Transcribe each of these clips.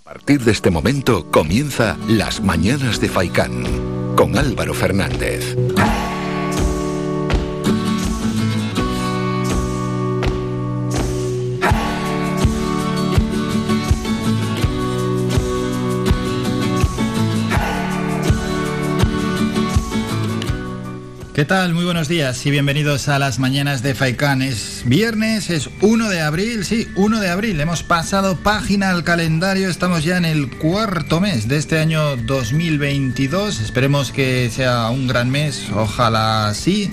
A partir de este momento comienza Las Mañanas de Faikán con Álvaro Fernández. ¿Qué tal? Muy buenos días y bienvenidos a Las Mañanas de Faikán. Es viernes, es 1 de abril, sí, 1 de abril. Hemos pasado página al calendario, estamos ya en el cuarto mes de este año 2022. Esperemos que sea un gran mes, ojalá sí.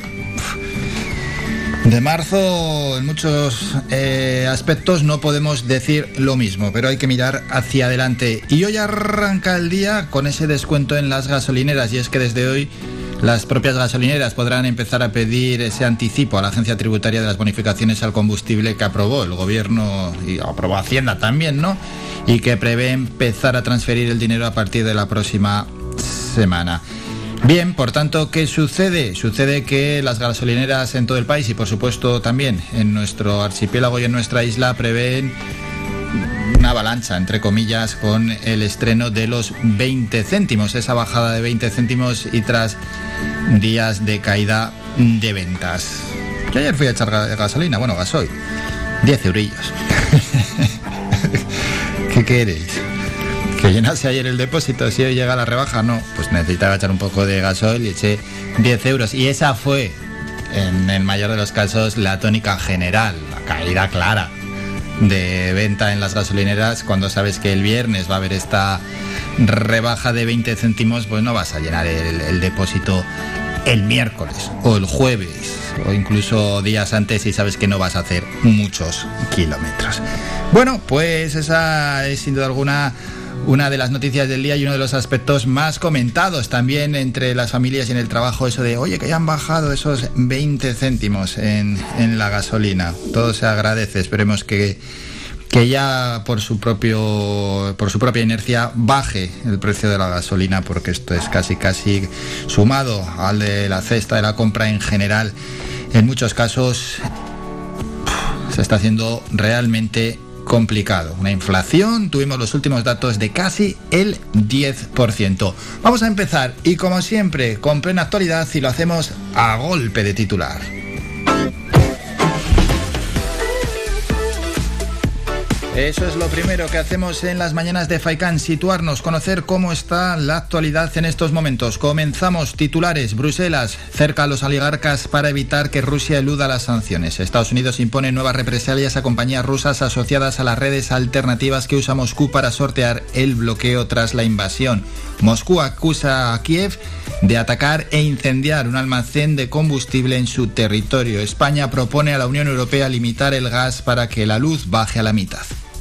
De marzo, en muchos aspectos no podemos decir lo mismo, pero hay que mirar hacia adelante. Y hoy arranca el día con ese descuento en las gasolineras, y es que desde hoy las propias gasolineras podrán empezar a pedir ese anticipo a la Agencia Tributaria de las bonificaciones al combustible que aprobó el Gobierno y aprobó Hacienda también, ¿no? Y que prevé empezar a transferir el dinero a partir de la próxima semana. Bien, por tanto, ¿qué sucede? Sucede que las gasolineras en todo el país y, por supuesto, también en nuestro archipiélago y en nuestra isla prevén una avalancha, entre comillas, con el estreno de los 20 céntimos, esa bajada de 20 céntimos y tras días de caída de ventas. Yo ayer fui a echar gasolina, bueno, gasoil, 10 eurillos. ¿Qué queréis? ¿Que llenase ayer el depósito si hoy llega la rebaja? No, pues necesitaba echar un poco de gasoil y eché 10 euros. Y esa fue, en el mayor de los casos, la tónica general, la caída clara de venta en las gasolineras. Cuando sabes que el viernes va a haber esta rebaja de 20 céntimos, pues no vas a llenar el depósito el miércoles o el jueves o incluso días antes y sabes que no vas a hacer muchos kilómetros. Bueno, pues esa es sin duda alguna una de las noticias del día y uno de los aspectos más comentados también entre las familias y en el trabajo, eso de, oye, que ya han bajado esos 20 céntimos en la gasolina. Todo se agradece, esperemos que ya por su propia inercia baje el precio de la gasolina, porque esto es casi sumado al de la cesta de la compra en general. En muchos casos se está haciendo realmente complicado. Una inflación, tuvimos los últimos datos de casi el 10%. Vamos a empezar y como siempre con plena actualidad y lo hacemos a golpe de titular. Eso es lo primero que hacemos en las mañanas de Faikán, situarnos, conocer cómo está la actualidad en estos momentos. Comenzamos titulares. Bruselas cerca a los oligarcas para evitar que Rusia eluda las sanciones. Estados Unidos impone nuevas represalias a compañías rusas asociadas a las redes alternativas que usa Moscú para sortear el bloqueo tras la invasión. Moscú acusa a Kiev de atacar e incendiar un almacén de combustible en su territorio. España propone a la Unión Europea limitar el gas para que la luz baje a la mitad.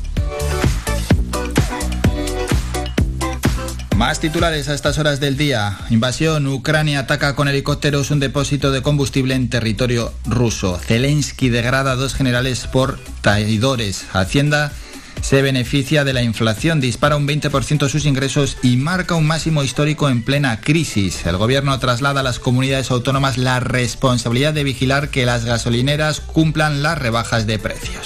Más titulares a estas horas del día. Invasión. Ucrania ataca con helicópteros un depósito de combustible en territorio ruso. Zelensky degrada a 2 generales por traidores. Hacienda se beneficia de la inflación, dispara un 20% sus ingresos y marca un máximo histórico en plena crisis. El gobierno traslada a las comunidades autónomas la responsabilidad de vigilar que las gasolineras cumplan las rebajas de precios.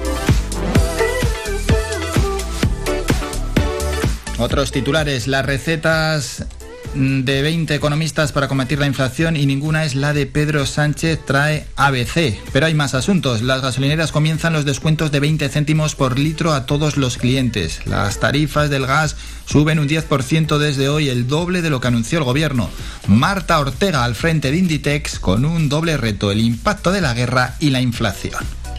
Otros titulares. Las recetas de 20 economistas para combatir la inflación y ninguna es la de Pedro Sánchez, trae ABC. Pero hay más asuntos. Las gasolineras comienzan los descuentos de 20 céntimos por litro a todos los clientes. Las tarifas del gas suben un 10% desde hoy, el doble de lo que anunció el gobierno. Marta Ortega al frente de Inditex con un doble reto: el impacto de la guerra y la inflación.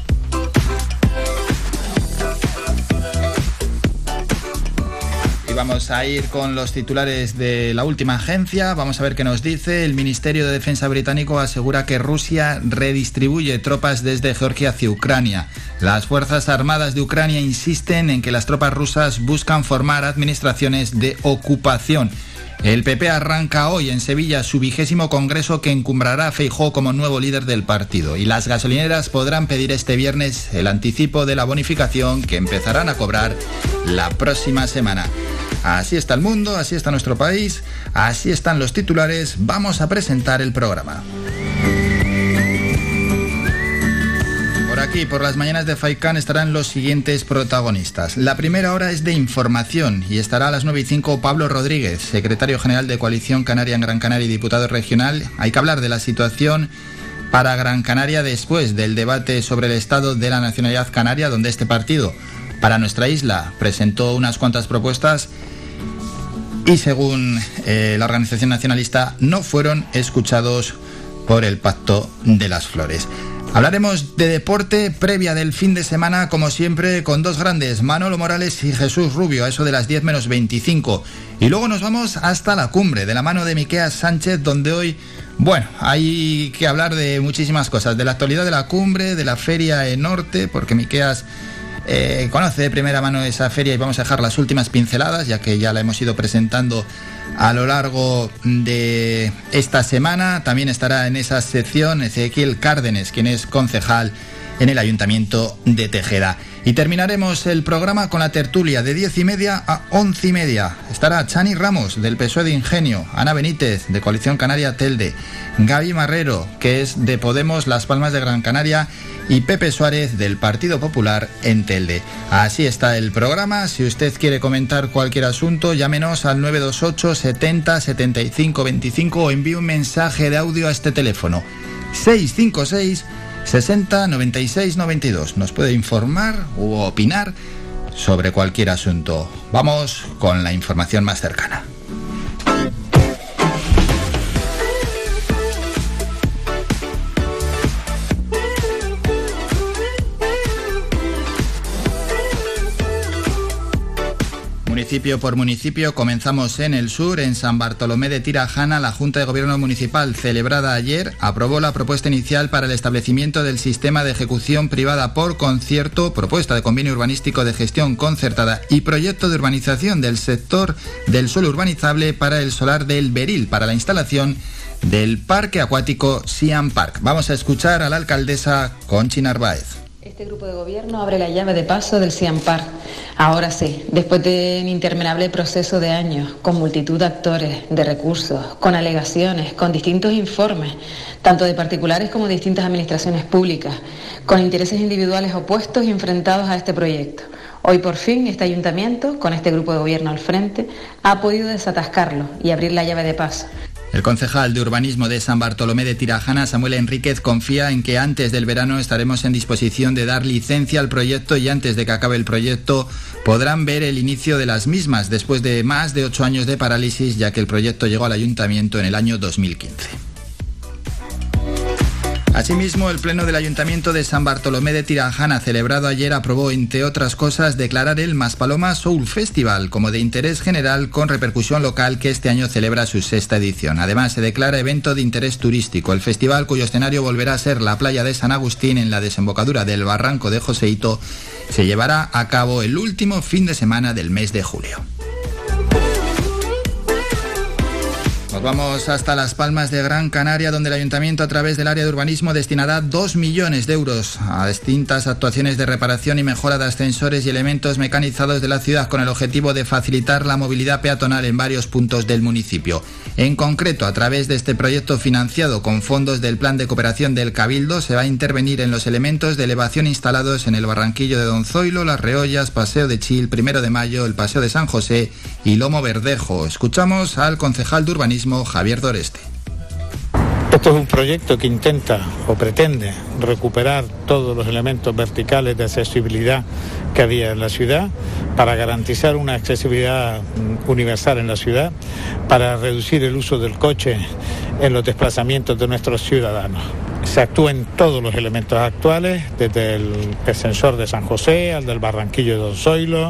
Vamos a ir con los titulares de la última agencia. Vamos a ver qué nos dice. El Ministerio de Defensa británico asegura que Rusia redistribuye tropas desde Georgia hacia Ucrania. Las Fuerzas Armadas de Ucrania insisten en que las tropas rusas buscan formar administraciones de ocupación. El PP arranca hoy en Sevilla su 20º congreso que encumbrará a Feijóo como nuevo líder del partido. Y las gasolineras podrán pedir este viernes el anticipo de la bonificación que empezarán a cobrar la próxima semana. Así está el mundo, así está nuestro país, así están los titulares. Vamos a presentar el programa. Por aquí, por las mañanas de Faikán, estarán los siguientes protagonistas. La primera hora es de información y estará a las 9:05 Pablo Rodríguez, secretario general de Coalición Canaria en Gran Canaria y diputado regional. Hay que hablar de la situación para Gran Canaria después del debate sobre el estado de la nacionalidad canaria, donde este partido, para nuestra isla, presentó unas cuantas propuestas y, según la organización nacionalista, no fueron escuchados por el Pacto de las Flores. Hablaremos de deporte previa del fin de semana, como siempre, con dos grandes, Manolo Morales y Jesús Rubio, a eso de las 10 menos 25. Y luego nos vamos hasta la cumbre, de la mano de Miqueas Sánchez, donde hoy, hay que hablar de muchísimas cosas, de la actualidad de la cumbre, de la feria en Norte, porque Miqueas conoce de primera mano esa feria y vamos a dejar las últimas pinceladas, ya que ya la hemos ido presentando a lo largo de esta semana. También estará en esa sección Ezequiel Cárdenes, quien es concejal en el Ayuntamiento de Tejeda. Y terminaremos el programa con la tertulia de 10:30 a 11:30. Estará Chani Ramos, del PSOE de Ingenio, Ana Benítez, de Coalición Canaria Telde, Gaby Marrero, que es de Podemos Las Palmas de Gran Canaria, y Pepe Suárez, del Partido Popular en Telde. Así está el programa. Si usted quiere comentar cualquier asunto, llámenos al 928 70 75 25 o envíe un mensaje de audio a este teléfono 656 60 96 92. Nos puede informar u opinar sobre cualquier asunto. Vamos con la información más cercana. Municipio por municipio, comenzamos en el sur. En San Bartolomé de Tirajana, la Junta de Gobierno Municipal, celebrada ayer, aprobó la propuesta inicial para el establecimiento del sistema de ejecución privada por concierto, propuesta de convenio urbanístico de gestión concertada y proyecto de urbanización del sector del suelo urbanizable para el solar del Beril, para la instalación del parque acuático Siam Park. Vamos a escuchar a la alcaldesa Conchi Narváez. Este grupo de gobierno abre la llave de paso del Siam Park. Ahora sí, después de un interminable proceso de años, con multitud de actores, de recursos, con alegaciones, con distintos informes, tanto de particulares como de distintas administraciones públicas, con intereses individuales opuestos y enfrentados a este proyecto. Hoy por fin este ayuntamiento, con este grupo de gobierno al frente, ha podido desatascarlo y abrir la llave de paso. El concejal de urbanismo de San Bartolomé de Tirajana, Samuel Enríquez, confía en que antes del verano estaremos en disposición de dar licencia al proyecto y antes de que acabe el proyecto podrán ver el inicio de las mismas después de más de 8 años de parálisis, ya que el proyecto llegó al ayuntamiento en el año 2015. Asimismo, el Pleno del Ayuntamiento de San Bartolomé de Tirajana, celebrado ayer, aprobó, entre otras cosas, declarar el Maspaloma Soul Festival como de interés general con repercusión local, que este año celebra su 6ª edición. Además, se declara evento de interés turístico. El festival, cuyo escenario volverá a ser la playa de San Agustín en la desembocadura del barranco de Joseito, se llevará a cabo el último fin de semana del mes de julio. Nos vamos hasta Las Palmas de Gran Canaria, donde el Ayuntamiento, a través del área de urbanismo, destinará 2 millones de euros a distintas actuaciones de reparación y mejora de ascensores y elementos mecanizados de la ciudad, con el objetivo de facilitar la movilidad peatonal en varios puntos del municipio. En concreto, a través de este proyecto financiado con fondos del Plan de Cooperación del Cabildo, se va a intervenir en los elementos de elevación instalados en el Barranquillo de Don Zoilo, Las Reollas, Paseo de Chil, 1 de Mayo, el Paseo de San José y Lomo Verdejo. Escuchamos al concejal de urbanismo, Javier Doreste. Esto es un proyecto que intenta o pretende recuperar todos los elementos verticales de accesibilidad que había en la ciudad para garantizar una accesibilidad universal en la ciudad, para reducir el uso del coche en los desplazamientos de nuestros ciudadanos. Se actúa en todos los elementos actuales, desde el ascensor de San José, al del Barranquillo de Don Zoilo,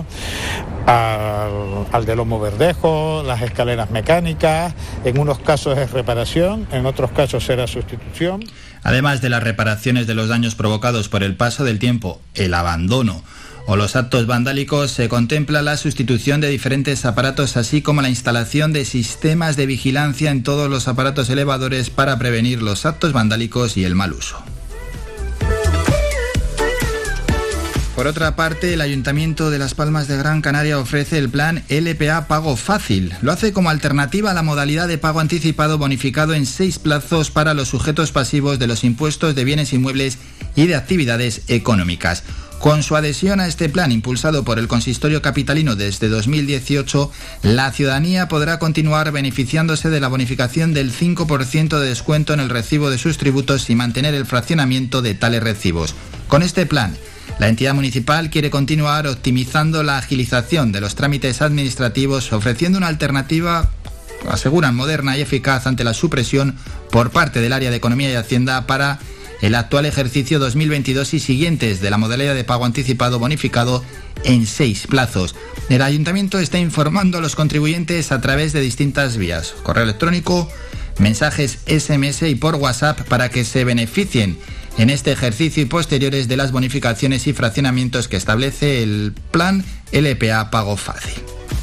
al de Lomo Verdejo, las escaleras mecánicas. En unos casos es reparación, en otros casos será sustitución. Además de las reparaciones de los daños provocados por el paso del tiempo, el abandono o los actos vandálicos, se contempla la sustitución de diferentes aparatos, así como la instalación de sistemas de vigilancia en todos los aparatos elevadores para prevenir los actos vandálicos y el mal uso. Por otra parte, el Ayuntamiento de Las Palmas de Gran Canaria ofrece el plan LPA Pago Fácil. Lo hace como alternativa a la modalidad de pago anticipado bonificado en 6 plazos para los sujetos pasivos de los impuestos de bienes inmuebles y de actividades económicas. Con su adhesión a este plan impulsado por el Consistorio Capitalino desde 2018, la ciudadanía podrá continuar beneficiándose de la bonificación del 5% de descuento en el recibo de sus tributos y mantener el fraccionamiento de tales recibos. Con este plan, la entidad municipal quiere continuar optimizando la agilización de los trámites administrativos, ofreciendo una alternativa, aseguran, moderna y eficaz ante la supresión por parte del área de Economía y Hacienda para el actual ejercicio 2022 y siguientes de la modalidad de pago anticipado bonificado en 6 plazos. El Ayuntamiento está informando a los contribuyentes a través de distintas vías: correo electrónico, mensajes SMS y por WhatsApp, para que se beneficien en este ejercicio y posteriores de las bonificaciones y fraccionamientos que establece el plan LPA Pago Fácil.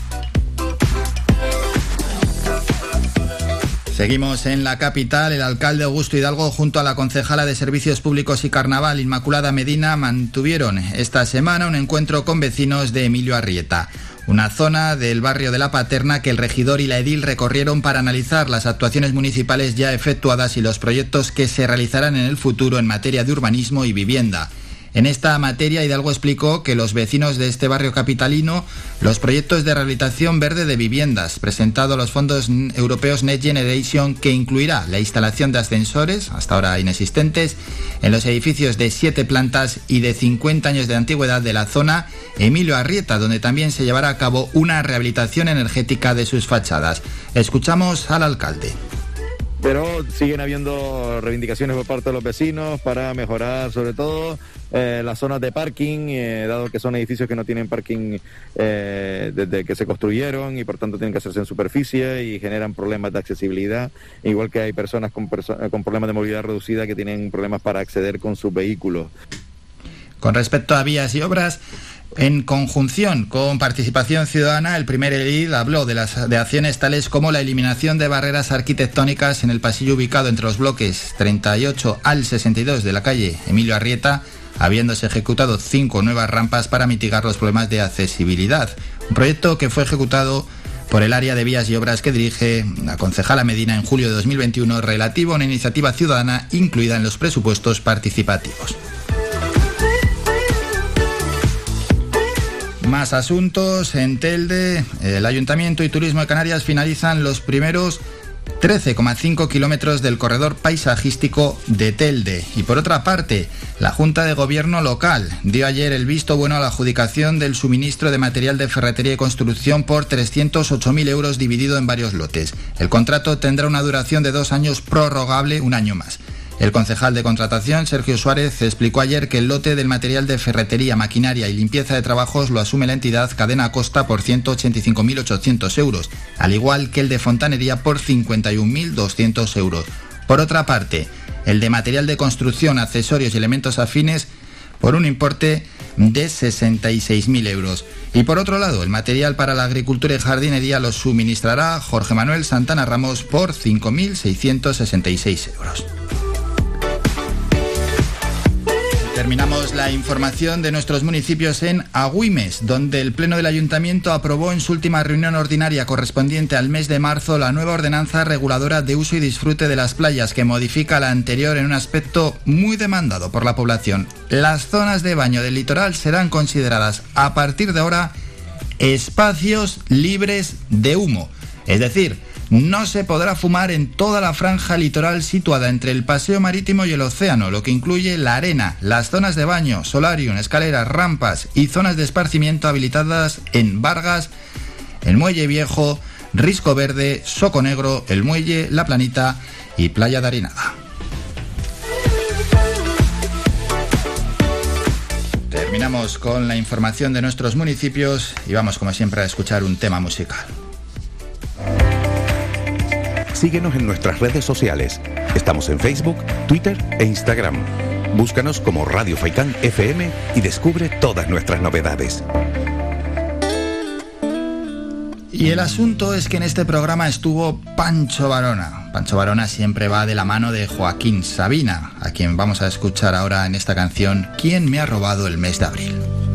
Seguimos en la capital. El alcalde Augusto Hidalgo junto a la concejala de Servicios Públicos y Carnaval, Inmaculada Medina, mantuvieron esta semana un encuentro con vecinos de Emilio Arrieta, una zona del barrio de La Paterna que el regidor y la edil recorrieron para analizar las actuaciones municipales ya efectuadas y los proyectos que se realizarán en el futuro en materia de urbanismo y vivienda. En esta materia, Hidalgo explicó que los vecinos de este barrio capitalino, los proyectos de rehabilitación verde de viviendas presentado a los fondos europeos Next Generation, que incluirá la instalación de ascensores, hasta ahora inexistentes, en los edificios de 7 plantas y de 50 años de antigüedad de la zona Emilio Arrieta, donde también se llevará a cabo una rehabilitación energética de sus fachadas. Escuchamos al alcalde. Pero siguen habiendo reivindicaciones por parte de los vecinos para mejorar sobre todo las zonas de parking, dado que son edificios que no tienen parking desde que se construyeron y por tanto tienen que hacerse en superficie y generan problemas de accesibilidad, igual que hay personas con problemas de movilidad reducida que tienen problemas para acceder con sus vehículos. Con respecto a vías y obras, en conjunción con Participación Ciudadana, el primer edil habló de acciones tales como la eliminación de barreras arquitectónicas en el pasillo ubicado entre los bloques 38 al 62 de la calle Emilio Arrieta, habiéndose ejecutado 5 nuevas rampas para mitigar los problemas de accesibilidad. Un proyecto que fue ejecutado por el área de vías y obras que dirige la concejala Medina en julio de 2021, relativo a una iniciativa ciudadana incluida en los presupuestos participativos. Más asuntos. En Telde, el Ayuntamiento y Turismo de Canarias finalizan los primeros 13,5 kilómetros del corredor paisajístico de Telde. Y por otra parte, la Junta de Gobierno local dio ayer el visto bueno a la adjudicación del suministro de material de ferretería y construcción por 308.000 euros dividido en varios lotes. El contrato tendrá una duración de 2 años prorrogable un año más. El concejal de contratación, Sergio Suárez, explicó ayer que el lote del material de ferretería, maquinaria y limpieza de trabajos lo asume la entidad Cadena Costa por 185.800 euros, al igual que el de fontanería por 51.200 euros. Por otra parte, el de material de construcción, accesorios y elementos afines por un importe de 66.000 euros. Y por otro lado, el material para la agricultura y jardinería lo suministrará Jorge Manuel Santana Ramos por 5.666 euros. Terminamos la información de nuestros municipios en Agüimes, donde el Pleno del Ayuntamiento aprobó en su última reunión ordinaria correspondiente al mes de marzo la nueva ordenanza reguladora de uso y disfrute de las playas, que modifica la anterior en un aspecto muy demandado por la población. Las zonas de baño del litoral serán consideradas a partir de ahora espacios libres de humo, es decir, no se podrá fumar en toda la franja litoral situada entre el paseo marítimo y el océano, lo que incluye la arena, las zonas de baño, solarium, escaleras, rampas y zonas de esparcimiento habilitadas en Vargas, el Muelle Viejo, Risco Verde, Soco Negro, el Muelle, La Planita y Playa de Arenada. Terminamos con la información de nuestros municipios y vamos, como siempre, a escuchar un tema musical. Síguenos en nuestras redes sociales. Estamos en Facebook, Twitter e Instagram. Búscanos como Radio Faikán FM y descubre todas nuestras novedades. Y el asunto es que en este programa estuvo Pancho Varona. Pancho Varona siempre va de la mano de Joaquín Sabina, a quien vamos a escuchar ahora en esta canción, ¿Quién me ha robado el mes de abril?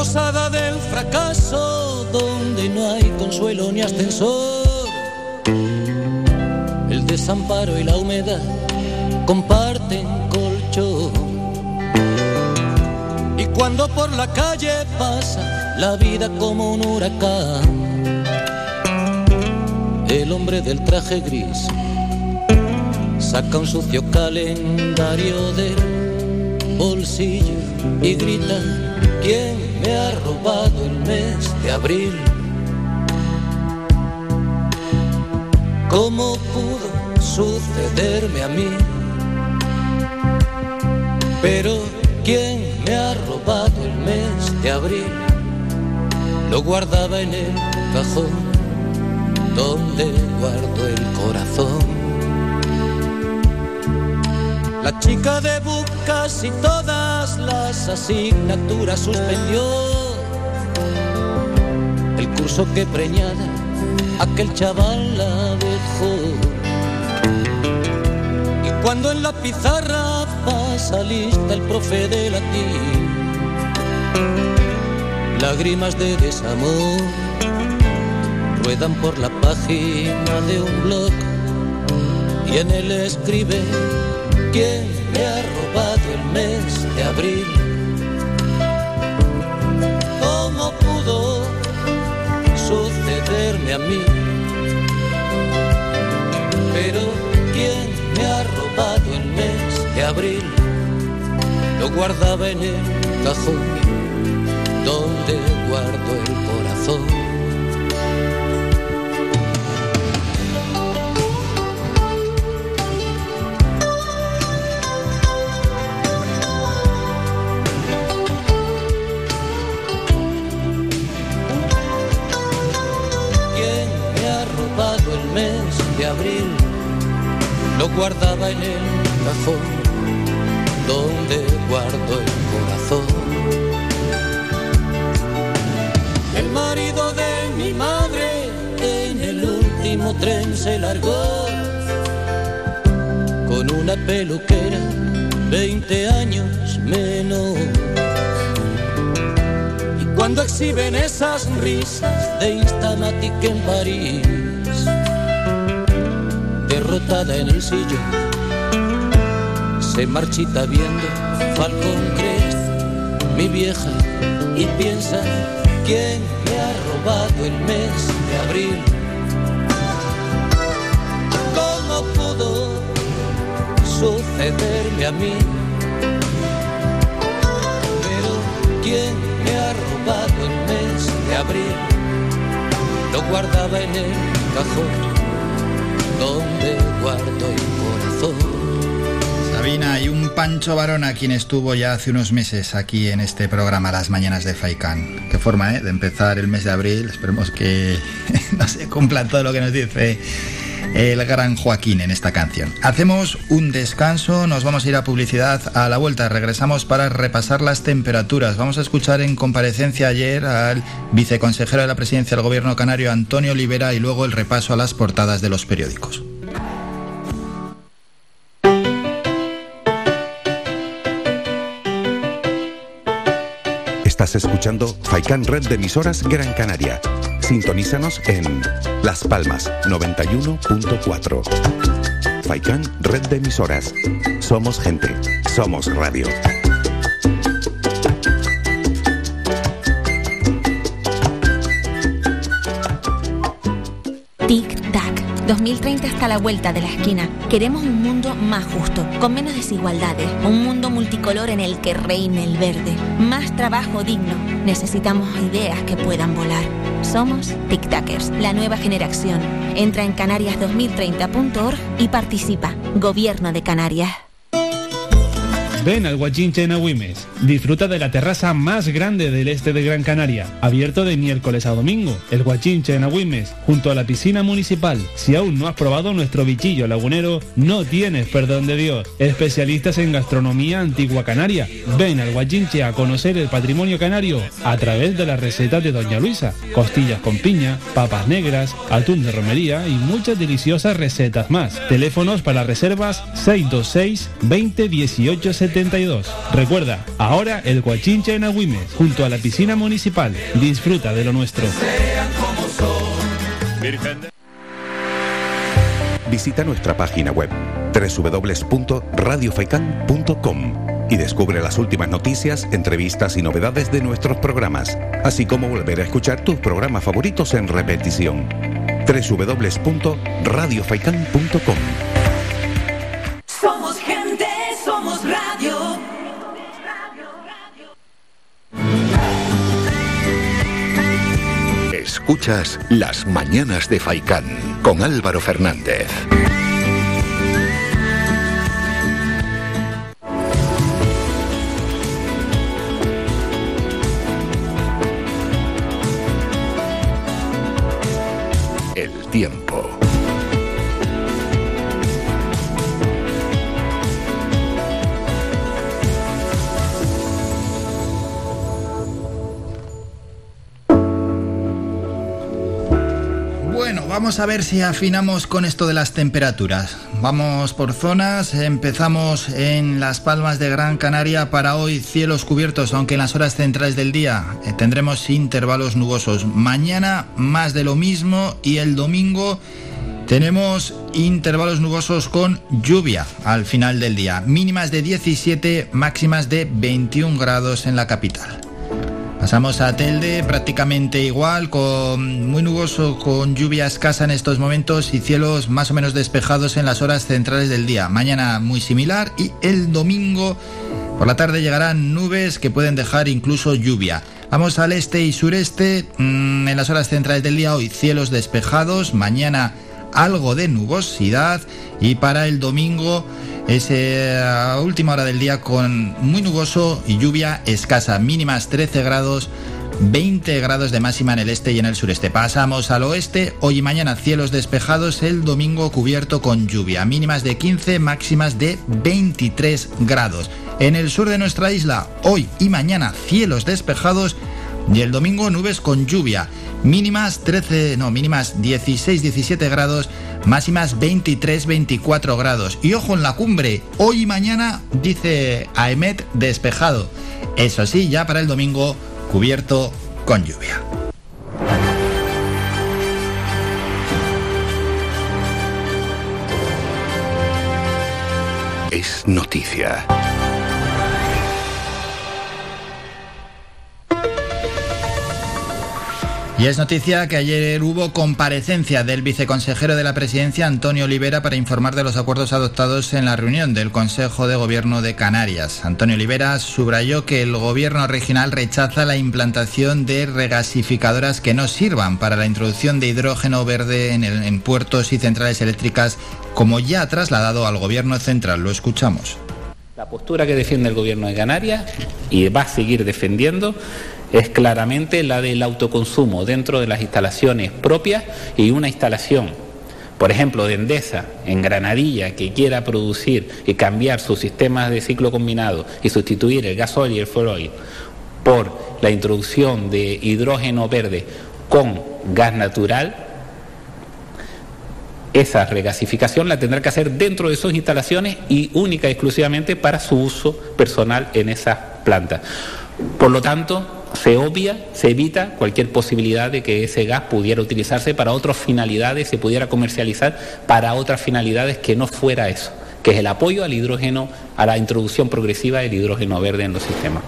posada del fracaso donde no hay consuelo ni ascensor. El desamparo y la humedad comparten colchón. Y cuando por la calle pasa la vida como un huracán, el hombre del traje gris saca un sucio calendario del bolsillo y grita: ¿quién me ha robado el mes de abril? ¿Cómo pudo sucederme a mí? Pero ¿quién me ha robado el mes de abril? Lo guardaba en el cajón donde guardo el corazón. La chica de casi todas las asignaturas suspendió. El curso que preñada aquel chaval la dejó. Y cuando en la pizarra pasa lista el profe de latín, lágrimas de desamor ruedan por la página de un blog y en él escribe: ¿quién me ha robado el mes de abril? ¿Cómo pudo sucederme a mí? Pero ¿quién me ha robado el mes de abril? Lo guardaba en el cajón donde guardo el corazón. De abril lo guardaba en el cajón donde guardo el corazón. El marido de mi madre en el último tren se largó con una peluquera 20 años menos. Y cuando exhiben esas risas de Instamatic en París, derrotada en el sillón, se marchita viendo Falcon Crest, mi vieja, y piensa: ¿quién me ha robado el mes de abril? ¿Cómo pudo sucederme a mí? Pero ¿quién me ha robado el mes de abril? Lo guardaba en el cajón donde guardo el corazón. Sabina y un Pancho Varona, quien estuvo ya hace unos meses aquí en este programa Las Mañanas de Faikán. Qué forma, de empezar el mes de abril. Esperemos que no se cumpla todo lo que nos dice el gran Joaquín en esta canción. Hacemos un descanso, nos vamos a ir a publicidad. A la vuelta regresamos para repasar las temperaturas. Vamos a escuchar en comparecencia ayer al viceconsejero de la Presidencia del Gobierno canario, Antonio Olivera, y luego el repaso a las portadas de los periódicos. Estás escuchando Faikán Red de Emisoras Gran Canaria. Sintonízanos en Las Palmas 91.4. Faikán Red de Emisoras. Somos gente, somos radio. Tic-tac. 2030 está a la vuelta de la esquina. Queremos un mundo más justo, con menos desigualdades, un mundo multicolor en el que reine el verde, más trabajo digno. Necesitamos ideas que puedan volar. Somos Tic-Tacers, la nueva generación. Entra en canarias2030.org y participa. Gobierno de Canarias. Ven al Guachinche en Agüimes. Disfruta de la terraza más grande del este de Gran Canaria, abierto de miércoles a domingo. El Guachinche en Agüimes, junto a la piscina municipal. Si aún no has probado nuestro bichillo lagunero, no tienes perdón de Dios. Especialistas en gastronomía antigua canaria. Ven al Guachinche a conocer el patrimonio canario a través de las recetas de Doña Luisa. Costillas con piña, papas negras, atún de romería y muchas deliciosas recetas más. Teléfonos para reservas 626 20 18 70. 72. Recuerda, ahora el Guachinche en Agüimes, junto a la piscina municipal. Disfruta de lo nuestro. Visita nuestra página web www.radiofaikan.com y descubre las últimas noticias, entrevistas y novedades de nuestros programas, así como volver a escuchar tus programas favoritos en repetición. www.radiofaikan.com. Somos gente, somos radio. Escuchas Las Mañanas de Faikán con Álvaro Fernández. El tiempo. Bueno, vamos a ver si afinamos con esto de las temperaturas. Vamos por zonas, empezamos en Las Palmas de Gran Canaria. Para hoy cielos cubiertos, aunque en las horas centrales del día tendremos intervalos nubosos. Mañana más de lo mismo y el domingo tenemos intervalos nubosos con lluvia al final del día. Mínimas de 17, máximas de 21 grados en la capital. Pasamos a Telde, prácticamente igual, con muy nuboso, con lluvia escasa en estos momentos y cielos más o menos despejados en las horas centrales del día. Mañana muy similar y el domingo por la tarde llegarán nubes que pueden dejar incluso lluvia. Vamos al este y sureste, en las horas centrales del día hoy cielos despejados, mañana algo de nubosidad y para el domingo a última hora del día con muy nuboso y lluvia escasa, mínimas 13 grados, 20 grados de máxima en el este y en el sureste. Pasamos al oeste, hoy y mañana cielos despejados, el domingo cubierto con lluvia, mínimas de 15, máximas de 23 grados. En el sur de nuestra isla, hoy y mañana cielos despejados y el domingo nubes con lluvia, mínimas 16, 17 grados, máximas 23, 24 grados. Y ojo en la cumbre, hoy y mañana, dice AEMET, despejado. Eso sí, ya para el domingo, cubierto con lluvia. Es noticia. Y es noticia que ayer hubo comparecencia del viceconsejero de la Presidencia, Antonio Olivera, para informar de los acuerdos adoptados en la reunión del Consejo de Gobierno de Canarias. Antonio Olivera subrayó que el gobierno regional rechaza la implantación de regasificadoras que no sirvan para la introducción de hidrógeno verde en puertos y centrales eléctricas, como ya ha trasladado al gobierno central. Lo escuchamos. La postura que defiende el gobierno de Canarias, y va a seguir defendiendo, es claramente la del autoconsumo dentro de las instalaciones propias, y una instalación, por ejemplo, de Endesa en Granadilla, que quiera producir y cambiar sus sistemas de ciclo combinado y sustituir el gasoil y el fuel oil por la introducción de hidrógeno verde con gas natural, esa regasificación la tendrá que hacer dentro de sus instalaciones y única y exclusivamente para su uso personal en esas plantas. Por lo tanto, se evita cualquier posibilidad de que ese gas pudiera utilizarse para otras finalidades, se pudiera comercializar para otras finalidades que no fuera eso, que es el apoyo al hidrógeno, a la introducción progresiva del hidrógeno verde en los sistemas.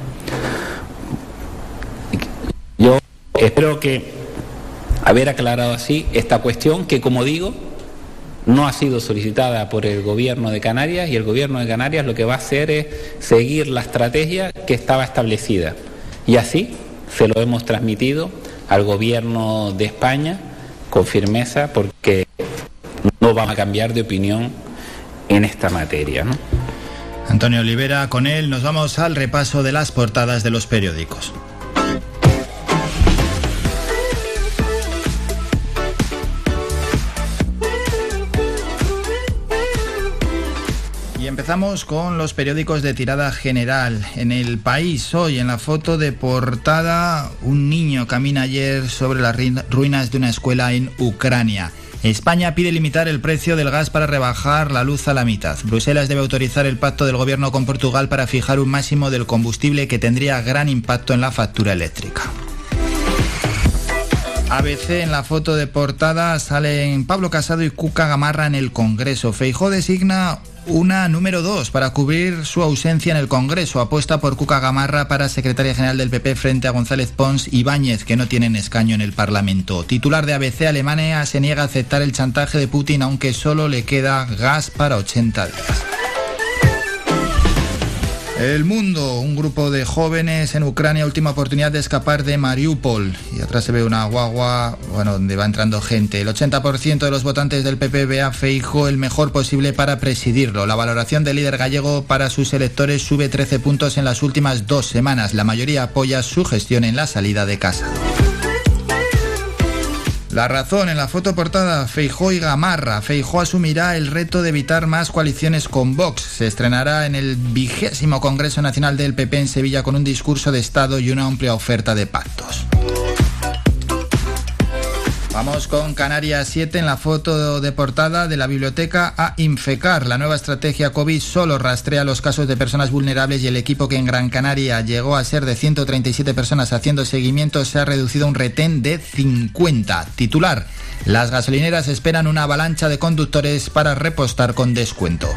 Yo espero que haber aclarado así esta cuestión que, como digo, no ha sido solicitada por el gobierno de Canarias, y el gobierno de Canarias lo que va a hacer es seguir la estrategia que estaba establecida. Y así se lo hemos transmitido al gobierno de España con firmeza, porque no vamos a cambiar de opinión en esta materia, ¿no? Antonio Olivera, con él nos vamos al repaso de las portadas de los periódicos. Y empezamos con los periódicos de tirada general. En El País, hoy en la foto de portada, un niño camina ayer sobre las ruinas de una escuela en Ucrania. España pide limitar el precio del gas para rebajar la luz a la mitad. Bruselas debe autorizar el pacto del gobierno con Portugal para fijar un máximo del combustible que tendría gran impacto en la factura eléctrica. ABC en la foto de portada salen Pablo Casado y Cuca Gamarra en el Congreso. Feijóo designa una número 2 para cubrir su ausencia en el Congreso. Apuesta por Cuca Gamarra para secretaria general del PP frente a González Pons y Ibáñez, que no tienen escaño en el Parlamento. Titular de ABC, Alemania se niega a aceptar el chantaje de Putin, aunque solo le queda gas para 80 días. El Mundo, un grupo de jóvenes en Ucrania, última oportunidad de escapar de Mariupol. Y atrás se ve una guagua, donde va entrando gente. El 80% de los votantes del PP ve a Feijóo el mejor posible para presidirlo. La valoración del líder gallego para sus electores sube 13 puntos en las últimas 2 semanas. La mayoría apoya su gestión en la salida de casa. La Razón en la foto portada, Feijóo y Gamarra. Feijóo asumirá el reto de evitar más coaliciones con Vox. Se estrenará en el 20º Congreso Nacional del PP en Sevilla con un discurso de Estado y una amplia oferta de pactos. Vamos con Canarias 7 en la foto de portada de la biblioteca a Infecar. La nueva estrategia COVID solo rastrea los casos de personas vulnerables y el equipo que en Gran Canaria llegó a ser de 137 personas haciendo seguimiento se ha reducido a un retén de 50. Titular: las gasolineras esperan una avalancha de conductores para repostar con descuento.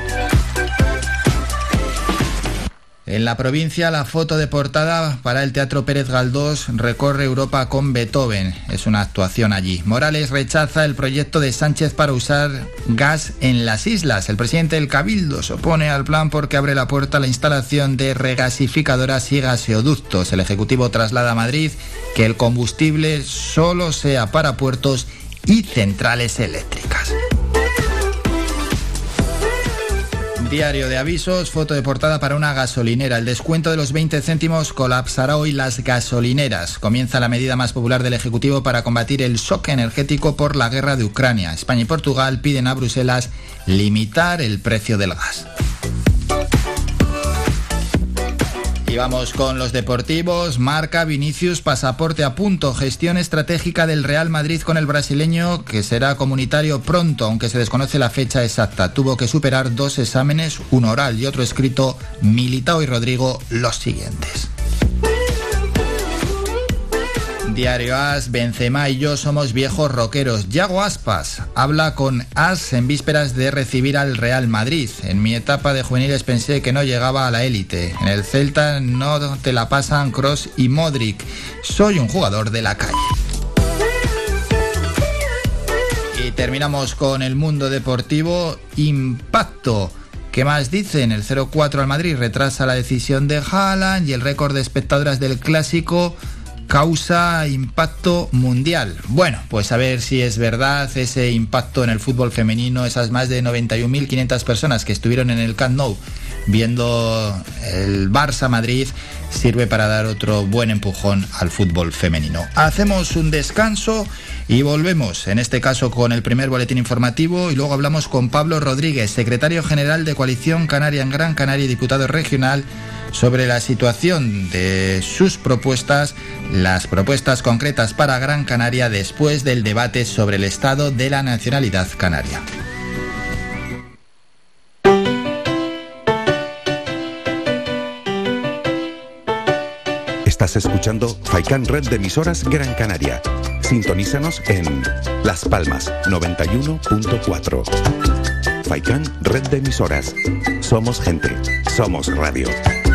En la provincia, la foto de portada para el Teatro Pérez Galdós, recorre Europa con Beethoven. Es una actuación allí. Morales rechaza el proyecto de Sánchez para usar gas en las islas. El presidente del Cabildo se opone al plan porque abre la puerta a la instalación de regasificadoras y gaseoductos. El Ejecutivo traslada a Madrid que el combustible solo sea para puertos y centrales eléctricas. Diario de Avisos, foto de portada para una gasolinera. El descuento de los 20 céntimos colapsará hoy las gasolineras. Comienza la medida más popular del Ejecutivo para combatir el shock energético por la guerra de Ucrania. España y Portugal piden a Bruselas limitar el precio del gas. Y vamos con los deportivos. Marca, Vinicius, pasaporte a punto. Gestión estratégica del Real Madrid con el brasileño, que será comunitario pronto, aunque se desconoce la fecha exacta. Tuvo que superar 2 exámenes, uno oral y otro escrito. Militao y Rodrigo, los siguientes. Diario AS, Benzema y yo somos viejos rockeros. Yago Aspas habla con AS en vísperas de recibir al Real Madrid. En mi etapa de juveniles pensé que no llegaba a la élite. En el Celta no te la pasan Kroos y Modric. Soy un jugador de la calle. Y terminamos con el Mundo Deportivo. Impacto. ¿Qué más dicen? El 0-4 al Madrid retrasa la decisión de Haaland y el récord de espectadoras del Clásico causa impacto mundial. Bueno, pues a ver si es verdad ese impacto en el fútbol femenino. Esas más de 91.500 personas que estuvieron en el Camp Nou viendo el Barça Madrid sirve para dar otro buen empujón al fútbol femenino. Hacemos un descanso y volvemos, en este caso con el primer boletín informativo, y luego hablamos con Pablo Rodríguez, secretario general de Coalición Canaria en Gran Canaria y diputado regional, sobre la situación de sus propuestas, las propuestas concretas para Gran Canaria después del debate sobre el estado de la nacionalidad canaria. Estás escuchando Faikan Red de Emisoras Gran Canaria. Sintonízanos en Las Palmas 91.4. Faikan Red de Emisoras. Somos gente. Somos radio.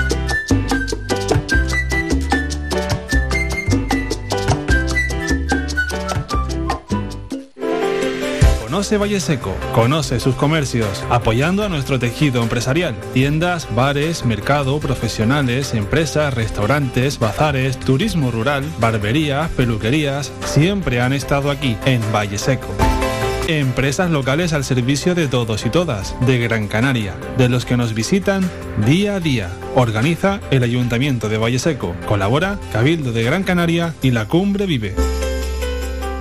Conoce Valle Seco, conoce sus comercios, apoyando a nuestro tejido empresarial. Tiendas, bares, mercado, profesionales, empresas, restaurantes, bazares, turismo rural, barberías, peluquerías, siempre han estado aquí, en Valle Seco. Empresas locales al servicio de todos y todas, de Gran Canaria, de los que nos visitan día a día. Organiza el Ayuntamiento de Valle Seco. Colabora Cabildo de Gran Canaria y La Cumbre Vive.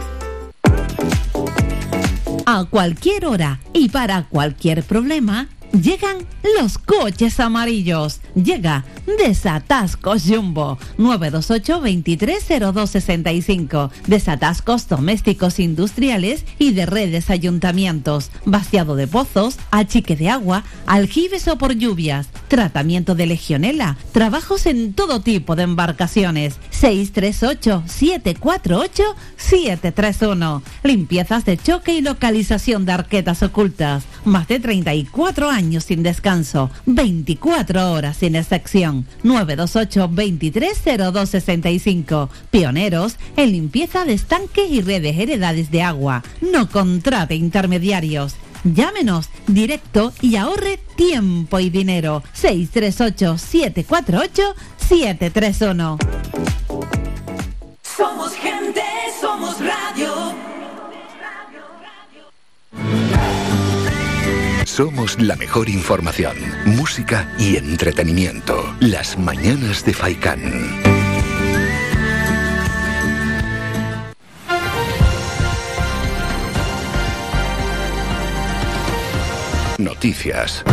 A cualquier hora y para cualquier problema, Llegan los coches amarillos. Llega Desatascos Jumbo, 928 230265. Desatascos domésticos industriales y de redes ayuntamientos. Vaciado de pozos, achique de agua, aljibes o por lluvias. Tratamiento de legionela. Trabajos en todo tipo de embarcaciones. 638-748-731. Limpiezas de choque y localización de arquetas ocultas. Más de 34 años sin descanso, 24 horas sin excepción. 928 230265. Pioneros en limpieza de estanques y redes heredades de agua. No contrate intermediarios. Llámenos directo y ahorre tiempo y dinero. 638-748-731. Somos gente, somos radio. Somos la mejor información, música y entretenimiento. Las mañanas de Faikán. Noticias.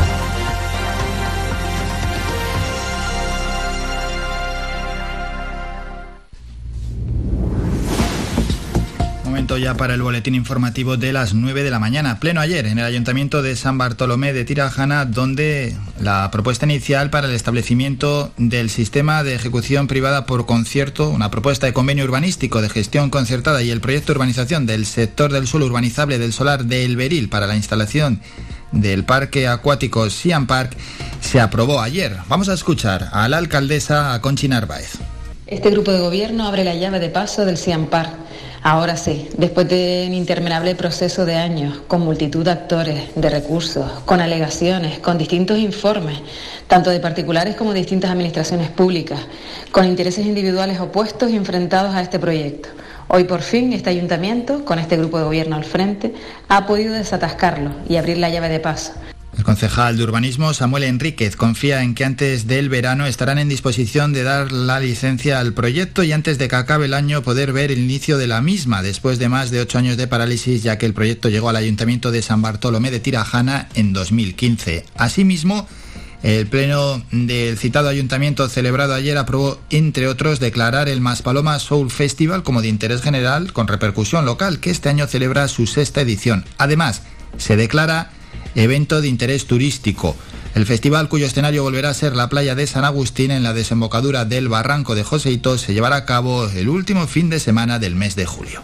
Momento ya para el boletín informativo de las 9 de la mañana. Pleno ayer en el Ayuntamiento de San Bartolomé de Tirajana, donde la propuesta inicial para el establecimiento del sistema de ejecución privada por concierto, una propuesta de convenio urbanístico de gestión concertada y el proyecto de urbanización del sector del suelo urbanizable del solar de El Beril para la instalación del parque acuático Siam Park se aprobó ayer. Vamos a escuchar a la alcaldesa, a Conchi Narváez. Este grupo de gobierno abre la llave de paso del Siam Park. Ahora sí, después de un interminable proceso de años, con multitud de actores, de recursos, con alegaciones, con distintos informes, tanto de particulares como de distintas administraciones públicas, con intereses individuales opuestos y enfrentados a este proyecto. Hoy por fin este ayuntamiento, con este grupo de gobierno al frente, ha podido desatascarlo y abrir la llave de paso. El concejal de urbanismo, Samuel Enríquez, confía en que antes del verano estarán en disposición de dar la licencia al proyecto y antes de que acabe el año poder ver el inicio de la misma, después de más de 8 años de parálisis, ya que el proyecto llegó al Ayuntamiento de San Bartolomé de Tirajana en 2015. Asimismo, el pleno del citado ayuntamiento celebrado ayer aprobó, entre otros, declarar el Maspaloma Soul Festival como de interés general con repercusión local, que este año celebra su 6ª edición. Además, se declara evento de interés turístico. El festival, cuyo escenario volverá a ser la playa de San Agustín en la desembocadura del barranco de Joseito, se llevará a cabo el último fin de semana del mes de julio.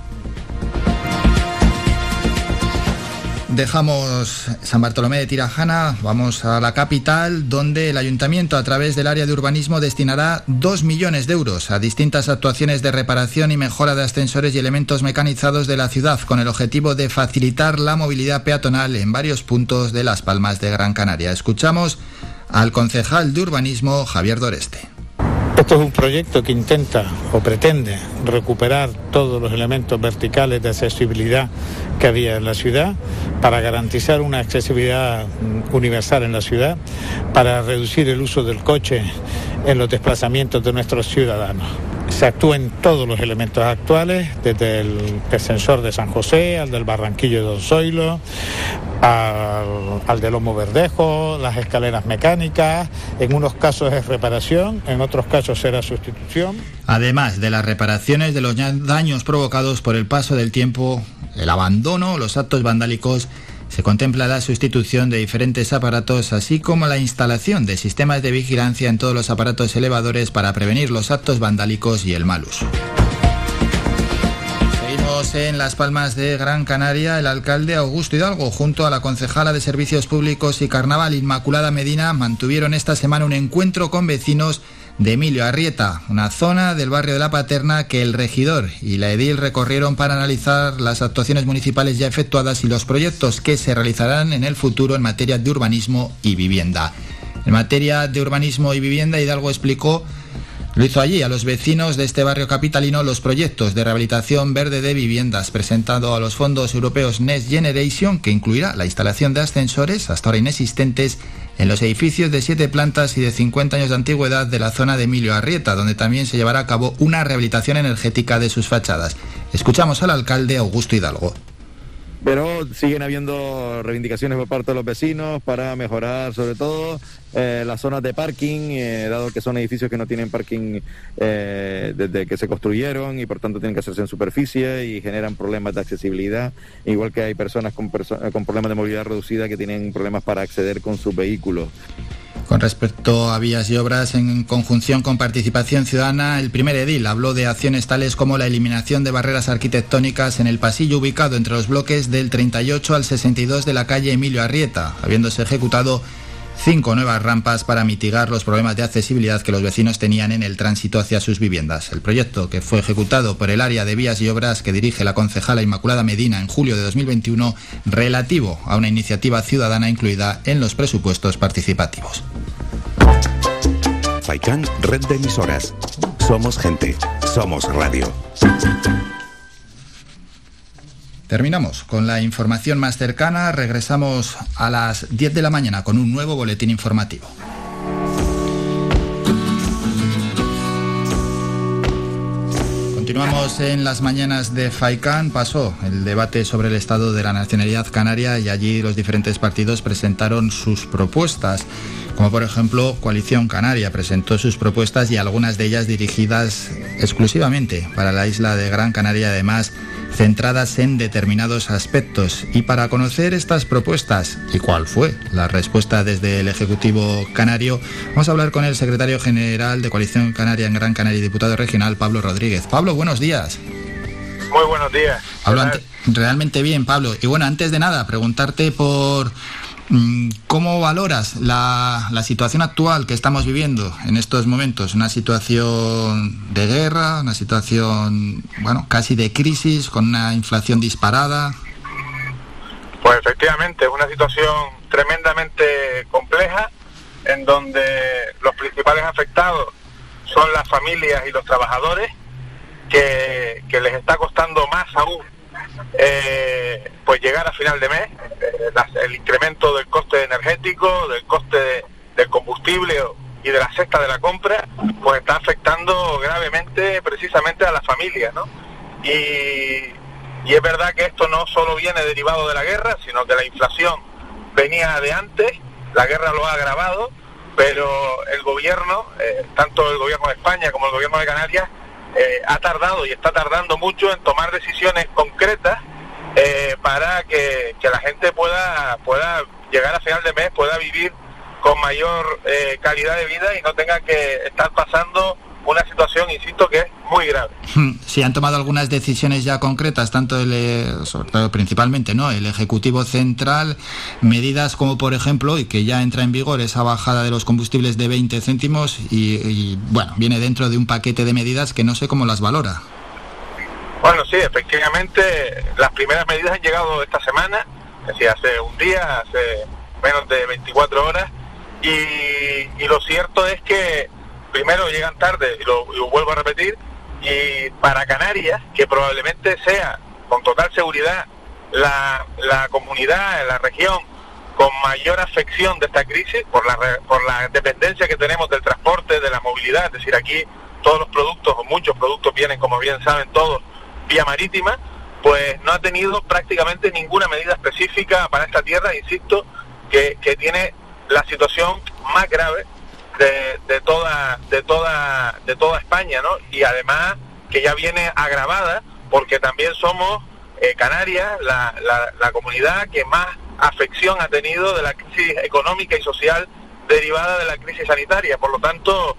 Dejamos San Bartolomé de Tirajana, vamos a la capital, donde el ayuntamiento, a través del área de urbanismo, destinará 2 millones de euros a distintas actuaciones de reparación y mejora de ascensores y elementos mecanizados de la ciudad, con el objetivo de facilitar la movilidad peatonal en varios puntos de Las Palmas de Gran Canaria. Escuchamos al concejal de urbanismo, Javier Doreste. Esto es un proyecto que intenta o pretende recuperar todos los elementos verticales de accesibilidad que había en la ciudad para garantizar una accesibilidad universal en la ciudad, para reducir el uso del coche en los desplazamientos de nuestros ciudadanos. Se actúa en todos los elementos actuales, desde el ascensor de San José, al del Barranquillo de Don Zoilo, al de Lomo Verdejo, las escaleras mecánicas. En unos casos es reparación, en otros casos será sustitución. Además de las reparaciones de los daños provocados por el paso del tiempo, el abandono, los actos vandálicos, se contempla la sustitución de diferentes aparatos, así como la instalación de sistemas de vigilancia en todos los aparatos elevadores para prevenir los actos vandálicos y el mal uso. Seguimos en Las Palmas de Gran Canaria. El alcalde Augusto Hidalgo, junto a la concejala de Servicios Públicos y Carnaval, Inmaculada Medina, mantuvieron esta semana un encuentro con vecinos de Emilio Arrieta, una zona del barrio de La Paterna que el regidor y la edil recorrieron para analizar las actuaciones municipales ya efectuadas y los proyectos que se realizarán en el futuro en materia de urbanismo y vivienda. En materia de urbanismo y vivienda, Hidalgo explicó, lo hizo allí, a los vecinos de este barrio capitalino, los proyectos de rehabilitación verde de viviendas presentado a los fondos europeos Next Generation, que incluirá la instalación de ascensores, hasta ahora inexistentes, en los edificios de 7 plantas y de 50 años de antigüedad de la zona de Emilio Arrieta, donde también se llevará a cabo una rehabilitación energética de sus fachadas. Escuchamos al alcalde Augusto Hidalgo. pero siguen habiendo reivindicaciones por parte de los vecinos para mejorar sobre todo las zonas de parking, dado que son edificios que no tienen parking desde que se construyeron y por tanto tienen que hacerse en superficie y generan problemas de accesibilidad, igual que hay personas con problemas de movilidad reducida que tienen problemas para acceder con sus vehículos. Con respecto a vías y obras, en conjunción con Participación Ciudadana, el primer edil habló de acciones tales como la eliminación de barreras arquitectónicas en el pasillo ubicado entre los bloques del 38 al 62 de la calle Emilio Arrieta, habiéndose ejecutado 5 nuevas rampas para mitigar los problemas de accesibilidad que los vecinos tenían en el tránsito hacia sus viviendas. El proyecto, que fue ejecutado por el área de vías y obras que dirige la concejala Inmaculada Medina en julio de 2021, relativo a una iniciativa ciudadana incluida en los presupuestos participativos. Faikan, red de emisoras. Somos gente, somos radio. Terminamos con la información más cercana. Regresamos a las 10 de la mañana con un nuevo boletín informativo. Continuamos en las mañanas de Faikan. Pasó el debate sobre el estado de la nacionalidad canaria y allí los diferentes partidos presentaron sus propuestas. Como por ejemplo, Coalición Canaria presentó sus propuestas y algunas de ellas dirigidas exclusivamente para la isla de Gran Canaria, además centradas en determinados aspectos. Y para conocer estas propuestas y cuál fue la respuesta desde el Ejecutivo canario, vamos a hablar con el secretario general de Coalición Canaria en Gran Canaria y diputado regional, Pablo Rodríguez. Pablo, buenos días. Muy buenos días. Realmente bien, Pablo. Y bueno, antes de nada, preguntarte por ¿cómo valoras la situación actual que estamos viviendo en estos momentos? Una situación de guerra, una situación, bueno, casi de crisis, con una inflación disparada. Pues efectivamente, es una situación tremendamente compleja, en donde los principales afectados son las familias y los trabajadores, que les está costando más aún pues llegar a final de mes. El incremento del coste energético, del coste del combustible y de la cesta de la compra, pues está afectando gravemente precisamente a las familias, ¿no? Y es verdad que esto no solo viene derivado de la guerra, sino que la inflación venía de antes, la guerra lo ha agravado, pero el gobierno, tanto el gobierno de España como el gobierno de Canarias, ha tardado y está tardando mucho en tomar decisiones concretas para que la gente pueda llegar a final de mes, pueda vivir con mayor calidad de vida y no tenga que estar pasando una situación, insisto, que es muy grave. Sí, han tomado algunas decisiones ya concretas, tanto sobre todo principalmente, ¿no?, el Ejecutivo Central, medidas como por ejemplo, y que ya entra en vigor esa bajada de los combustibles de 20 céntimos y bueno, viene dentro de un paquete de medidas que no sé cómo las valora. Bueno, sí, efectivamente, las primeras medidas han llegado esta semana, es decir, hace un día, hace menos de 24 horas, y lo cierto es que primero llegan tarde, y lo vuelvo a repetir, y para Canarias, que probablemente sea con total seguridad la comunidad, la región con mayor afección de esta crisis, por la dependencia que tenemos del transporte, de la movilidad, es decir, aquí todos los productos, o muchos productos vienen, como bien saben todos, vía marítima, pues no ha tenido prácticamente ninguna medida específica para esta tierra, insisto, que tiene la situación más grave de toda España, ¿no? Y además que ya viene agravada porque también somos Canarias la comunidad que más afección ha tenido de la crisis económica y social derivada de la crisis sanitaria. Por lo tanto,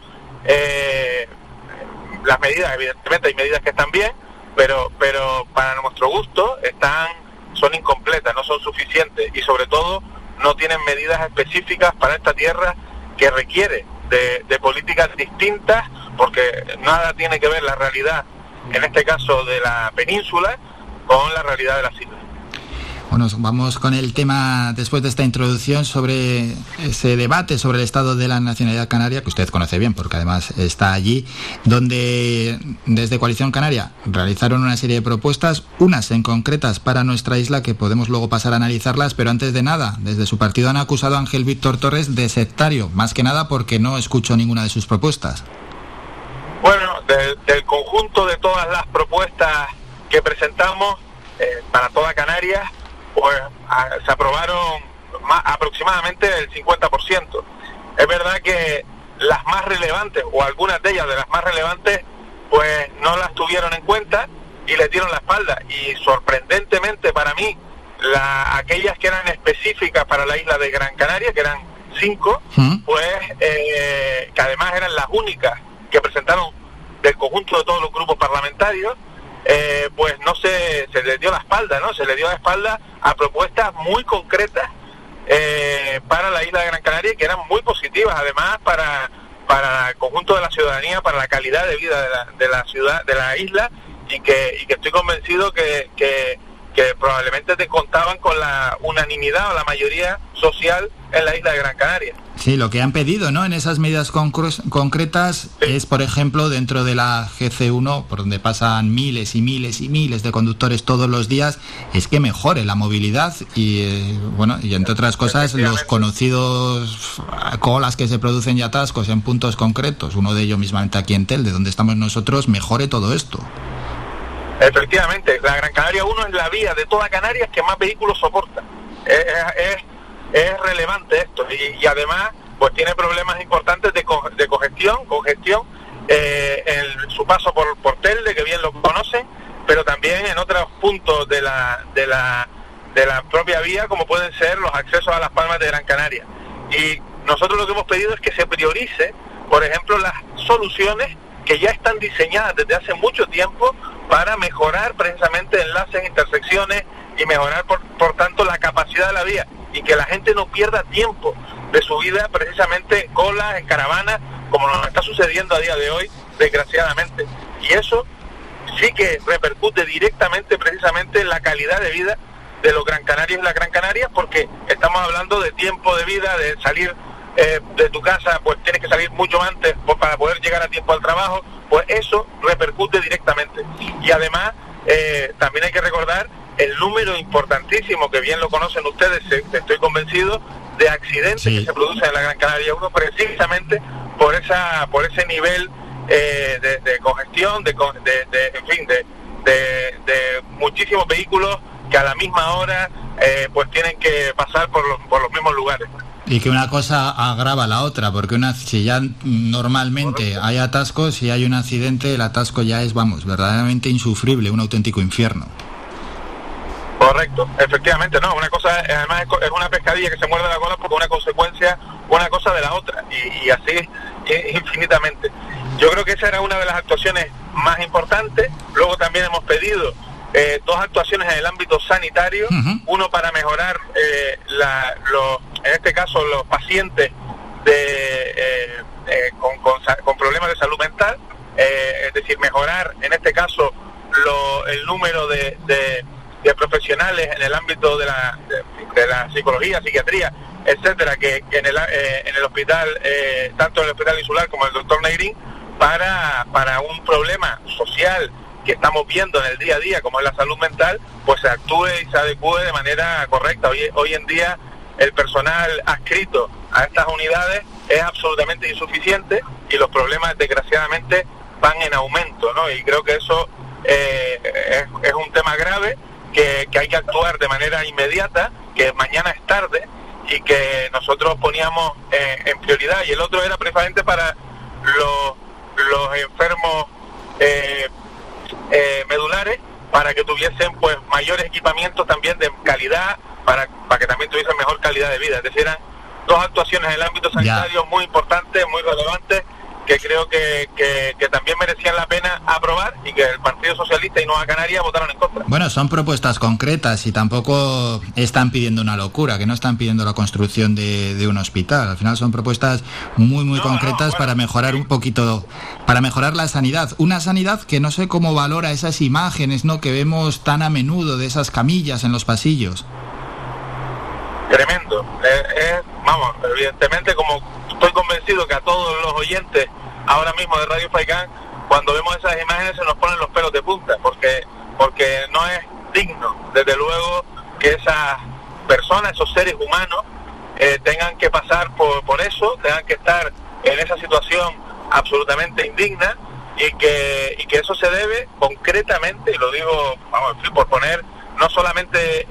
las medidas, evidentemente hay medidas que están bien, pero para nuestro gusto son incompletas, no son suficientes y sobre todo no tienen medidas específicas para esta tierra, que requiere de políticas distintas, porque nada tiene que ver la realidad, en este caso de la península, con la realidad de las islas. Bueno, vamos con el tema, después de esta introducción, sobre ese debate sobre el estado de la nacionalidad canaria, que usted conoce bien porque además está allí, donde desde Coalición Canaria realizaron una serie de propuestas, unas en concretas para nuestra isla, que podemos luego pasar a analizarlas, pero antes de nada, desde su partido han acusado a Ángel Víctor Torres de sectario, más que nada porque no escucho ninguna de sus propuestas. Bueno, del conjunto de todas las propuestas que presentamos para toda Canarias, pues se aprobaron aproximadamente el 50%. Es verdad que las más relevantes, o algunas de ellas de las más relevantes, pues no las tuvieron en cuenta y les dieron la espalda. Y sorprendentemente para mí, aquellas que eran específicas para la isla de Gran Canaria, que eran 5, pues que además eran las únicas que presentaron del conjunto de todos los grupos parlamentarios, pues no se les dio la espalda, ¿no? Se les dio la espalda a propuestas muy concretas para la isla de Gran Canaria, que eran muy positivas además para el conjunto de la ciudadanía, para la calidad de vida de la ciudad, de la isla, y que estoy convencido que probablemente te contaban con la unanimidad o la mayoría social en la isla de Gran Canaria. Sí, lo que han pedido, ¿no?, en esas medidas concretas es, por ejemplo, dentro de la GC1, por donde pasan miles y miles y miles de conductores todos los días, es que mejore la movilidad y, bueno, y entre otras cosas, los conocidos colas que se producen y atascos en puntos concretos, uno de ellos mismamente aquí en Telde, donde estamos nosotros, mejore todo esto. Efectivamente, la Gran Canaria 1 es la vía de toda Canarias que más vehículos soporta. Es relevante esto, y además pues tiene problemas importantes de congestión en su paso por Telde, que bien lo conocen, pero también en otros puntos de la propia vía, como pueden ser los accesos a Las Palmas de Gran Canaria. Y nosotros lo que hemos pedido es que se priorice, por ejemplo, las soluciones que ya están diseñadas desde hace mucho tiempo para mejorar precisamente enlaces, intersecciones, y mejorar por tanto la capacidad de la vía, y que la gente no pierda tiempo de su vida precisamente en colas, en caravanas, como nos está sucediendo a día de hoy, desgraciadamente. Y eso sí que repercute directamente precisamente en la calidad de vida de los Gran Canarias y las Gran Canarias, porque estamos hablando de tiempo de vida, de salir de tu casa, pues tienes que salir mucho antes para poder llegar a tiempo al trabajo, pues eso repercute directamente. Y además también hay que recordar el número importantísimo, que bien lo conocen ustedes, estoy convencido, de accidentes que se producen en la Gran Canaria 1, precisamente por ese nivel de congestión, de muchísimos vehículos que a la misma hora pues tienen que pasar por los mismos lugares. Y que una cosa agrava la otra, porque si ya normalmente hay atascos, si hay un accidente, el atasco ya es, verdaderamente insufrible, un auténtico infierno. Correcto, efectivamente, no, una cosa, además es una pescadilla que se muerde la cola porque una consecuencia, una cosa de la otra, y así infinitamente. Yo creo que esa era una de las actuaciones más importantes. Luego también hemos pedido 2 actuaciones en el ámbito sanitario, uno para mejorar en este caso los pacientes con problemas de salud mental, es decir, mejorar en este caso el número de profesionales en el ámbito de la psicología, psiquiatría, etcétera, que en el hospital, tanto en el hospital insular como el doctor Negrín, para un problema social que estamos viendo en el día a día, como es la salud mental, pues se actúe y se adecue de manera correcta. Hoy en día el personal adscrito a estas unidades es absolutamente insuficiente y los problemas desgraciadamente van en aumento, ¿no? Y creo que eso es un tema grave que hay que actuar de manera inmediata, que mañana es tarde, y que nosotros poníamos en prioridad. Y el otro era precisamente para los enfermos medulares, para que tuviesen pues mayores equipamientos también de calidad, para que también tuviesen mejor calidad de vida. Es decir, eran 2 actuaciones en el ámbito sanitario muy importantes, muy relevantes, que creo que también merecían la pena aprobar, y que el Partido Socialista y Nueva Canarias votaron en contra. Bueno, son propuestas concretas y tampoco están pidiendo una locura, que no están pidiendo la construcción de un hospital. Al final son propuestas muy concretas para mejorar un poquito, para mejorar la sanidad. Una sanidad que no sé cómo valora esas imágenes, ¿no?, que vemos tan a menudo de esas camillas en los pasillos. Tremendo. Evidentemente, como estoy convencido que a todos los oyentes ahora mismo de Radio Faikán, cuando vemos esas imágenes se nos ponen los pelos de punta, porque no es digno, desde luego, que esas personas, esos seres humanos, tengan que pasar por eso, tengan que estar en esa situación absolutamente indigna, y que eso se debe concretamente, y lo digo, por poner no solamente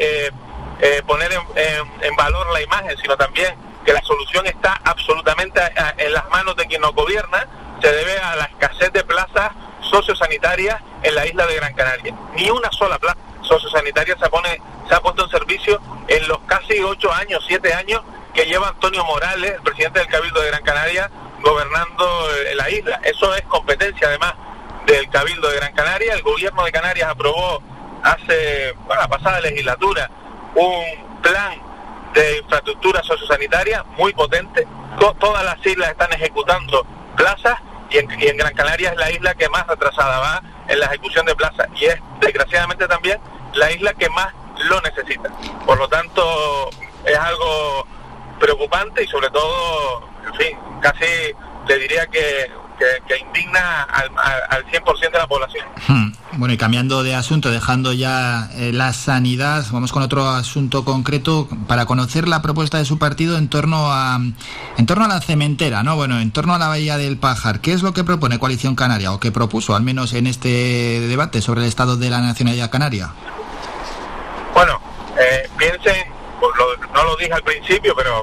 poner en valor la imagen, sino también que la solución está absolutamente en las manos de quien nos gobierna, se debe a la escasez de plazas sociosanitarias en la isla de Gran Canaria. Ni una sola plaza sociosanitaria se ha puesto en servicio en los casi 7 años que lleva Antonio Morales, el presidente del Cabildo de Gran Canaria, gobernando la isla. Eso es competencia además del Cabildo de Gran Canaria. El gobierno de Canarias aprobó la pasada legislatura un plan de infraestructura sociosanitaria muy potente. Todas las islas están ejecutando plazas y en Gran Canaria es la isla que más retrasada va en la ejecución de plazas y es desgraciadamente también la isla que más lo necesita. Por lo tanto, es algo preocupante y sobre todo, en fin, casi le diría que indigna al 100% de la población. Bueno, y cambiando de asunto, dejando ya la sanidad, vamos con otro asunto concreto para conocer la propuesta de su partido en torno a la cementera, ¿no? Bueno, en torno a la Bahía del Pájar. ¿Qué es lo que propone Coalición Canaria o que propuso, al menos en este debate sobre el estado de la nacionalidad canaria? Bueno, piensen, no lo dije al principio, pero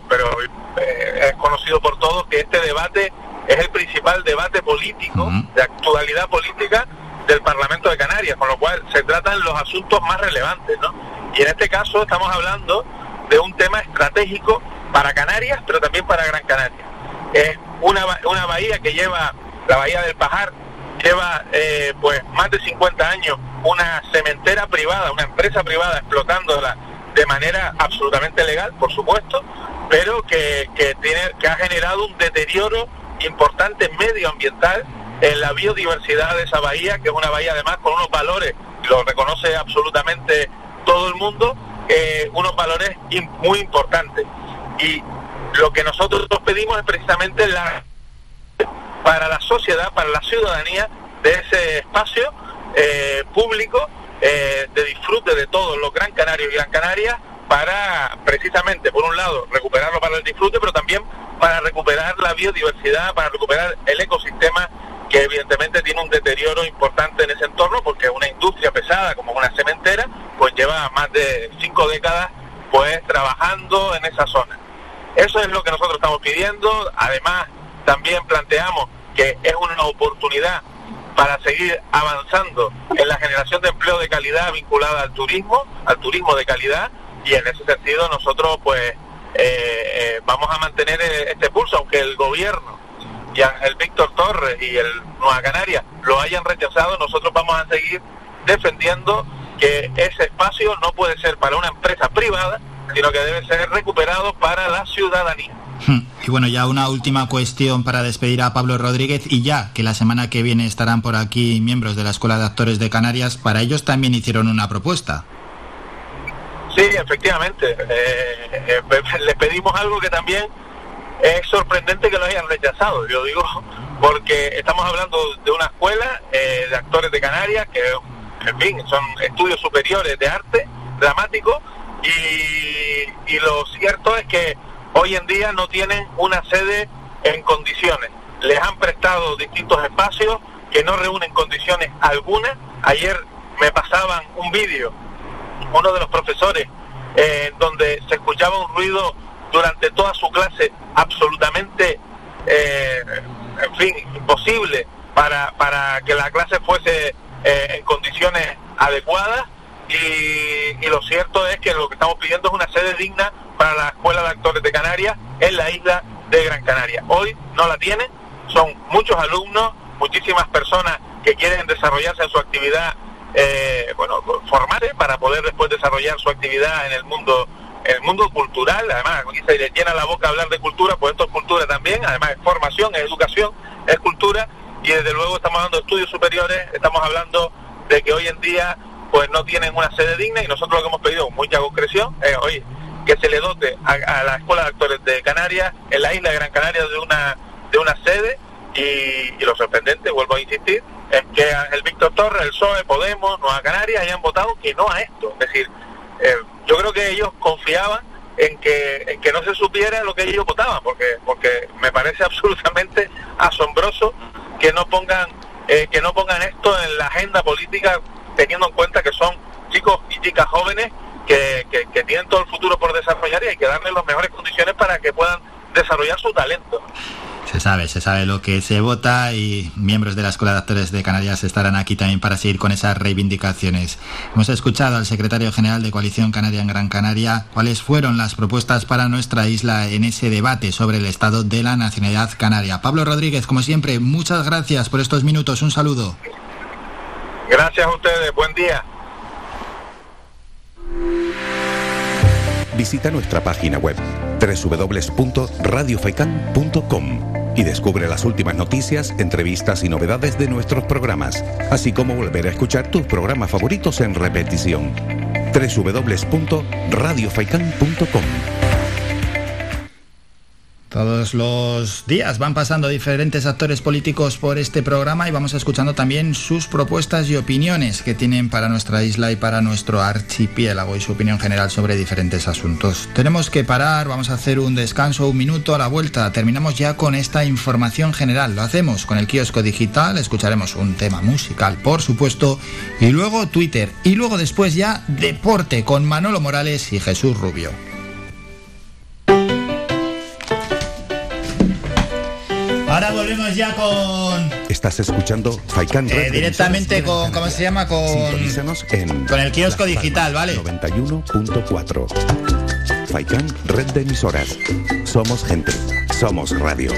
es conocido por todos que este debate es el principal debate político, de actualidad política del Parlamento de Canarias, con lo cual se tratan los asuntos más relevantes, ¿no? Y en este caso estamos hablando de un tema estratégico para Canarias, pero también para Gran Canaria. Es una bahía que lleva, la Bahía del Pájar, lleva pues más de 50 años una cementera privada, una empresa privada explotándola de manera absolutamente legal, por supuesto, pero que ha generado un deterioro importante medioambiental en la biodiversidad de esa bahía, que es una bahía además con unos valores, lo reconoce absolutamente todo el mundo, unos valores muy importantes. Y lo que nosotros pedimos es precisamente para la sociedad, para la ciudadanía de ese espacio público de disfrute de todos los gran canarios y gran canarias, para precisamente, por un lado, recuperarlo para el disfrute, pero también para recuperar la biodiversidad, para recuperar el ecosistema, que evidentemente tiene un deterioro importante en ese entorno, porque una industria pesada como una cementera pues lleva más de 5 décadas pues trabajando en esa zona. Eso es lo que nosotros estamos pidiendo. Además, también planteamos que es una oportunidad para seguir avanzando en la generación de empleo de calidad vinculada al turismo de calidad, y en ese sentido nosotros pues vamos a mantener este pulso, aunque el gobierno y el Víctor Torres y el Nueva Canarias lo hayan rechazado. Nosotros vamos a seguir defendiendo que ese espacio no puede ser para una empresa privada, sino que debe ser recuperado para la ciudadanía. Y bueno, ya una última cuestión para despedir a Pablo Rodríguez, y ya que la semana que viene estarán por aquí miembros de la Escuela de Actores de Canarias, para ellos también hicieron una propuesta. Sí, efectivamente. Les pedimos algo que también es sorprendente que lo hayan rechazado, yo digo, porque estamos hablando de una escuela de actores de Canarias, que en fin, son estudios superiores de arte dramático, y lo cierto es que hoy en día no tienen una sede en condiciones. Les han prestado distintos espacios que no reúnen condiciones algunas. Ayer me pasaban un vídeo, uno de los profesores, donde se escuchaba un ruido durante toda su clase absolutamente, en fin, imposible para que la clase fuese en condiciones adecuadas. Y lo cierto es que lo que estamos pidiendo es una sede digna para la Escuela de Actores de Canarias en la isla de Gran Canaria. Hoy no la tienen, son muchos alumnos, muchísimas personas que quieren desarrollarse en su actividad, formarse para poder después desarrollar su actividad en el mundo cultural. Además, aquí se le llena la boca hablar de cultura, pues esto es cultura también, además es formación, es educación, es cultura, y desde luego estamos hablando de estudios superiores, estamos hablando de que hoy en día pues no tienen una sede digna, y nosotros lo que hemos pedido con mucha concreción es, oye, que se le dote a la Escuela de Actores de Canarias en la isla de Gran Canaria de una sede, y lo sorprendente, vuelvo a insistir, es que el Víctor Torres, el PSOE, Podemos, Nueva Canarias hayan votado que no a esto. Es decir, yo creo que ellos confiaban en que no se supiera lo que ellos votaban, porque me parece absolutamente asombroso que no pongan esto en la agenda política, teniendo en cuenta que son chicos y chicas jóvenes y hay que darles las mejores condiciones para que puedan desarrollar su talento. Se sabe lo que se vota y miembros de la Escuela de Actores de Canarias estarán aquí también para seguir con esas reivindicaciones. Hemos escuchado al secretario general de Coalición Canaria en Gran Canaria cuáles fueron las propuestas para nuestra isla en ese debate sobre el estado de la nacionalidad canaria. Pablo Rodríguez, como siempre, muchas gracias por estos minutos. Un saludo. Gracias a ustedes. Buen día. Visita nuestra página web www.radiofaikan.com y descubre las últimas noticias, entrevistas y novedades de nuestros programas, así como volver a escuchar tus programas favoritos en repetición. www.radiofaikan.com. Todos los días van pasando diferentes actores políticos por este programa y vamos escuchando también sus propuestas y opiniones que tienen para nuestra isla y para nuestro archipiélago y su opinión general sobre diferentes asuntos. Tenemos que parar, vamos a hacer un descanso, un minuto. A la vuelta terminamos ya con esta información general. Lo hacemos con el kiosco digital, escucharemos un tema musical, por supuesto, y luego Twitter, y luego después ya deporte con Manolo Morales y Jesús Rubio. Ahora volvemos ya con... Estás escuchando Faikan Red directamente con... ¿Cómo se llama? Con el kiosco digital, ¿vale? 91.4. Faikan Red de Emisoras. Somos gente. Somos radio.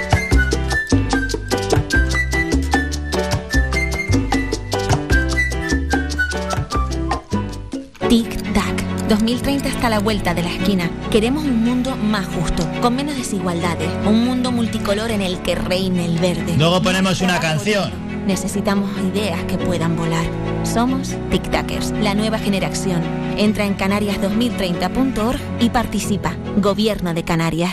Tic-tac. 2030 está a la vuelta de la esquina. Queremos un mundo más justo, con menos desigualdades, un mundo multicolor en el que reine el verde. Luego ponemos una canción. Necesitamos ideas que puedan volar. Somos Tic-Tacers, la nueva generación. Entra en canarias2030.org y participa. Gobierno de Canarias.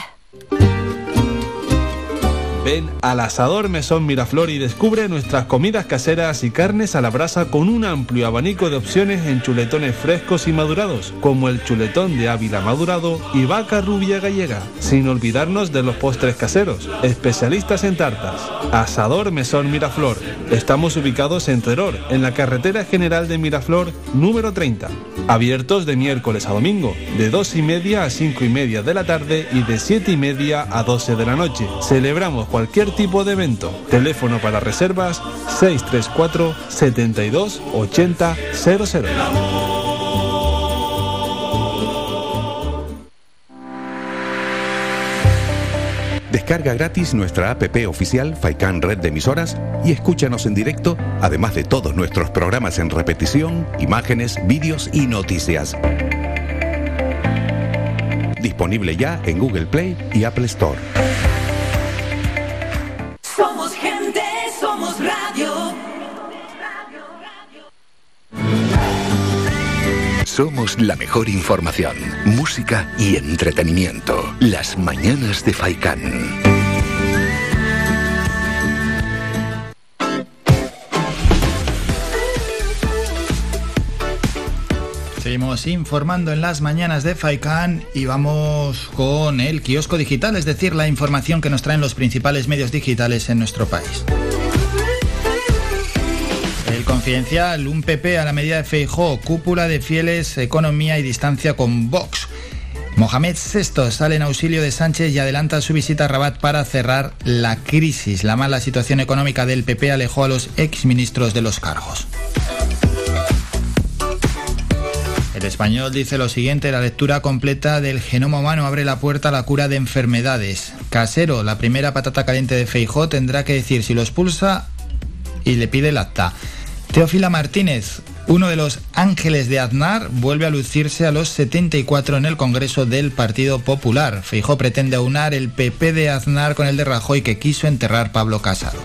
Ven al Asador Mesón Miraflor y descubre nuestras comidas caseras y carnes a la brasa con un amplio abanico de opciones en chuletones frescos y madurados, como el chuletón de Ávila madurado y vaca rubia gallega, sin olvidarnos de los postres caseros, especialistas en tartas. Asador Mesón Miraflor. Estamos ubicados en Teror, en la carretera general de Miraflor, número 30. Abiertos de miércoles a domingo, de 2:30 a 5:30 de la tarde y de 7:30 a 12 de la noche. Celebramos cualquier tipo de evento. Teléfono para reservas 634 72 80 00. Descarga gratis nuestra app oficial Faikan Red de Emisoras y escúchanos en directo, además de todos nuestros programas en repetición, imágenes, vídeos y noticias. Disponible ya en Google Play y Apple Store. Somos gente, somos radio. Somos la mejor información, música y entretenimiento. Las mañanas de Faikan. Seguimos informando en las mañanas de Faikan y vamos con el kiosco digital, es decir, la información que nos traen los principales medios digitales en nuestro país. El Confidencial, un PP a la medida de Feijóo, cúpula de fieles, economía y distancia con Vox. Mohamed VI sale en auxilio de Sánchez y adelanta su visita a Rabat para cerrar la crisis. La mala situación económica del PP alejó a los exministros de los cargos. El Español dice lo siguiente: la lectura completa del genoma humano abre la puerta a la cura de enfermedades. Casero, la primera patata caliente de Feijóo, tendrá que decir si lo expulsa y le pide el acta. Teófila Martínez, uno de los ángeles de Aznar, vuelve a lucirse a los 74 en el Congreso del Partido Popular. Feijóo pretende aunar el PP de Aznar con el de Rajoy, que quiso enterrar Pablo Casado.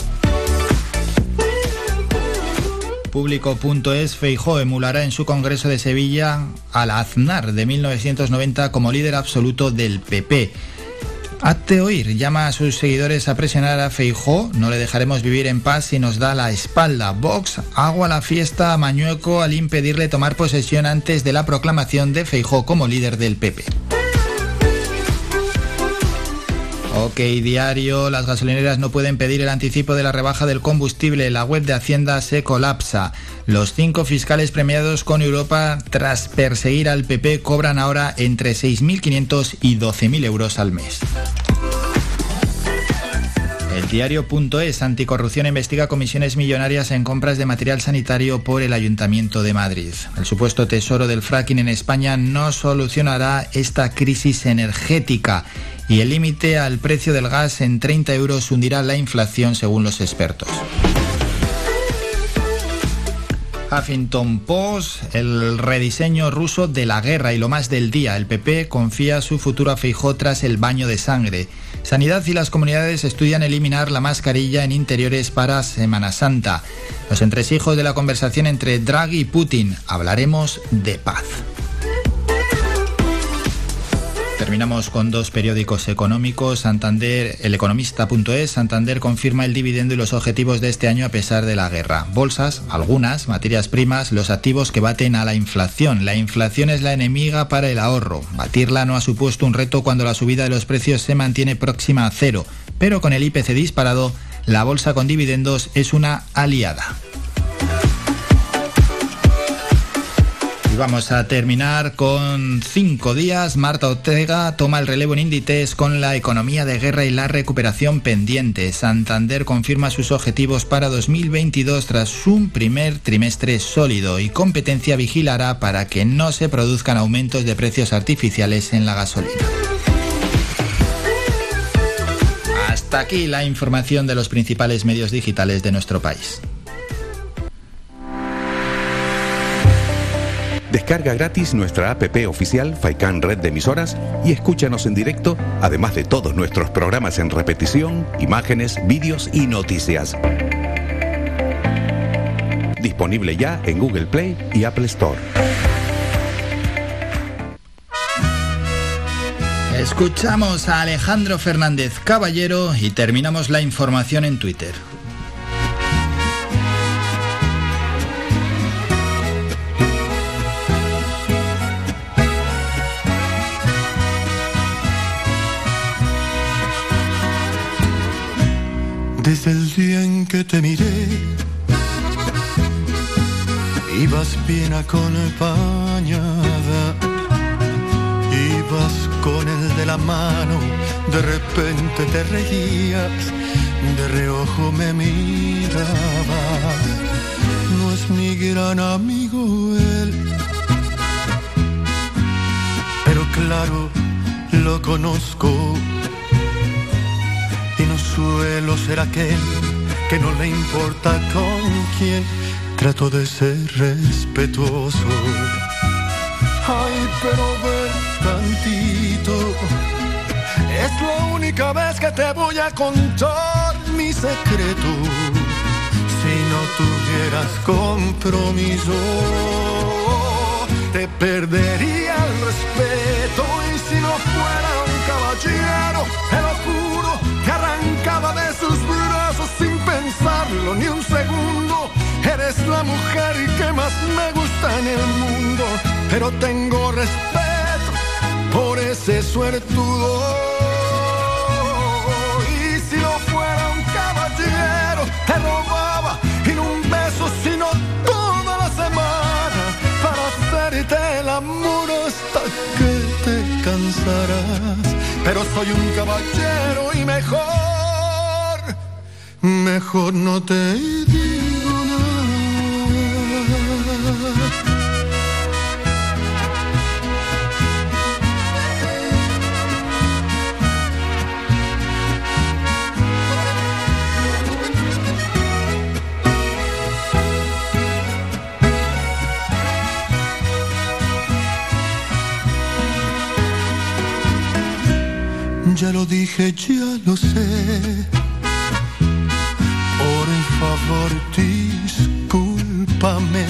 Público.es, Feijóo emulará en su Congreso de Sevilla al Aznar de 1990 como líder absoluto del PP. Hazte oír, llama a sus seguidores a presionar a Feijóo, no le dejaremos vivir en paz si nos da la espalda. Vox agua la fiesta a Mañueco al impedirle tomar posesión antes de la proclamación de Feijóo como líder del PP. OK Diario, las gasolineras no pueden pedir el anticipo de la rebaja del combustible. La web de Hacienda se colapsa. Los 5 fiscales premiados con Europa tras perseguir al PP cobran ahora entre 6.500 y 12.000 euros al mes. El diario.es, Anticorrupción investiga comisiones millonarias en compras de material sanitario por el Ayuntamiento de Madrid. El supuesto tesoro del fracking en España no solucionará esta crisis energética y el límite al precio del gas en 30 euros hundirá la inflación según los expertos. Huffington Post, el rediseño ruso de la guerra y lo más del día. El PP confía su futuro a Feijóo tras el baño de sangre. Sanidad y las comunidades estudian eliminar la mascarilla en interiores para Semana Santa. Los entresijos de la conversación entre Draghi y Putin. Hablaremos de paz. Terminamos con 2 periódicos económicos. Santander, El Economista.es, Santander confirma el dividendo y los objetivos de este año a pesar de la guerra. Bolsas, algunas, materias primas, los activos que baten a la inflación. La inflación es la enemiga para el ahorro. Batirla no ha supuesto un reto cuando la subida de los precios se mantiene próxima a cero. Pero con el IPC disparado, la bolsa con dividendos es una aliada. Y vamos a terminar con 5 días. Marta Ortega toma el relevo en Inditex con la economía de guerra y la recuperación pendiente. Santander confirma sus objetivos para 2022 tras un primer trimestre sólido y competencia vigilará para que no se produzcan aumentos de precios artificiales en la gasolina. Hasta aquí la información de los principales medios digitales de nuestro país. Descarga gratis nuestra app oficial Faikan Red de Emisoras y escúchanos en directo, además de todos nuestros programas en repetición, imágenes, vídeos y noticias. Disponible ya en Google Play y Apple Store. Escuchamos a Alejandro Fernández Caballero y terminamos la información en Twitter. Desde el día en que te miré, ibas bien acompañada, ibas con el de la mano, de repente te reías, de reojo me mirabas. No es mi gran amigo él, pero claro, lo conozco. Y no suelo ser aquel que no le importa con quién. Trato de ser respetuoso. Ay, pero ven tantito. Es la única vez que te voy a contar mi secreto. Si no tuvieras compromiso, te perdería el respeto. Y si no fuera un caballero, te lo juro, que arrancaba de sus brazos sin pensarlo ni un segundo. Eres la mujer que más me gusta en el mundo, pero tengo respeto por ese suertudo. Y si no fuera un caballero, te robaba y no un beso, sino toda la semana, para hacerte el amor hasta que te cansarás. Pero soy un caballero y mejor no te digo nada. Ya lo dije, ya lo sé. Por favor, discúlpame.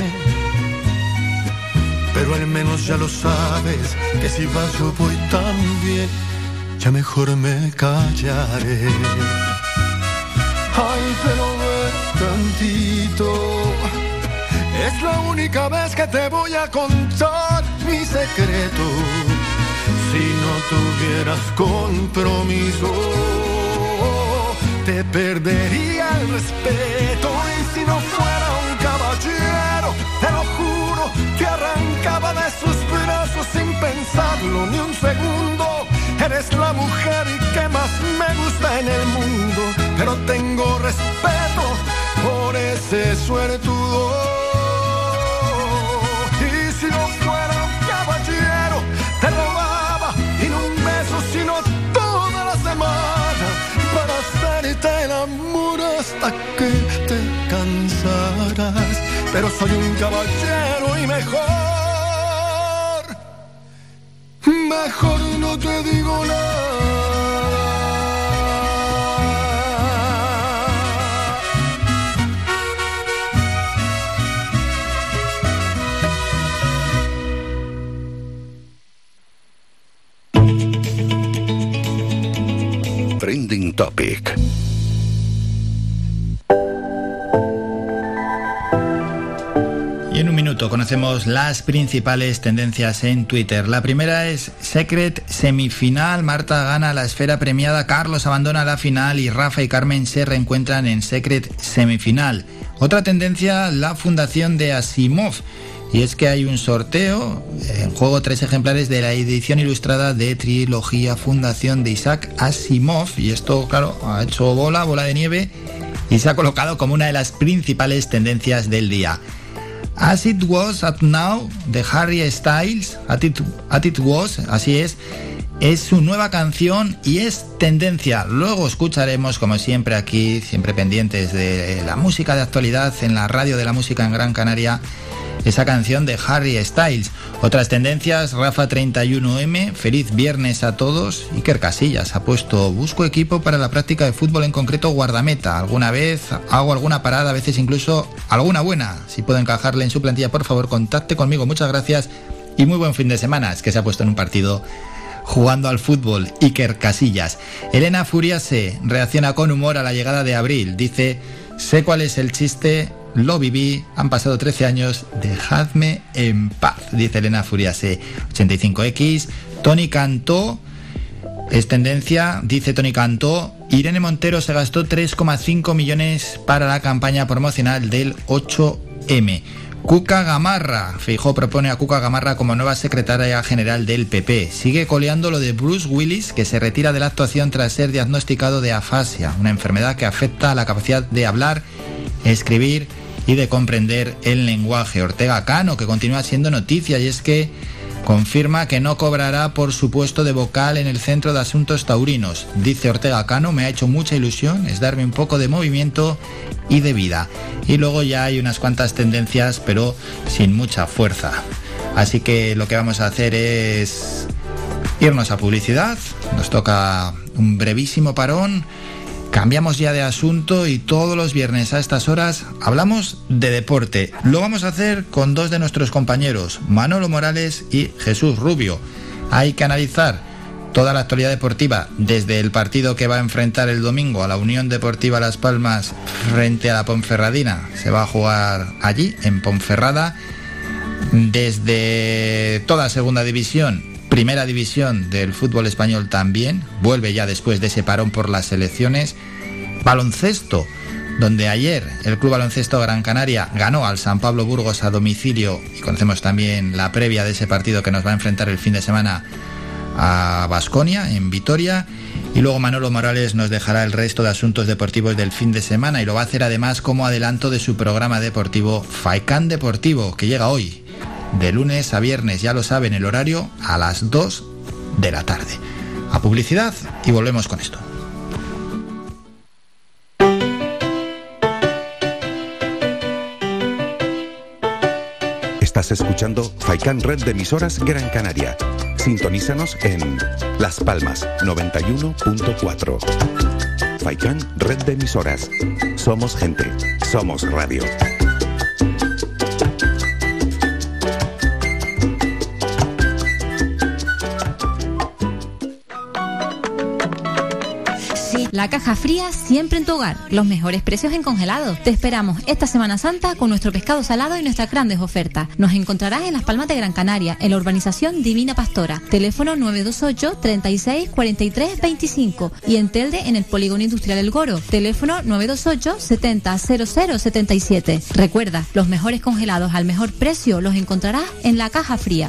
Pero al menos ya lo sabes, que si vas yo voy también. Ya mejor me callaré. Ay, pero ven tantito. Es la única vez que te voy a contar mi secreto. Si no tuvieras compromiso. Te perdería el respeto y si no fuera un caballero, te lo juro que arrancaba de sus brazos sin pensarlo ni un segundo. Eres la mujer que más me gusta en el mundo, pero tengo respeto por ese suertudo. Y si no fuera un caballero, te robaba y no un beso, sino toda la semana, para hacerte el amor hasta que te cansarás. Pero soy un caballero y mejor no te digo nada. Trending Topic. Y en un minuto conocemos las principales tendencias en Twitter. La primera es Secret semifinal. Marta gana la esfera premiada, Carlos abandona la final y Rafa y Carmen se reencuentran en Secret semifinal. Otra tendencia, la fundación de Asimov. Y es que hay un sorteo, en juego 3 ejemplares de la edición ilustrada de Trilogía Fundación de Isaac Asimov. Y esto, claro, ha hecho bola de nieve y se ha colocado como una de las principales tendencias del día. As It Was Up Now de Harry Styles, At It Was, así es su nueva canción y es tendencia. Luego escucharemos, como siempre aquí, siempre pendientes de la música de actualidad en la radio de la música en Gran Canaria, esa canción de Harry Styles. Otras tendencias, Rafa 31M, feliz viernes a todos. Iker Casillas ha puesto, busco equipo para la práctica de fútbol, en concreto guardameta. Alguna vez hago alguna parada, a veces incluso alguna buena. Si puedo encajarle en su plantilla, por favor, contacte conmigo. Muchas gracias y muy buen fin de semana. Es que se ha puesto en un partido jugando al fútbol, Iker Casillas. Elena Furiase reacciona con humor a la llegada de Abril. Dice, sé cuál es el chiste, lo viví, han pasado 13 años, dejadme en paz, dice Elena Furiase. 85X, Tony Cantó, es tendencia, dice Tony Cantó, Irene Montero se gastó 3,5 millones para la campaña promocional del 8M. Cuca Gamarra, Feijóo propone a Cuca Gamarra como nueva secretaria general del PP. Sigue coleando lo de Bruce Willis, que se retira de la actuación tras ser diagnosticado de afasia, una enfermedad que afecta a la capacidad de hablar, escribir y de comprender el lenguaje. Ortega Cano, que continúa siendo noticia, y es que confirma que no cobrará por su puesto de vocal en el Centro de Asuntos Taurinos. Dice Ortega Cano, me ha hecho mucha ilusión, es darme un poco de movimiento y de vida. Y luego ya hay unas cuantas tendencias, pero sin mucha fuerza. Así que lo que vamos a hacer es irnos a publicidad. Nos toca un brevísimo parón. Cambiamos ya de asunto y todos los viernes a estas horas hablamos de deporte. Lo vamos a hacer con dos de nuestros compañeros, Manolo Morales y Jesús Rubio. Hay que analizar toda la actualidad deportiva desde el partido que va a enfrentar el domingo a la Unión Deportiva Las Palmas frente a la Ponferradina. Se va a jugar allí, en Ponferrada, desde toda segunda división. Primera división del fútbol español también, vuelve ya después de ese parón por las selecciones. Baloncesto, donde ayer el Club Baloncesto Gran Canaria ganó al San Pablo Burgos a domicilio, y conocemos también la previa de ese partido que nos va a enfrentar el fin de semana a Baskonia en Vitoria. Y luego Manolo Morales nos dejará el resto de asuntos deportivos del fin de semana, y lo va a hacer además como adelanto de su programa deportivo Faikan Deportivo, que llega hoy. De lunes a viernes, ya lo saben, el horario a las 2 de la tarde. A publicidad y volvemos con esto. Estás escuchando Faikan Red de Emisoras Gran Canaria. Sintonízanos en Las Palmas 91.4. Faikan Red de Emisoras. Somos gente, somos radio. La Caja Fría siempre en tu hogar. Los mejores precios en congelados. Te esperamos esta Semana Santa con nuestro pescado salado y nuestras grandes ofertas. Nos encontrarás en Las Palmas de Gran Canaria, en la urbanización Divina Pastora. Teléfono 928 36 43 25 y en Telde en el Polígono Industrial El Goro. Teléfono 928 70 00 77. Recuerda, los mejores congelados al mejor precio los encontrarás en La Caja Fría.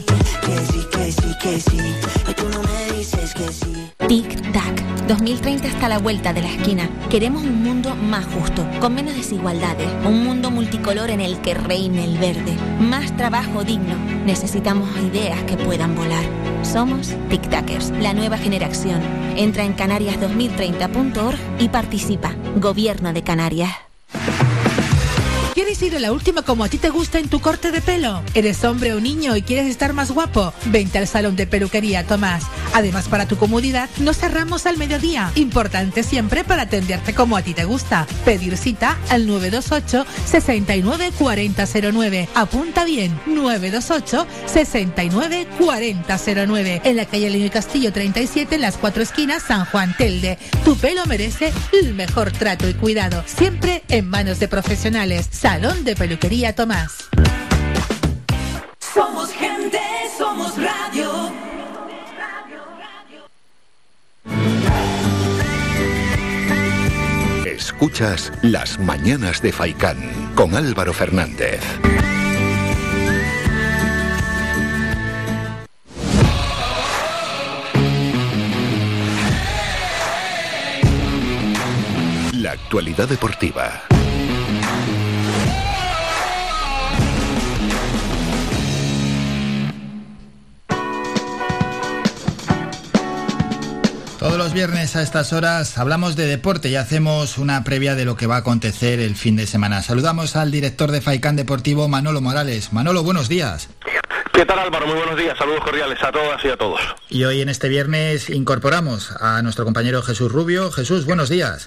Tic-tac. 2030 está a la vuelta de la esquina. Queremos un mundo más justo, con menos desigualdades, un mundo multicolor en el que reine el verde, más trabajo digno. Necesitamos ideas que puedan volar. Somos Tic-Tacers, la nueva generación. Entra en canarias2030.org y participa. Gobierno de Canarias. ¿Quieres ir a la última como a ti te gusta en tu corte de pelo? ¿Eres hombre o niño y quieres estar más guapo? Vente al Salón de Peluquería Tomás. Además, para tu comodidad, nos cerramos al mediodía. Importante siempre para atenderte como a ti te gusta. Pedir cita al 928 69 40 09. Apunta bien, 928 69 40 09. En la calle Leño y Castillo 37, en las 4 esquinas, San Juan, Telde. Tu pelo merece el mejor trato y cuidado. Siempre en manos de profesionales. Salón de Peluquería Tomás. Somos gente, somos radio. Escuchas Las Mañanas de Faikán con Álvaro Fernández. La actualidad deportiva. Todos los viernes a estas horas hablamos de deporte y hacemos una previa de lo que va a acontecer el fin de semana. Saludamos al director de Faikán Deportivo, Manolo Morales. Manolo, buenos días. ¿Qué tal, Álvaro? Muy buenos días. Saludos cordiales a todas y a todos. Y hoy en este viernes incorporamos a nuestro compañero Jesús Rubio. Jesús, buenos días.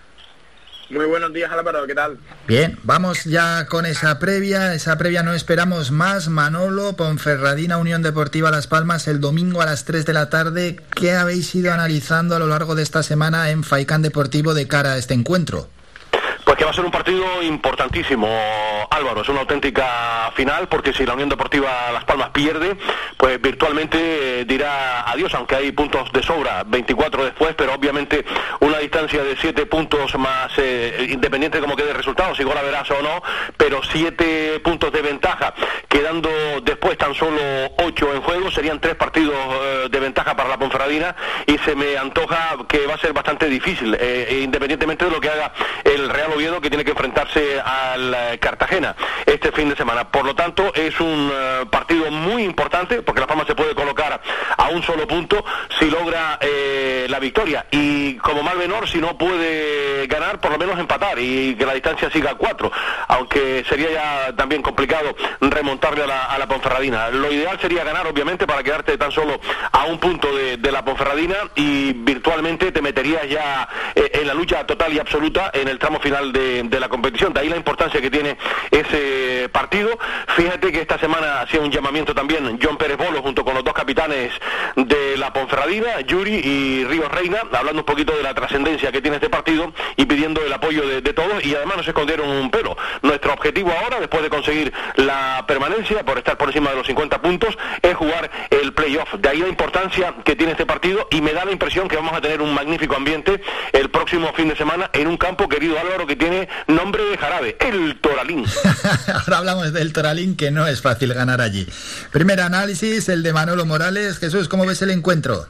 Muy buenos días, Álvaro, ¿qué tal? Bien, vamos ya con esa previa no esperamos más. Manolo, Ponferradina, Unión Deportiva Las Palmas, el domingo a las 3 de la tarde. ¿Qué habéis ido analizando a lo largo de esta semana en Faikán Deportivo de cara a este encuentro? Pues que va a ser un partido importantísimo, Álvaro, es una auténtica final, porque si la Unión Deportiva Las Palmas pierde, pues virtualmente dirá adiós, aunque hay puntos de sobra, 24 después, pero obviamente una distancia de 7 puntos más, independiente de cómo quede el resultado, si gola verás o no, pero 7 puntos de ventaja, quedando después tan solo 8 en juego, serían 3 partidos de ventaja para la Ponferradina, y se me antoja que va a ser bastante difícil, independientemente de lo que haga el Real Oviedo, que tiene que enfrentarse al Cartagena este fin de semana. Por lo tanto, es un partido muy importante, porque Las Palmas se puede colocar a un solo punto si logra la victoria, y como mal menor, si no puede ganar, por lo menos empatar y que la distancia siga a 4, aunque sería ya también complicado remontarle a la Ponferradina. Lo ideal sería ganar, obviamente, para quedarte tan solo a un punto de la Ponferradina, y virtualmente te meterías ya en la lucha total y absoluta en el tramo final de la competición. De ahí la importancia que tiene ese partido. Fíjate que esta semana hacía un llamamiento también John Pérez Bolo, junto con los dos capitanes de la Ponferradina, Yuri y Ríos Reina, hablando un poquito de la trascendencia que tiene este partido y pidiendo el apoyo de todos, y además no se escondieron un pelo. Nuestro objetivo ahora, después de conseguir la permanencia, por estar por encima de los 50 puntos, es jugar el playoff. De ahí la importancia que tiene este partido, y me da la impresión que vamos a tener un magnífico ambiente el próximo fin de semana en un campo, querido Álvaro, que tiene nombre de jarabe, el Toralín. Ahora hablamos del Toralín, que no es fácil ganar allí. Primer análisis, el de Manolo Morales. Jesús, ¿cómo ves el encuentro?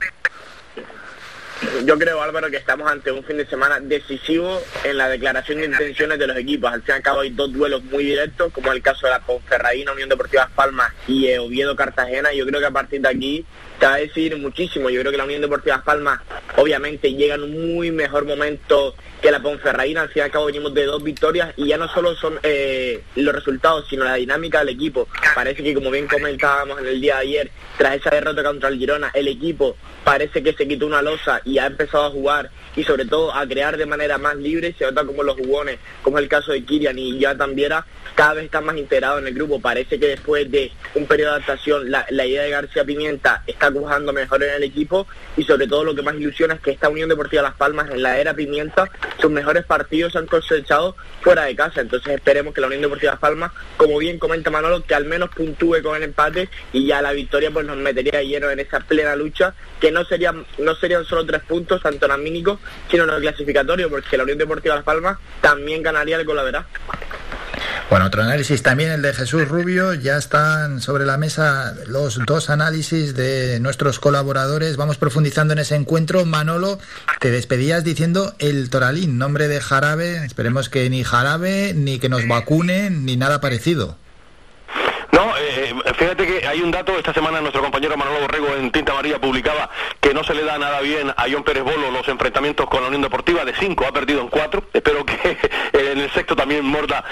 Yo creo, Álvaro, que estamos ante un fin de semana decisivo en la declaración de intenciones de los equipos. Al fin y al cabo hay dos duelos muy directos, como el caso de la Ponferradina, Unión Deportiva Las Palmas, y Oviedo Cartagena. Yo creo que a partir de aquí se va a decidir muchísimo. Yo creo que la Unión Deportiva Las Palmas obviamente llega en un muy mejor momento que la Ponferradina. Al fin y al cabo venimos de 2 victorias, y ya no solo son los resultados, sino la dinámica del equipo. Parece que, como bien comentábamos en el día de ayer, tras esa derrota contra el Girona, el equipo parece que se quitó una losa y ha empezado a jugar y sobre todo a crear de manera más libre. Se nota como los jugones, como es el caso de Kirian y Jonathan Viera, cada vez están más integrados en el grupo. Parece que después de un periodo de adaptación la idea de García Pimienta está cuajando mejor en el equipo, y sobre todo lo que más ilusiona es que esta Unión Deportiva Las Palmas en la era Pimienta sus mejores partidos se han cosechado fuera de casa. Entonces esperemos que la Unión Deportiva Las Palmas, como bien comenta Manolo, que al menos puntúe con el empate, y ya la victoria pues nos metería de lleno en esa plena lucha, que no serían solo 3 puntos tanto en anímico sino en el clasificatorio, porque la Unión Deportiva Las Palmas también ganaría el Golaverá. Bueno, otro análisis también, el de Jesús Rubio. Ya están sobre la mesa los 2 análisis de nuestros colaboradores. Vamos profundizando en ese encuentro. Manolo, te despedías diciendo el Toralín, nombre de jarabe. Esperemos que ni jarabe, ni que nos vacunen, ni nada parecido. No, fíjate que hay un dato. Esta semana nuestro compañero Manolo Borrego en Tinta Amarilla publicaba que no se le da nada bien a John Pérez Bolo los enfrentamientos con la Unión Deportiva. De 5 ha perdido en 4. Espero que en el sexto también muerda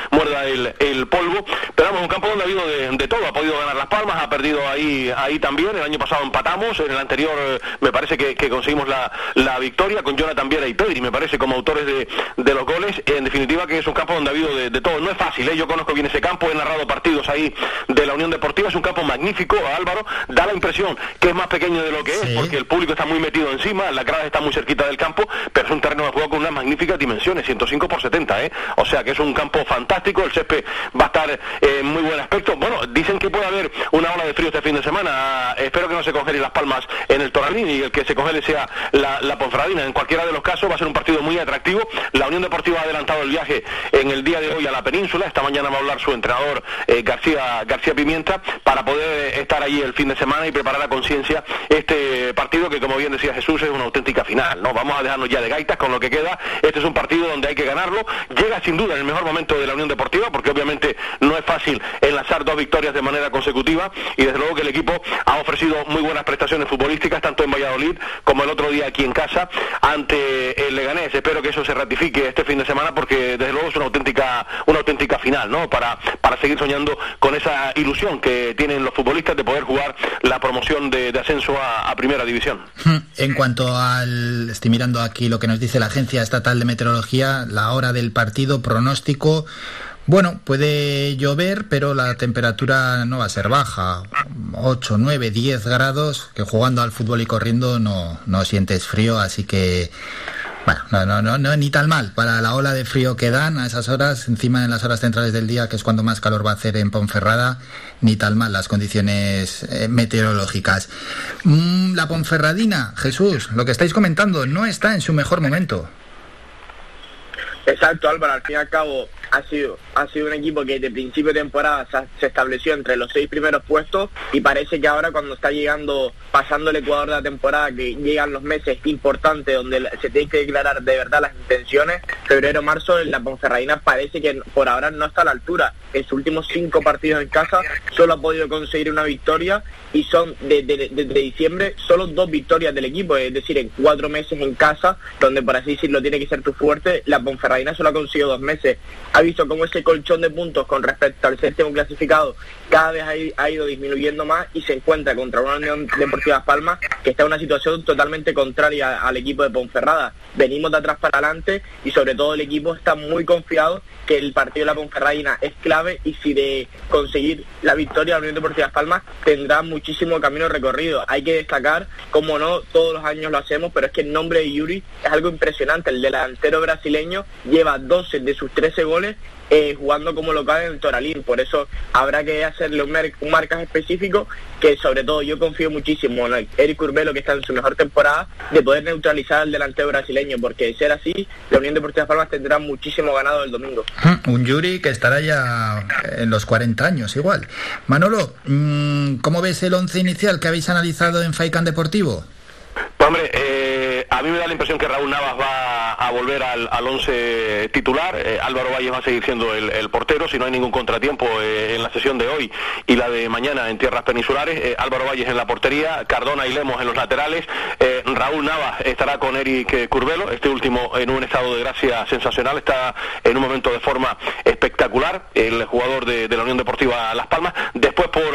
el polvo. Pero vamos, un campo donde ha habido de todo. Ha podido ganar Las Palmas, ha perdido ahí también. El año pasado empatamos, en el anterior me parece que conseguimos la victoria con Jonathan Viera y Pedri, me parece, como autores de los goles. En definitiva, que es un campo donde ha habido de todo. No es fácil, yo conozco bien ese campo, he narrado partidos ahí de la Unión Deportiva. Es un campo magnífico, Álvaro. Da la impresión que es más pequeño de lo que es, porque el público está muy metido encima, la grada está muy cerquita del campo, pero es un terreno de juego con unas magníficas dimensiones, 105 por 70, o sea que es un campo fantástico. El césped va a estar en muy buen aspecto. Bueno, dicen que puede haber una ola de frío este fin de semana. Espero que no se congele Las Palmas en el Toralín y el que se congele sea la Ponferradina. En cualquiera de los casos va a ser un partido muy atractivo. La Unión Deportiva ha adelantado el viaje en el día de hoy a la península. Esta mañana va a hablar su entrenador García Pimienta, para poder estar allí el fin de semana y preparar a conciencia este partido que, como bien decía Jesús, es una auténtica final, ¿no? Vamos a dejarnos ya de gaitas con lo que queda. Este es un partido donde hay que ganarlo. Llega sin duda en el mejor momento de la Unión Deportiva, porque obviamente no es fácil enlazar 2 victorias de manera consecutiva, y desde luego que el equipo ha ofrecido muy buenas prestaciones futbolísticas, tanto en Valladolid como el otro día aquí en casa ante el Leganés. Espero que eso se ratifique este fin de semana, porque desde luego es una auténtica final, ¿no? Para seguir soñando con esa ilusión que tienen los futbolistas de poder jugar la promoción de ascenso a Primera División. En cuanto al... Estoy mirando aquí lo que nos dice la Agencia Estatal de Meteorología, la hora del partido, pronóstico. Bueno, puede llover, pero la temperatura no va a ser baja. 8, 9, 10 grados, que jugando al fútbol y corriendo no sientes frío, así que... Bueno, no, ni tan mal para la ola de frío que dan a esas horas, encima en las horas centrales del día, que es cuando más calor va a hacer en Ponferrada, ni tan mal las condiciones meteorológicas. La Ponferradina, Jesús, lo que estáis comentando, no está en su mejor momento. Exacto, Álvaro, al fin y al cabo ha sido un equipo que desde principio de temporada se estableció entre los 6 primeros puestos, y parece que ahora, cuando está pasando el ecuador de la temporada, que llegan los meses importantes donde se tienen que declarar de verdad las intenciones, febrero, marzo, la Ponferradina parece que por ahora no está a la altura. En sus últimos 5 partidos en casa solo ha podido conseguir una victoria, y son desde diciembre solo 2 victorias del equipo, es decir, en 4 meses en casa, donde por así decirlo tiene que ser tu fuerte, la Ponferradina solo ha conseguido 2 meses. Ha visto cómo ese colchón de puntos con respecto al séptimo clasificado cada vez ha ido disminuyendo más, y se encuentra contra una Unión Deportiva Las Palmas que está en una situación totalmente contraria al equipo de Ponferrada. Venimos de atrás para adelante, y sobre todo el equipo está muy confiado que el partido de la Ponferradina es clave, y si de conseguir la victoria la Unión Deportiva Las Palmas tendrá muchísimo camino recorrido. Hay que destacar, como no todos los años lo hacemos, pero es que el nombre de Yuri es algo impresionante. El delantero brasileño lleva 12 de sus 13 goles jugando como local en el Toralín. Por eso habrá que hacerle un marcaje específico, que sobre todo yo confío muchísimo en Eric Curbelo, que está en su mejor temporada, de poder neutralizar al delantero brasileño, porque de ser así, la Unión Deportiva Las Palmas tendrá muchísimo ganado el domingo. Un Yuri que estará ya en los 40 años igual. Manolo, ¿cómo ves el 11 inicial que habéis analizado en Faikan Deportivo? Hombre, a mí me da la impresión que Raúl Navas va a volver al 11 titular. Álvaro Valles va a seguir siendo el portero, si no hay ningún contratiempo en la sesión de hoy y la de mañana en tierras peninsulares. Álvaro Valles en la portería, Cardona y Lemos en los laterales. Raúl Navas estará con Eric Curbelo, este último en un estado de gracia sensacional, está en un momento de forma espectacular, el jugador de la Unión Deportiva Las Palmas. Después por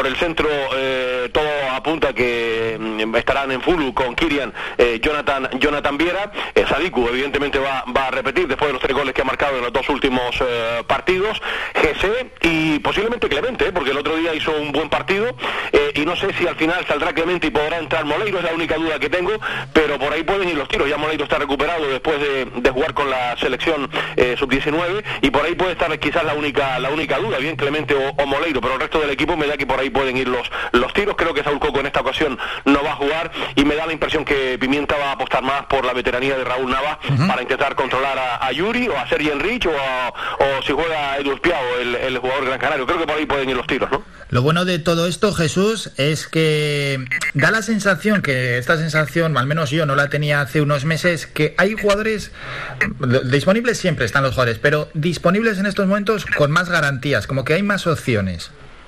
Por el centro todo apunta que estarán en full con Kirian, Jonathan Viera. Sadiku evidentemente va a repetir después de los 3 goles que ha marcado en los 2 últimos partidos. Jesse y posiblemente Clemente, porque el otro día hizo un buen partido, y no sé si al final saldrá Clemente y podrá entrar Moleiro, es la única duda que tengo, pero por ahí pueden ir los tiros. Ya Moleiro está recuperado después de jugar con la selección sub-19, y por ahí puede estar quizás la única duda, bien Clemente o Moleiro, pero el resto del equipo me da que por ahí pueden ir los tiros. Creo que Saúl Coco en esta ocasión no va a jugar, y me da la impresión que Pimienta va a apostar más por la veteranía de Raúl Navas para intentar controlar a Yuri o a Sergi Enrich o si juega Edu Espiao, el jugador gran canario. Creo que por ahí pueden ir los tiros, ¿no? Lo bueno de todo esto, Jesús, es que da la sensación, que esta sensación, al menos yo no la tenía hace unos meses, que hay jugadores disponibles, siempre están los jugadores, pero disponibles en estos momentos con más garantías, como que hay más opciones.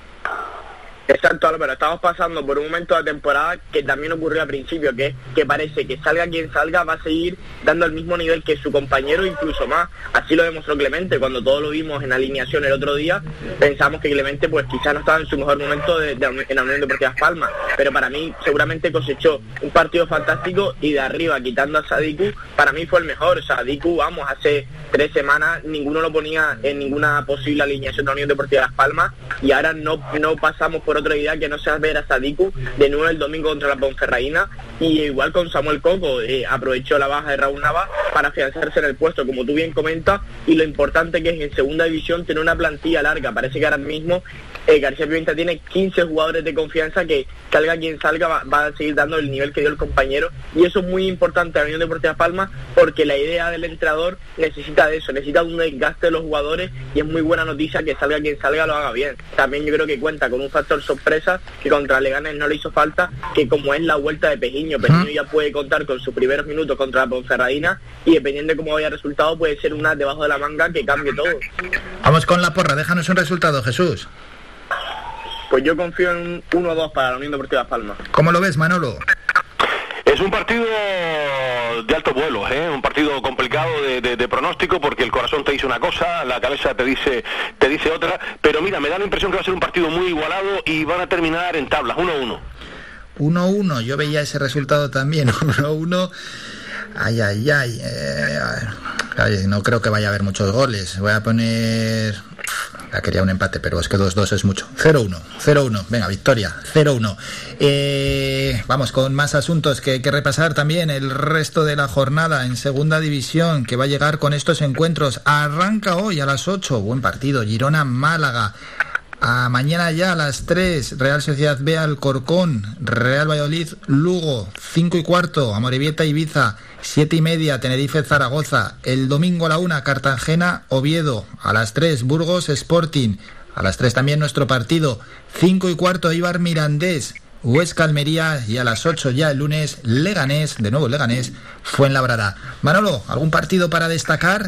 Exacto, Álvaro, estamos pasando por un momento de temporada que también ocurrió al principio, que parece que salga quien salga va a seguir dando el mismo nivel que su compañero, incluso más. Así lo demostró Clemente, cuando todos lo vimos en alineación el otro día, pensamos que Clemente pues quizás no estaba en su mejor momento en la Unión Deportiva Las Palmas, pero para mí seguramente cosechó un partido fantástico, y de arriba, quitando a Sadiku, para mí fue el mejor. Sadiku, vamos, hace 3 semanas ninguno lo ponía en ninguna posible alineación de la Unión Deportiva Las Palmas, y ahora no pasamos por otra idea que no sea ver a Sadiku de nuevo el domingo contra la Ponferradina. Y igual con Samuel Coco, aprovechó la baja de Raúl Navas para afianzarse en el puesto, como tú bien comentas, y lo importante que es en segunda división tener una plantilla larga. Parece que ahora mismo García Pimienta tiene 15 jugadores de confianza que salga quien salga va a seguir dando el nivel que dio el compañero, y eso es muy importante a la Unión Deportiva Las Palmas, porque la idea del entrenador necesita de eso, necesita un desgaste de los jugadores, y es muy buena noticia que salga quien salga lo haga bien. También yo creo que cuenta con un factor sorpresa que contra Leganés no le hizo falta, que como es la vuelta de Pejiño ya puede contar con sus primeros minutos contra la Ponferradina, y dependiendo de cómo vaya el resultado puede ser una debajo de la manga que cambie todo. Vamos con la porra, déjanos un resultado, Jesús. Pues yo confío en un 1-2 para la Unión Deportiva Las Palmas. ¿Cómo lo ves, Manolo? Es un partido de alto vuelo, un partido complicado de pronóstico, porque el corazón te dice una cosa, la cabeza te dice otra, pero mira, me da la impresión que va a ser un partido muy igualado y van a terminar en tablas, 1-1. 1-1, yo veía ese resultado también, 1-1. No creo que vaya a haber muchos goles. Voy a poner... quería un empate, pero es que 2-2 es mucho. 0-1, venga, victoria, 0-1. Vamos con más asuntos que hay que repasar también. El resto de la jornada en segunda división, que va a llegar con estos encuentros. Arranca hoy a las 8, buen partido, Girona-Málaga. Mañana ya a las 3, Real Sociedad B Alcorcón, Real Valladolid Lugo, 5:15, Amorebieta Ibiza, 7:30, Tenerife Zaragoza. El domingo a la 1, Cartagena Oviedo, a las 3, Burgos Sporting, a las 3 también nuestro partido, 5:15, Eibar Mirandés, Huesca Almería, y a las 8 ya el lunes Leganés, de nuevo Leganés, Fuenlabrada. Manolo, ¿algún partido para destacar?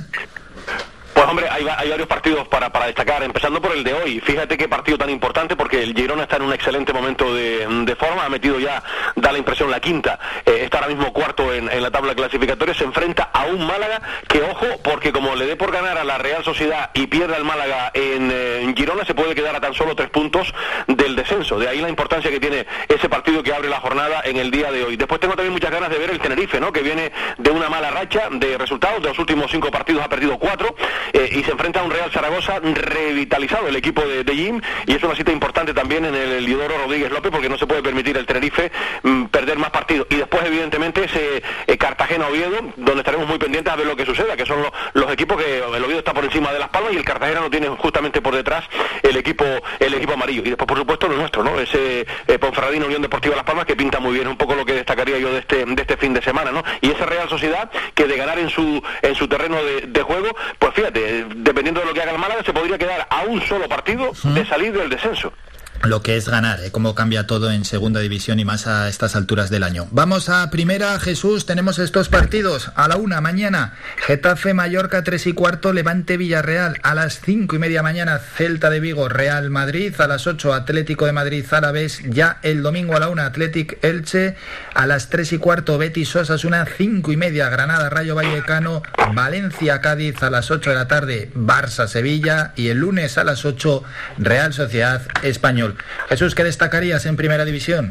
Pues hombre, hay varios partidos para destacar, empezando por el de hoy. Fíjate qué partido tan importante, porque el Girona está en un excelente momento de forma, ha metido ya, da la impresión, la quinta, está ahora mismo cuarto en la tabla clasificatoria, se enfrenta a un Málaga que, ojo, porque como le dé por ganar a la Real Sociedad y pierda el Málaga en Girona, se puede quedar a tan solo 3 puntos del descenso. De ahí la importancia que tiene ese partido que abre la jornada en el día de hoy. Después tengo también muchas ganas de ver el Tenerife, ¿no?, que viene de una mala racha de resultados, de los últimos 5 partidos ha perdido 4, y se enfrenta a un Real Zaragoza revitalizado, el equipo de Jim, y es una cita importante también en el Lidoro Rodríguez López, porque no se puede permitir el Tenerife perder más partidos. Y después, evidentemente, ese Cartagena-Oviedo, donde estaremos muy pendientes a ver lo que suceda, que son los equipos que el Oviedo está por encima de Las Palmas y el Cartagena lo tiene justamente por detrás el equipo amarillo. Y después, por supuesto, lo nuestro, ¿no?, ese Ponferradina Unión Deportiva Las Palmas, que pinta muy bien, un poco lo que destacaría yo de este fin de semana, ¿no? Y esa Real Sociedad, que de ganar en su terreno de juego, pues fíjate, dependiendo de lo que haga el Málaga, se podría quedar a un solo partido de salir del descenso. Lo que es ganar, cómo cambia todo en segunda división y más a estas alturas del año. Vamos a primera, Jesús, tenemos estos partidos. A la 1 mañana, Getafe Mallorca, 3:15, Levante Villarreal. A las 5:30 mañana, Celta de Vigo Real Madrid. A las 8, Atlético de Madrid Alavés. Ya el domingo a la 1, Athletic Elche. A las 3:15, Betis Osasuna. 5:30, Granada Rayo Vallecano. Valencia Cádiz. A las 8 de la tarde, Barça Sevilla. Y el lunes a las 8, Real Sociedad Español. español. Jesús, ¿qué destacarías en Primera División?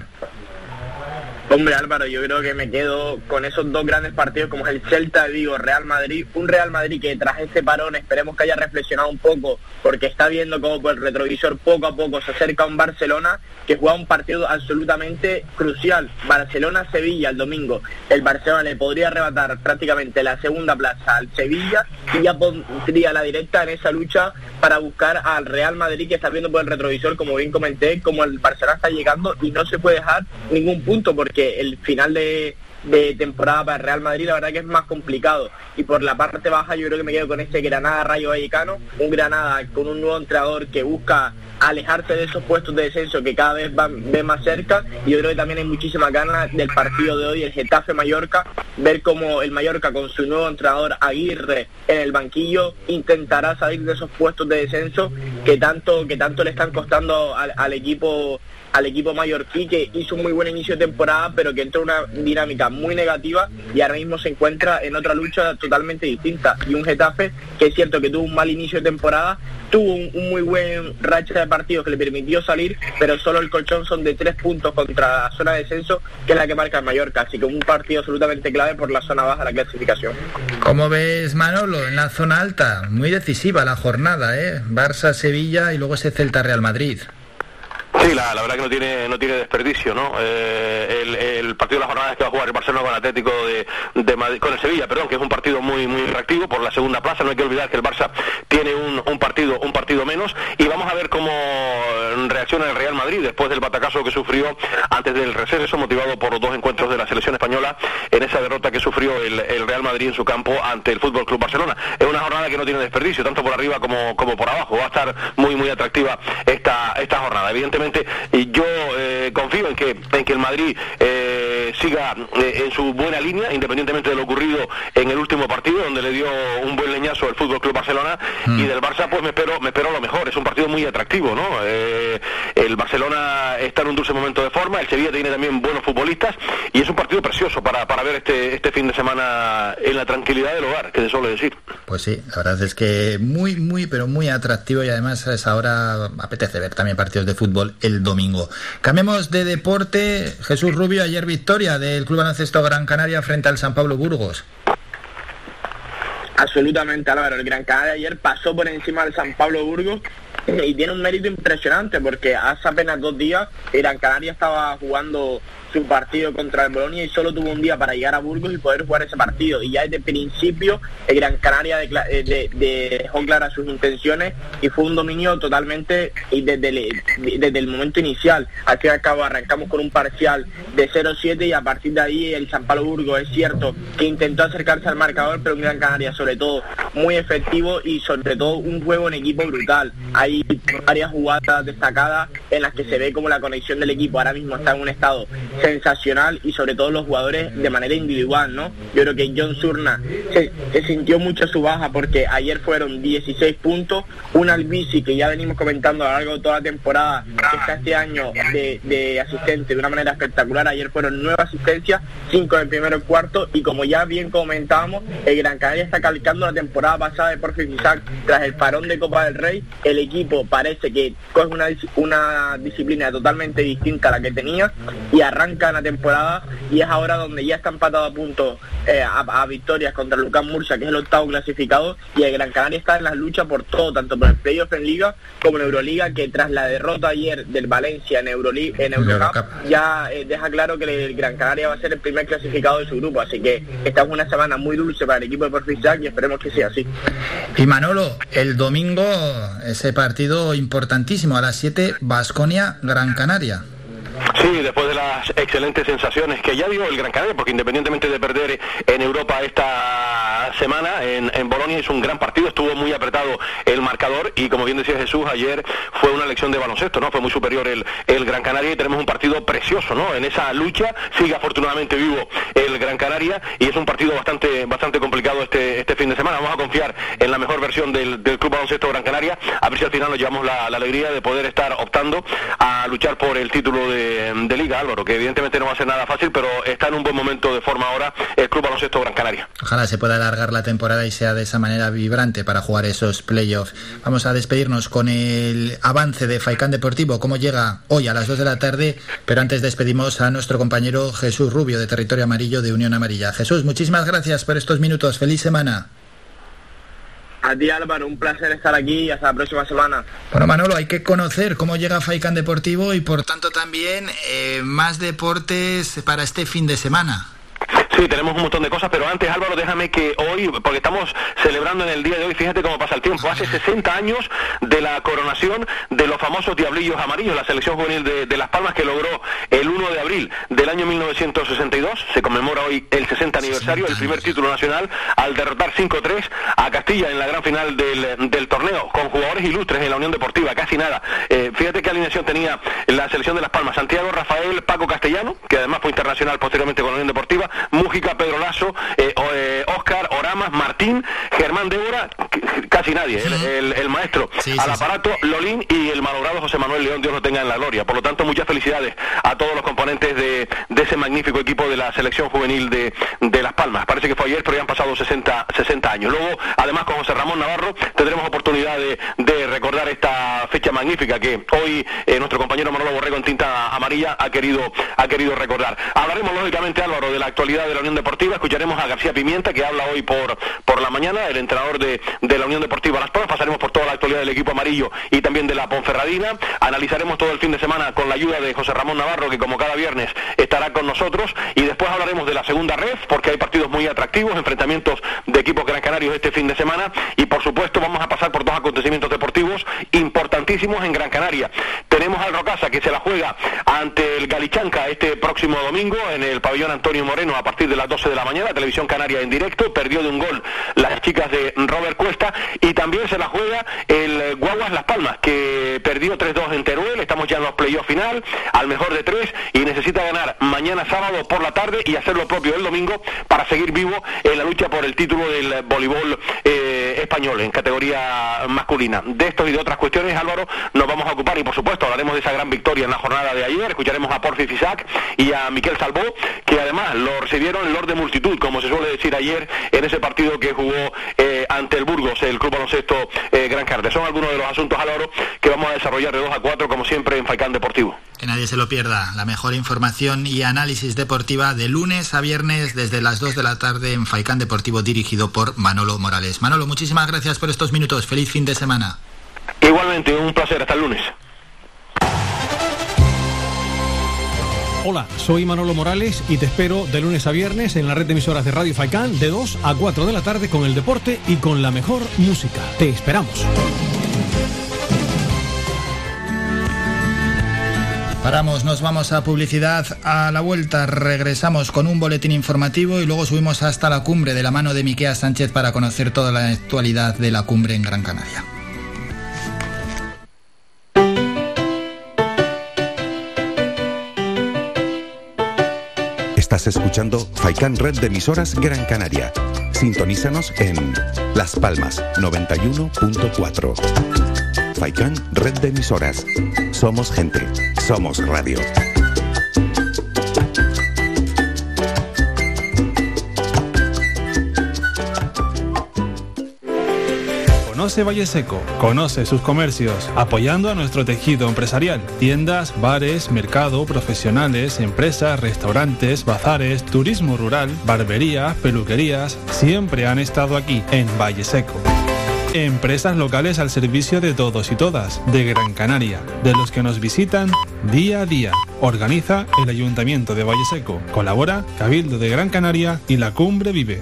Hombre, Álvaro, yo creo que me quedo con esos dos grandes partidos como es el Celta de Vigo, Real Madrid, un Real Madrid que tras este parón esperemos que haya reflexionado un poco porque está viendo cómo por el retrovisor poco a poco se acerca a un Barcelona que juega un partido absolutamente crucial. Barcelona-Sevilla el domingo. El Barcelona le podría arrebatar prácticamente la segunda plaza al Sevilla y ya pondría la directa en esa lucha para buscar al Real Madrid que está viendo por el retrovisor, como bien comenté, como el Barcelona está llegando y no se puede dejar ningún punto porque el final de temporada para el Real Madrid la verdad que es más complicado. Y por la parte baja yo creo que me quedo con este Granada-Rayo Vallecano, un Granada con un nuevo entrenador que busca alejarse de esos puestos de descenso que cada vez ve más cerca, y yo creo que también hay muchísimas ganas del partido de hoy, el Getafe-Mallorca, ver cómo el Mallorca con su nuevo entrenador Aguirre en el banquillo intentará salir de esos puestos de descenso que tanto le están costando al equipo mallorquí, que hizo un muy buen inicio de temporada pero que entró en una dinámica muy negativa y ahora mismo se encuentra en otra lucha totalmente distinta. Y un Getafe que es cierto que tuvo un mal inicio de temporada, tuvo un muy buen racha de partidos que le permitió salir, pero solo el colchón son de 3 puntos contra la zona de descenso, que es la que marca el Mallorca, así que un partido absolutamente clave por la zona baja de la clasificación. ¿Cómo ves, Manolo, en la zona alta? Muy decisiva la jornada, Barça-Sevilla y luego ese Celta-Real Madrid. Sí, la verdad que no tiene desperdicio, ¿no? El partido de la jornada es que va a jugar el Barcelona con el Atlético de Madrid, con el Sevilla, perdón, que es un partido muy atractivo por la segunda plaza. No hay que olvidar que el Barça tiene un partido menos, y vamos a ver cómo reacciona el Real Madrid después del batacazo que sufrió antes del receso, motivado por los 2 encuentros de la selección española en esa derrota que sufrió el Real Madrid en su campo ante el Fútbol Club Barcelona. Es una jornada que no tiene desperdicio, tanto por arriba como por abajo. Va a estar muy atractiva esta jornada. Evidentemente yo confío en que el Madrid siga en su buena línea, independientemente de lo ocurrido en el último partido, donde le dio un buen leñazo al Fútbol Club Barcelona. Y del Barça pues me espero lo mejor. Es un partido muy atractivo, ¿no? El Barcelona está en un dulce momento de forma, el Sevilla tiene también buenos futbolistas y es un partido precioso para ver este fin de semana en la tranquilidad del hogar, que se suele decir. Pues sí, la verdad es que pero muy atractivo, y además a esa hora apetece ver también partidos de fútbol el domingo. Cambiemos de deporte. Jesús Rubio, ayer victoria del Club Baloncesto Gran Canaria frente al San Pablo Burgos. Absolutamente, Álvaro. El Gran Canaria ayer pasó por encima del San Pablo Burgos y tiene un mérito impresionante porque hace apenas 2 días el Gran Canaria estaba jugando su partido contra el Bolonia y solo tuvo un día para llegar a Burgos y poder jugar ese partido, y ya desde el principio el Gran Canaria dejó claras sus intenciones y fue un dominio totalmente y desde el momento inicial. Al fin y al cabo arrancamos con un parcial de 0-7 y a partir de ahí el San Pablo Burgos es cierto que intentó acercarse al marcador, pero un Gran Canaria sobre todo muy efectivo y sobre todo un juego en equipo brutal. Hay varias jugadas destacadas en las que se ve como la conexión del equipo ahora mismo está en un estado sensacional, y sobre todo los jugadores de manera individual, ¿no? Yo creo que John Surna se sintió mucho su baja porque ayer fueron 16 puntos, un Albici que ya venimos comentando a lo largo de toda la temporada que está este año de asistente de una manera espectacular. Ayer fueron 9 asistencias, 5 en el primero y cuarto, y como ya bien comentábamos, el Gran Canaria está calcando la temporada pasada de Porfi Fisac. Tras el parón de Copa del Rey, el equipo parece que coge una disciplina totalmente distinta a la que tenía y arranca en la temporada, y es ahora donde ya está empatado a punto a victorias contra el UCAM Murcia, que es el 8º clasificado, y el Gran Canaria está en la lucha por todo, tanto por el playoff en Liga como en Euroliga, que tras la derrota ayer del Valencia en Eurocup ya deja claro que el Gran Canaria va a ser el primer clasificado de su grupo, así que esta es una semana muy dulce para el equipo de Porfi Fisac y esperemos que sea así. Y Manolo, el domingo ese partido importantísimo a las 7, Baskonia Gran Canaria. Sí, después de las excelentes sensaciones que ya dio el Gran Canaria, porque independientemente de perder en Europa esta semana, en Bolonia hizo un gran partido, estuvo muy apretado el marcador, y como bien decía Jesús, ayer fue una lección de baloncesto, ¿no? Fue muy superior el Gran Canaria, y tenemos un partido precioso, ¿no? En esa lucha sigue afortunadamente vivo el Gran Canaria, y es un partido bastante complicado este fin de semana. Vamos a confiar en la mejor versión del Club Baloncesto Gran Canaria, a ver si al final nos llevamos la alegría de poder estar optando a luchar por el título de de Liga, Álvaro, que evidentemente no va a ser nada fácil, pero está en un buen momento de forma ahora el Club Baloncesto Gran Canaria. Ojalá se pueda alargar la temporada y sea de esa manera vibrante para jugar esos playoffs. Vamos a despedirnos con el avance de Faikán Deportivo, cómo llega hoy a las 2 de la tarde, pero antes despedimos a nuestro compañero Jesús Rubio, de Territorio Amarillo, de Unión Amarilla. Jesús, muchísimas gracias por estos minutos, feliz semana. A ti, Álvaro, un placer estar aquí y hasta la próxima semana. Bueno, Manolo, hay que conocer cómo llega Faikán Deportivo y por tanto también más deportes para este fin de semana. Sí, tenemos un montón de cosas, pero antes, Álvaro, déjame que hoy, porque estamos celebrando en el día de hoy, fíjate cómo pasa el tiempo, hace 60 años de la coronación de los famosos Diablillos Amarillos, la selección juvenil de Las Palmas, que logró el 1 de abril del año 1962, se conmemora hoy el 60 aniversario, el primer título nacional, al derrotar 5-3 a Castilla en la gran final del torneo, con jugadores ilustres en la Unión Deportiva, casi nada. Fíjate qué alineación tenía la selección de Las Palmas: Santiago, Rafael, Paco Castellano, que además fue internacional posteriormente con la Unión Deportiva, Mújica, Pedro Lasso, Óscar, Oramas, Martín, Germán Débora, casi nadie, el maestro, al aparato, Lolín y el malogrado José Manuel León, Dios lo tenga en la gloria. Por lo tanto, muchas felicidades a todos los componentes de ese magnífico equipo de la selección juvenil de Las Palmas. Parece que fue ayer, pero ya han pasado 60 años. Luego, además, con José Ramón Navarro tendremos oportunidad de recordar esta fecha magnífica que hoy nuestro compañero Manolo Borrego en tinta amarilla ha querido recordar. Hablaremos, lógicamente, Álvaro, de la actualidad de la Unión Deportiva. Escucharemos a García Pimienta, que habla hoy por la mañana, el entrenador de la Unión Deportiva Las Palmas. Pasaremos por toda la actualidad del equipo amarillo y también de la Ponferradina. Analizaremos todo el fin de semana con la ayuda de José Ramón Navarro, que como cada viernes estará con nosotros, y después hablaremos de la segunda red, porque hay partidos muy atractivos, enfrentamientos de equipos gran canarios este fin de semana, y por supuesto vamos a pasar por dos acontecimientos deportivos importantísimos en Gran Canaria. Tenemos al Rocasa, que se la juega ante el Galichanca este próximo domingo en el pabellón Antonio Moreno a partir de las 12 de la mañana, Televisión Canaria en directo. Perdió de un gol las chicas de Robert Cuesta, y también se la juega el Guaguas Las Palmas, que perdió 3-2 en Teruel. Estamos ya en los playoffs final, al mejor de 3, y necesita ganar mañana sábado por la tarde y hacer lo propio el domingo para seguir vivo en la lucha por el título del voleibol español en categoría masculina. De estos y de otras cuestiones, Álvaro, nos vamos a ocupar, y por supuesto hablaremos de esa gran victoria en la jornada de ayer. Escucharemos a Porfi Fisac y a Miquel Salvó, que además lo recibieron en Lord de multitud, como se suele decir ayer, en ese partido que jugó ante el Burgos, el Club Baloncesto Gran Canaria. Son algunos de los asuntos, Álvaro, que vamos a desarrollar de 2 a 4, como siempre, en Faikán Deportivo. Que nadie se lo pierda, la mejor información y análisis deportiva de lunes a viernes desde las 2 de la tarde en Faikán Deportivo, dirigido por Manolo Morales. Manolo, muchísimas gracias por estos minutos, feliz fin de semana. Igualmente, un placer, hasta el lunes. Hola, soy Manolo Morales y te espero de lunes a viernes en la red de emisoras de Radio Faikán de 2 a 4 de la tarde con el deporte y con la mejor música. Te esperamos. Paramos, nos vamos a publicidad. A la vuelta regresamos con un boletín informativo y luego subimos hasta la cumbre de la mano de Miquea Sánchez para conocer toda la actualidad de la cumbre en Gran Canaria. Estás escuchando Faikán Red de Emisoras Gran Canaria. Sintonízanos en Las Palmas 91.4. Faikán Red de Emisoras. Somos gente. Somos radio. Conoce Valle Seco, conoce sus comercios, apoyando a nuestro tejido empresarial. Tiendas, bares, mercado, profesionales, empresas, restaurantes, bazares, turismo rural, barberías, peluquerías, siempre han estado aquí, en Valle Seco. Empresas locales al servicio de todos y todas, de Gran Canaria, de los que nos visitan día a día. Organiza el Ayuntamiento de Valle Seco. Colabora Cabildo de Gran Canaria y la Cumbre Vive.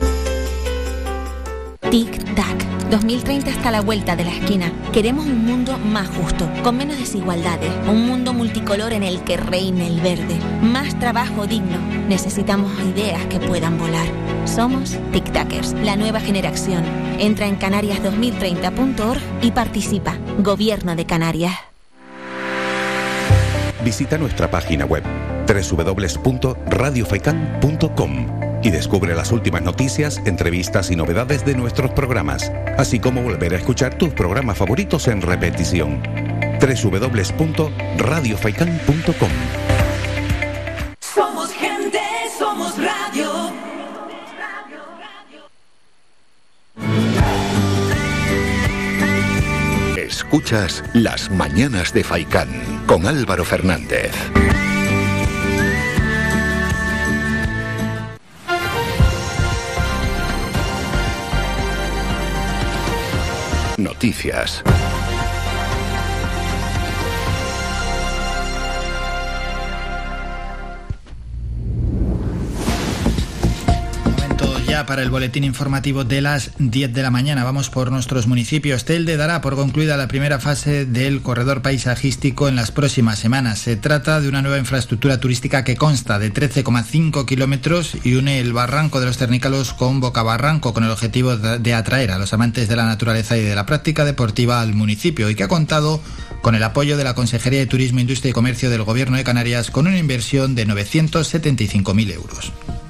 Tic-tac. 2030 está a la vuelta de la esquina. Queremos un mundo más justo, con menos desigualdades, un mundo multicolor en el que reine el verde, más trabajo digno. Necesitamos ideas que puedan volar. Somos Tic-Tackers, la nueva generación. Entra en canarias2030.org y participa. Gobierno de Canarias. Visita nuestra página web www.radiofaikan.com y descubre las últimas noticias, entrevistas y novedades de nuestros programas, así como volver a escuchar tus programas favoritos en repetición. www.radiofaikan.com. Escuchas Las Mañanas de Faikán con Álvaro Fernández. Noticias. Para el boletín informativo de las 10 de la mañana. Vamos por nuestros municipios. Telde dará por concluida la primera fase del corredor paisajístico en las próximas semanas. Se trata de una nueva infraestructura turística que consta de 13,5 kilómetros y une el barranco de los Cernícalos con Bocabarranco, con el objetivo de atraer a los amantes de la naturaleza y de la práctica deportiva al municipio, y que ha contado con el apoyo de la Consejería de Turismo, Industria y Comercio del Gobierno de Canarias, con una inversión de 975.000 euros.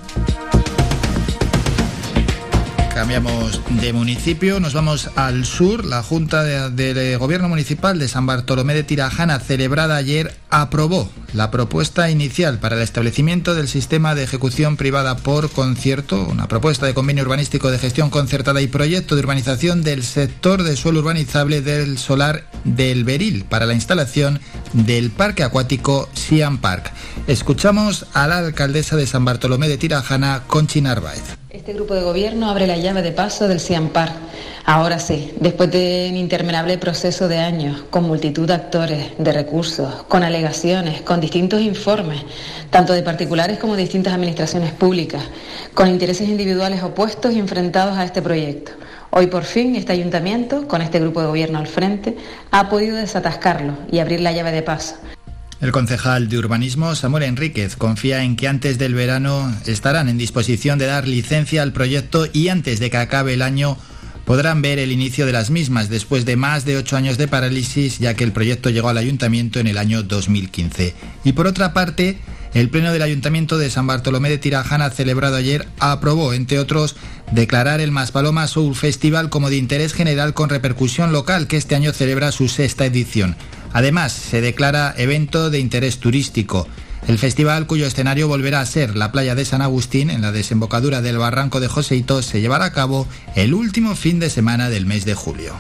Cambiamos de municipio, nos vamos al sur. La Junta de Gobierno Municipal de San Bartolomé de Tirajana, celebrada ayer, aprobó la propuesta inicial para el establecimiento del sistema de ejecución privada por concierto, una propuesta de convenio urbanístico de gestión concertada y proyecto de urbanización del sector de suelo urbanizable del solar del Beril para la instalación del parque acuático Siam Park. Escuchamos a la alcaldesa de San Bartolomé de Tirajana, Conchi Narváez. Este grupo de gobierno abre la llave de paso del Siam Park. Ahora sí, después de un interminable proceso de años, con multitud de actores, de recursos, con alegaciones, con distintos informes, tanto de particulares como de distintas administraciones públicas, con intereses individuales opuestos y enfrentados a este proyecto. Hoy por fin este ayuntamiento, con este grupo de gobierno al frente, ha podido desatascarlo y abrir la llave de paso. El concejal de Urbanismo, Samuel Enríquez, confía en que antes del verano estarán en disposición de dar licencia al proyecto y antes de que acabe el año podrán ver el inicio de las mismas, después de más de 8 años de parálisis, ya que el proyecto llegó al ayuntamiento en el año 2015. Y por otra parte, el Pleno del Ayuntamiento de San Bartolomé de Tirajana, celebrado ayer, aprobó, entre otros, declarar el Maspaloma Soul Festival como de interés general con repercusión local, que este año celebra su 6ª edición. Además, se declara evento de interés turístico. El festival, cuyo escenario volverá a ser la playa de San Agustín, en la desembocadura del barranco de Joseito, se llevará a cabo el último fin de semana del mes de julio.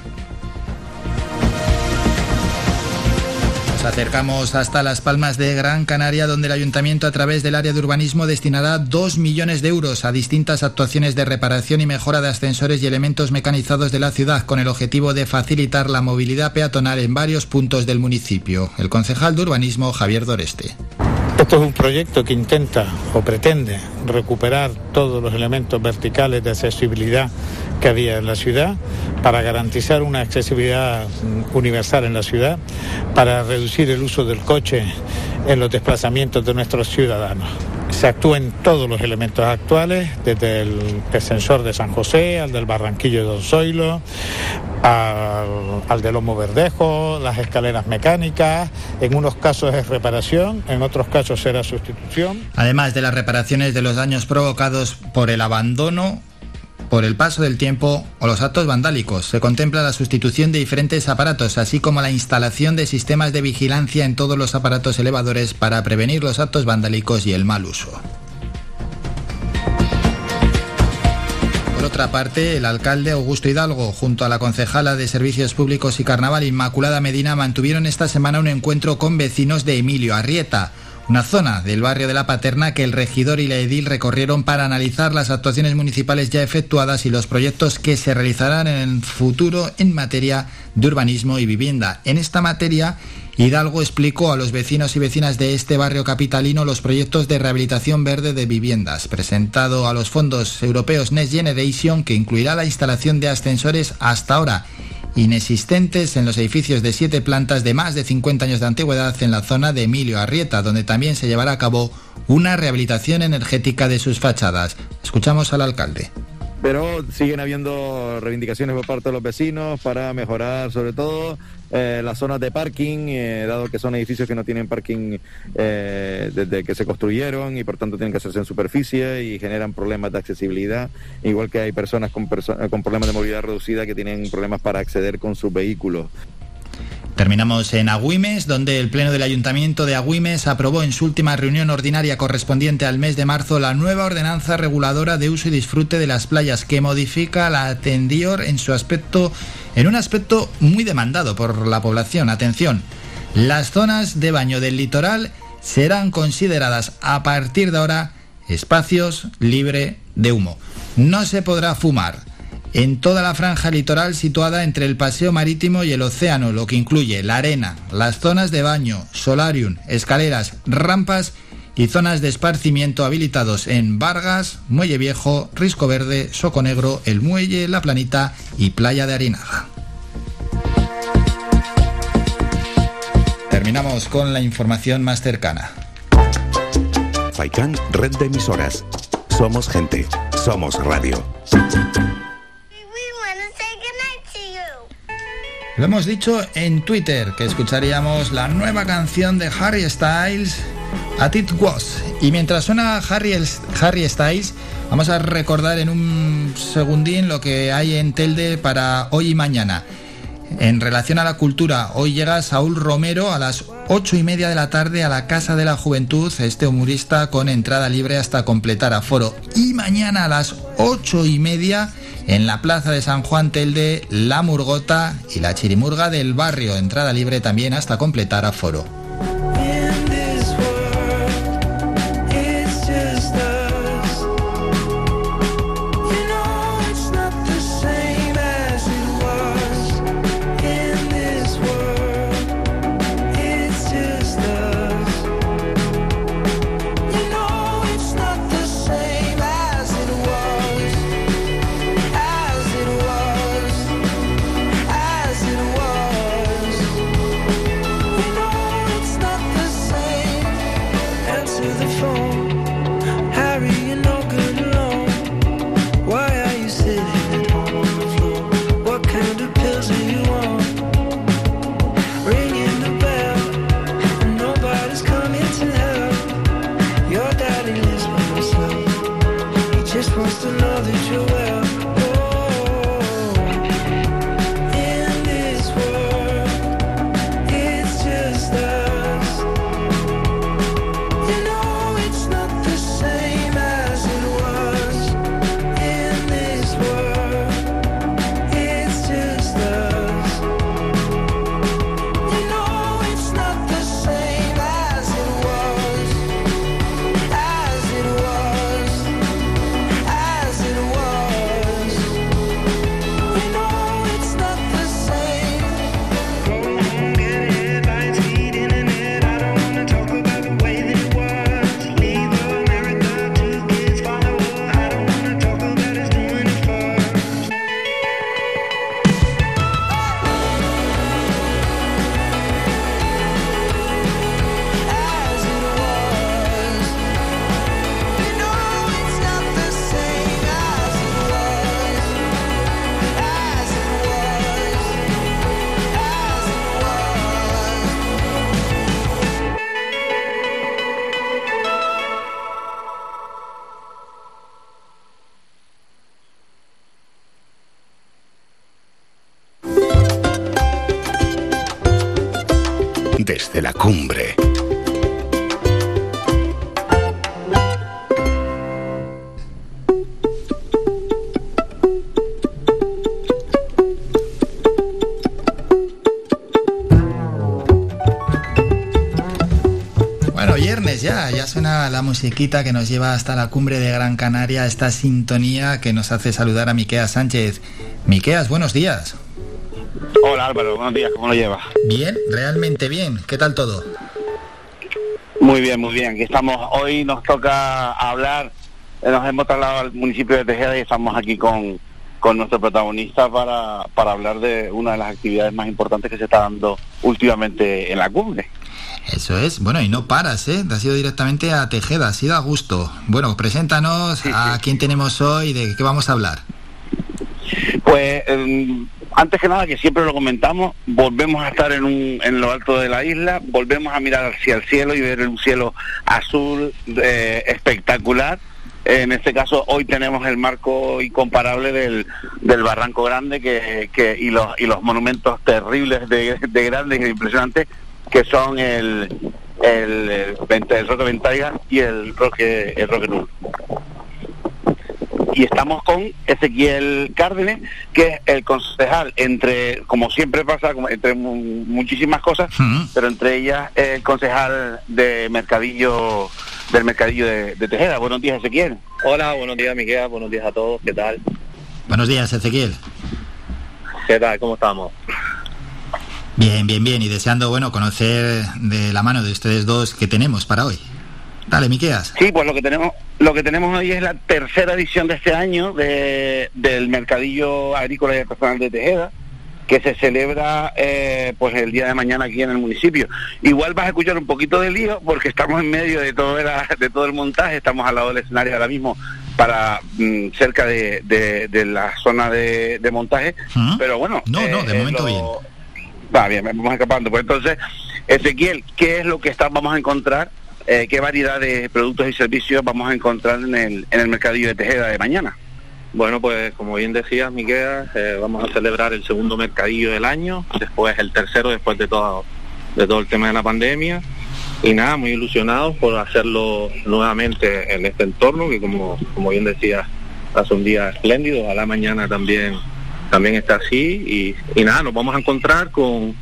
Nos acercamos hasta Las Palmas de Gran Canaria, donde el Ayuntamiento, a través del área de urbanismo, destinará 2 millones de euros a distintas actuaciones de reparación y mejora de ascensores y elementos mecanizados de la ciudad, con el objetivo de facilitar la movilidad peatonal en varios puntos del municipio. El concejal de urbanismo, Javier Doreste. Esto es un proyecto que intenta o pretende recuperar todos los elementos verticales de accesibilidad que había en la ciudad, para garantizar una accesibilidad universal en la ciudad, para reducir el uso del coche en los desplazamientos de nuestros ciudadanos. Se actúa en todos los elementos actuales, desde el ascensor de San José, al del Barranquillo de Don Zoilo, al de Lomo Verdejo, las escaleras mecánicas. En unos casos es reparación, en otros casos será sustitución. Además de las reparaciones de los daños provocados por el abandono, por el paso del tiempo o los actos vandálicos, se contempla la sustitución de diferentes aparatos, así como la instalación de sistemas de vigilancia en todos los aparatos elevadores para prevenir los actos vandálicos y el mal uso. Por otra parte, el alcalde Augusto Hidalgo, junto a la concejala de Servicios Públicos y Carnaval, Inmaculada Medina, mantuvieron esta semana un encuentro con vecinos de Emilio Arrieta, una zona del barrio de La Paterna que el regidor y la edil recorrieron para analizar las actuaciones municipales ya efectuadas y los proyectos que se realizarán en el futuro en materia de urbanismo y vivienda. En esta materia, Hidalgo explicó a los vecinos y vecinas de este barrio capitalino los proyectos de rehabilitación verde de viviendas, presentado a los fondos europeos Next Generation, que incluirá la instalación de ascensores hasta ahora inexistentes en los edificios de 7 plantas de más de 50 años de antigüedad en la zona de Emilio Arrieta, donde también se llevará a cabo una rehabilitación energética de sus fachadas. Escuchamos al alcalde. Pero siguen habiendo reivindicaciones por parte de los vecinos para mejorar sobre todo las zonas de parking, dado que son edificios que no tienen parking desde que se construyeron y por tanto tienen que hacerse en superficie y generan problemas de accesibilidad, igual que hay personas con problemas de movilidad reducida que tienen problemas para acceder con sus vehículos. Terminamos en Agüimes, donde el Pleno del Ayuntamiento de Agüimes aprobó en su última reunión ordinaria correspondiente al mes de marzo la nueva ordenanza reguladora de uso y disfrute de las playas, que modifica la anterior en su aspecto en un aspecto muy demandado por la población. Atención, las zonas de baño del litoral serán consideradas a partir de ahora espacios libres de humo. No se podrá fumar en toda la franja litoral situada entre el paseo marítimo y el océano, lo que incluye la arena, las zonas de baño, solarium, escaleras, rampas y zonas de esparcimiento habilitados en Vargas, Muelle Viejo, Risco Verde, Soconegro, El Muelle, La Planita y Playa de Arinaga. Terminamos con la información más cercana. Faikan, red de emisoras. Somos gente, somos radio. Lo hemos dicho en Twitter, que escucharíamos la nueva canción de Harry Styles, As It Was. Y mientras suena Harry Styles, vamos a recordar en un segundín lo que hay en Telde para hoy y mañana. En relación a la cultura, hoy llega Saúl Romero a las 8:30 de la tarde a la Casa de la Juventud, este humorista con entrada libre hasta completar aforo. Y mañana a las 8:30 en la Plaza de San Juan Telde, La Murgota y la Chirimurga del Barrio, entrada libre también hasta completar aforo. Desde la cumbre. Bueno, viernes ya suena la musiquita que nos lleva hasta la cumbre de Gran Canaria, esta sintonía que nos hace saludar a Miqueas Sánchez. Miqueas, buenos días. Hola Álvaro, buenos días, ¿cómo lo llevas? Bien, realmente bien. ¿Qué tal todo? Muy bien, aquí estamos. Hoy nos toca hablar, nos hemos trasladado al municipio de Tejeda y estamos aquí con nuestro protagonista para hablar de una de las actividades más importantes que se está dando últimamente en la cumbre. Eso es, bueno, y no paras, ¿eh? Te has ido directamente a Tejeda, has ido a gusto. Bueno, preséntanos a quién tenemos hoy, de qué vamos a hablar. Pues antes que nada, que siempre lo comentamos, volvemos a estar en lo alto de la isla, volvemos a mirar hacia el cielo y ver un cielo azul espectacular. En este caso, hoy tenemos el marco incomparable del Barranco Grande y los monumentos terribles de grandes e impresionantes que son el Roque Ventaiga y el Roque Null. y estamos con Ezequiel Cárdenas, que es el concejal como siempre pasa, entre muchísimas cosas, pero entre ellas el concejal de Mercadillo, del Mercadillo de Tejeda. Buenos días, Ezequiel. Hola, buenos días, Miguel, buenos días a todos, ¿qué tal? Buenos días, Ezequiel. ¿Qué tal? ¿Cómo estamos? Bien, y deseando, conocer de la mano de ustedes dos qué tenemos para hoy. Dale, Miqueas. Sí, pues lo que tenemos hoy es la tercera edición de este año del Mercadillo Agrícola y Artesanal de Tejeda, que se celebra pues el día de mañana aquí en el municipio. Igual vas a escuchar un poquito de lío porque estamos en medio de todo el montaje, estamos al lado del escenario ahora mismo para cerca de la zona de montaje, pero bueno. No, de momento bien. Va bien, vamos escapando. Pues entonces, Ezequiel, ¿qué es lo que vamos a encontrar? ¿Qué variedad de productos y servicios vamos a encontrar en el Mercadillo de Tejeda de mañana? Bueno, pues como bien decías, Miguel, vamos a celebrar el segundo mercadillo del año, después el tercero, después de todo el tema de la pandemia, y nada, muy ilusionados por hacerlo nuevamente en este entorno, que como bien decías, hace un día espléndido, ojalá mañana también está así, y nada, nos vamos a encontrar con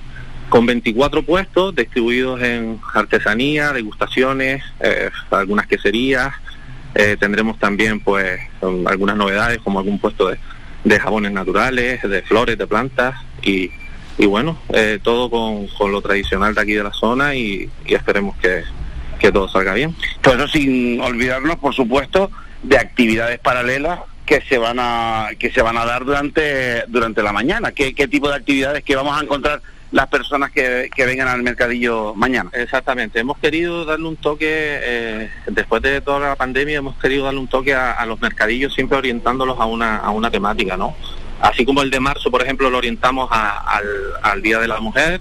24 puestos distribuidos en artesanía, degustaciones, algunas queserías. Tendremos también pues algunas novedades como algún puesto de jabones naturales, de flores, de plantas y bueno, todo con lo tradicional de aquí de la zona y esperemos que todo salga bien. Todo eso sin olvidarnos, por supuesto, de actividades paralelas que se van a dar durante la mañana. ¿Qué tipo de actividades que vamos a encontrar las personas que vengan al mercadillo mañana? Exactamente, hemos querido darle un toque, después de toda la pandemia, hemos querido darle un toque a los mercadillos, siempre orientándolos a una temática, ¿no? Así como el de marzo, por ejemplo, lo orientamos al Día de la Mujer,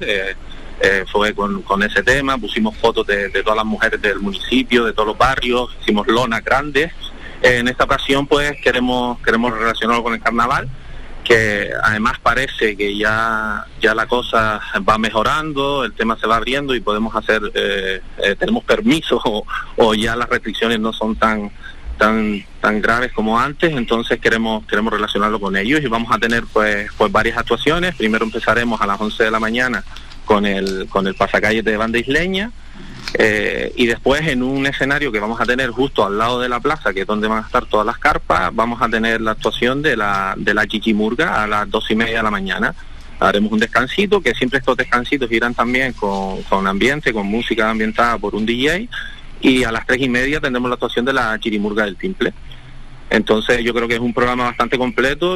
fue con ese tema, pusimos fotos de todas las mujeres del municipio, de todos los barrios, hicimos lonas grandes. En esta ocasión, pues, queremos relacionarlo con el carnaval, que además parece que ya la cosa va mejorando, el tema se va abriendo y podemos hacer, tenemos permiso o ya las restricciones no son tan graves como antes, entonces queremos relacionarlo con ellos y vamos a tener pues varias actuaciones. Primero empezaremos a las 11 de la mañana con el pasacalles de banda isleña, y después en un escenario que vamos a tener justo al lado de la plaza, que es donde van a estar todas las carpas, vamos a tener la actuación de la chichimurga a las 2:30 de la mañana. Haremos un descansito, que siempre estos descansitos irán también con ambiente, con música ambientada por un DJ, y a las 3:30 tendremos la actuación de la chirimurga del Timple. Entonces yo creo que es un programa bastante completo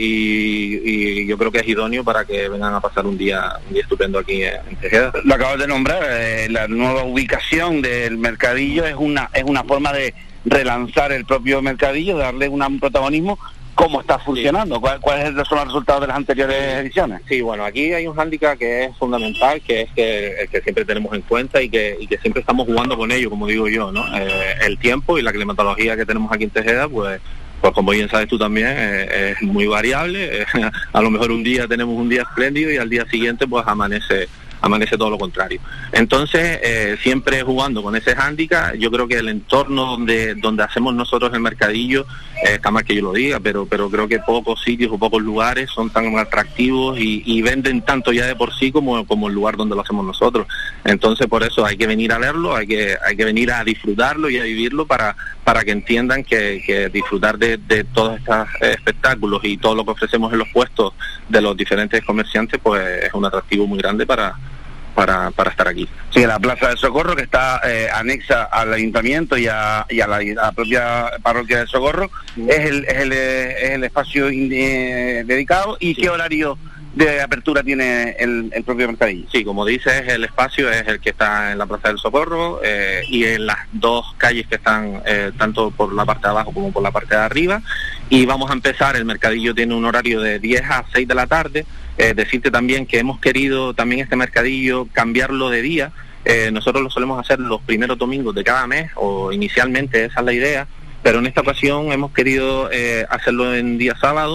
y yo creo que es idóneo para que vengan a pasar un día estupendo aquí en Tejeda. Lo acabas de nombrar, la nueva ubicación del mercadillo es una forma de relanzar el propio mercadillo, darle un protagonismo. ¿Cómo está funcionando? Sí. ¿Cuáles son los resultados de las anteriores ediciones? Sí, bueno, aquí hay un hándicap que es fundamental, que es el que siempre tenemos en cuenta y que siempre estamos jugando con ello, como digo yo, ¿no? El tiempo y la climatología que tenemos aquí en Tejeda, pues como bien sabes tú también, es muy variable. A lo mejor un día tenemos un día espléndido y al día siguiente pues amanece todo lo contrario. Entonces, siempre jugando con ese hándicap, yo creo que el entorno donde hacemos nosotros el mercadillo, está mal que yo lo diga, pero creo que pocos sitios o pocos lugares son tan atractivos y venden tanto ya de por sí como el lugar donde lo hacemos nosotros. Entonces, por eso hay que venir a verlo, hay que venir a disfrutarlo y a vivirlo para que entiendan que disfrutar de todos estos espectáculos y todo lo que ofrecemos en los puestos de los diferentes comerciantes, pues es un atractivo muy grande para estar aquí. Sí, la Plaza del Socorro, que está anexa al Ayuntamiento y a la propia Parroquia del Socorro, es el espacio dedicado. ¿Y sí, qué horario de apertura tiene el propio mercadillo? Sí, como dices, el espacio es el que está en la Plaza del Socorro, y en las dos calles que están tanto por la parte de abajo como por la parte de arriba, y vamos a empezar, el mercadillo tiene un horario de 10 a 6 de la tarde. Decirte también que hemos querido también este mercadillo cambiarlo de día. Nosotros lo solemos hacer los primeros domingos de cada mes, o inicialmente esa es la idea, pero en esta ocasión hemos querido hacerlo en día sábado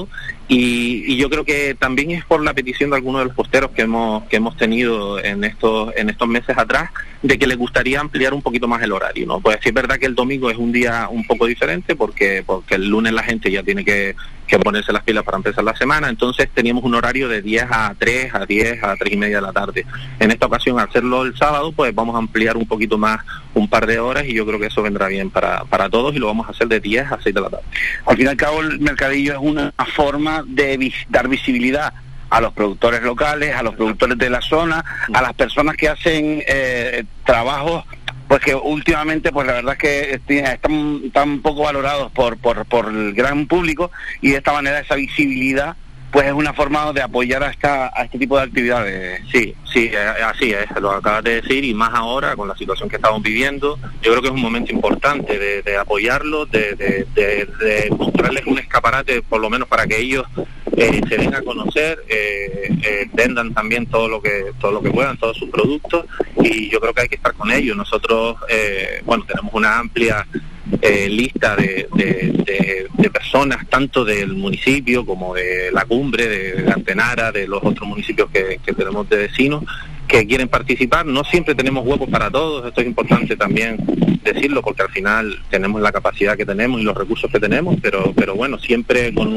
Y yo creo que también es por la petición de algunos de los posteros que hemos tenido en estos meses atrás, de que les gustaría ampliar un poquito más el horario, ¿no? Pues sí es verdad que el domingo es un día un poco diferente porque el lunes la gente ya tiene que ponerse las pilas para empezar la semana, entonces teníamos un horario de 10 a 3, a 10, a 3 y media de la tarde. En esta ocasión, al hacerlo el sábado, pues vamos a ampliar un poquito más, un par de horas, y yo creo que eso vendrá bien para todos, y lo vamos a hacer de 10 a 6 de la tarde. Al fin y al cabo, el mercadillo es una forma de dar visibilidad a los productores locales, a los productores de la zona, a las personas que hacen trabajos pues que últimamente pues la verdad es que están poco valorados por el gran público, y de esta manera esa visibilidad pues es una forma de apoyar a este tipo de actividades. Sí, así es, lo acabas de decir, y más ahora con la situación que estamos viviendo. Yo creo que es un momento importante de apoyarlos, de mostrarles un escaparate, por lo menos para que ellos se den a conocer, vendan también todo lo que puedan, todos sus productos, y yo creo que hay que estar con ellos. Nosotros, tenemos una amplia lista de personas, tanto del municipio como de La Cumbre, de Antenara, de los otros municipios que tenemos de vecinos, que quieren participar. No siempre tenemos huecos para todos, esto es importante también decirlo, porque al final tenemos la capacidad que tenemos y los recursos que tenemos, pero bueno, siempre con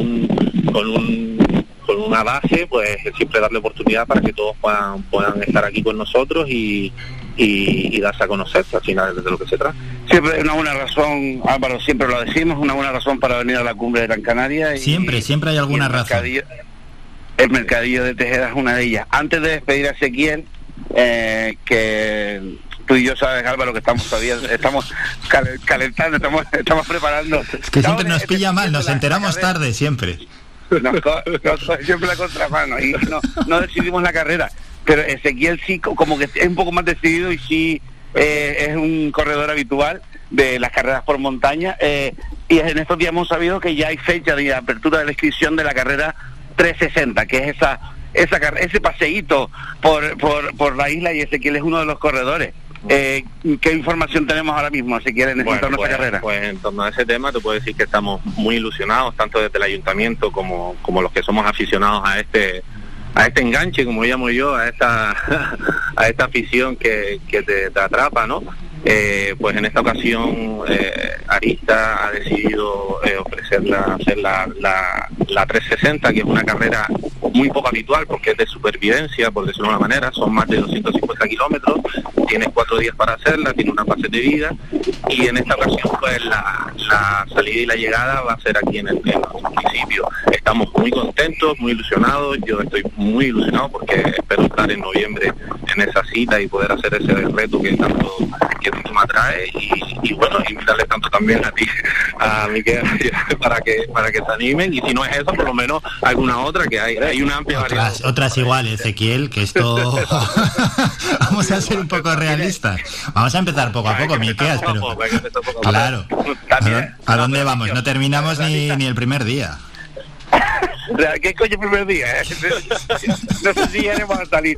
una base, pues siempre darle oportunidad para que todos puedan estar aquí con nosotros y darse a conocer, al final es de lo que se trata. Siempre es una buena razón, Álvaro, siempre lo decimos, una buena razón para venir a la Cumbre de Gran Canaria. Siempre hay alguna razón. El mercadillo de Tejeda es una de ellas. Antes de despedir a Ezequiel, que tú y yo sabes, Álvaro, que estamos calentando, estamos preparando. Es que siempre nos pilla mal, nos enteramos tarde, siempre. Siempre la contramano, y no decidimos la carrera. Pero Ezequiel sí, como que es un poco más decidido, y sí es un corredor habitual de las carreras por montaña, y en estos días hemos sabido que ya hay fecha de apertura de la inscripción de la carrera 360, que es ese paseíto por la isla, y Ezequiel es uno de los corredores. ¿Qué información tenemos ahora mismo, Ezequiel, en torno a esta carrera? Pues en torno a ese tema te puedo decir que estamos muy ilusionados, tanto desde el ayuntamiento como los que somos aficionados a este enganche, como llamo yo, a esta afición que te atrapa, ¿no? Pues en esta ocasión Arista ha decidido hacer la 360, que es una carrera muy poco habitual porque es de supervivencia, por decirlo de una manera. Son más de 250 kilómetros, tienes 4 días para hacerla, tiene una fase de vida, y en esta ocasión pues la salida y la llegada va a ser aquí en nuestro municipio. Estamos muy contentos, muy ilusionados. Yo estoy muy ilusionado porque espero estar en noviembre en esa cita y poder hacer ese reto que tanto me atrae, y bueno, invitarles tanto también a ti, a Miquel, para que se animen, y si no es eso, por lo menos alguna otra, que hay una amplia variedad. Otras iguales, Ezequiel, que esto vamos a ser un poco realistas. Vamos a empezar poco a poco, Miquel, pero claro, ¿a dónde vamos? No terminamos ni el primer día. ¿Qué coño primer día? No sé si ya iremos a salir.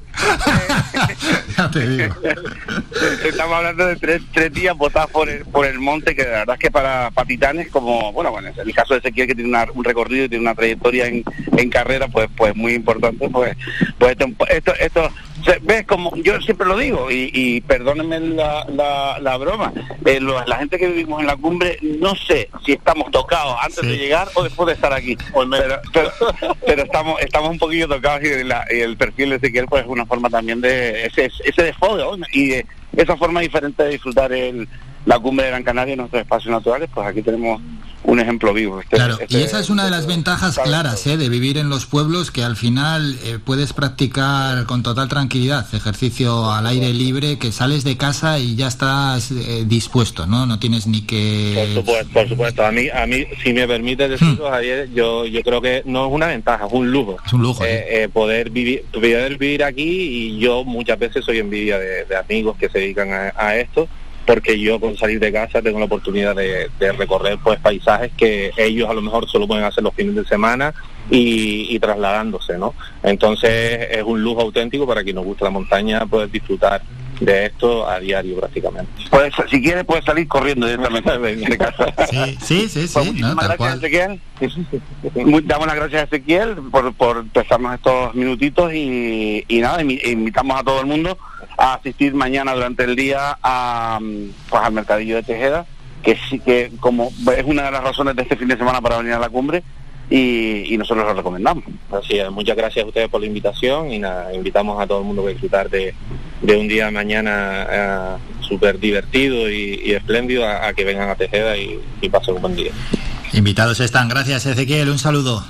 Ya te digo. Estamos hablando de tres días botados por el monte, que la verdad es que para titanes como, en el caso de Ezequiel, que tiene un recorrido y tiene una trayectoria en carrera, pues muy importante, pues esto ves, como yo siempre lo digo, y perdónenme la broma, la gente que vivimos en la cumbre, no sé si estamos tocados antes de llegar o después de estar aquí, pero estamos un poquillo tocados, y el perfil de Ezequiel pues es una forma también de ese desfogue, ¿no? Y de esa forma diferente de disfrutar la Cumbre de Gran Canaria en nuestros espacios naturales. Pues aquí tenemos un ejemplo vivo. Y esa es una de las ventajas claras de vivir en los pueblos, que al final puedes practicar con total tranquilidad ejercicio al aire libre, que sales de casa y ya estás dispuesto, ¿no? No tienes ni que... Por supuesto. A mí si me permite decirlo, Javier, yo creo que no es una ventaja, es un lujo. Es un lujo. Poder vivir aquí, y yo muchas veces soy envidia de amigos que se dedican a esto, porque yo con salir de casa tengo la oportunidad de recorrer pues paisajes que ellos a lo mejor solo pueden hacer los fines de semana y trasladándose, ¿no? Entonces es un lujo auténtico para quien nos gusta la montaña poder disfrutar de esto a diario prácticamente. Pues si quieres puedes salir corriendo directamente de casa. Sí, Pues no, tal gracias, cual. Ezequiel. Damos las gracias a Ezequiel por prestarnos estos minutitos y nada, invitamos a todo el mundo a asistir mañana durante el día pues al mercadillo de Tejeda, que sí que como es una de las razones de este fin de semana para venir a la cumbre, y nosotros lo recomendamos. Así es, muchas gracias a ustedes por la invitación y nada, invitamos a todo el mundo a disfrutar de un día mañana súper divertido y espléndido, a que vengan a Tejeda y pasen un buen día. Invitados están. Gracias, Ezequiel, un saludo.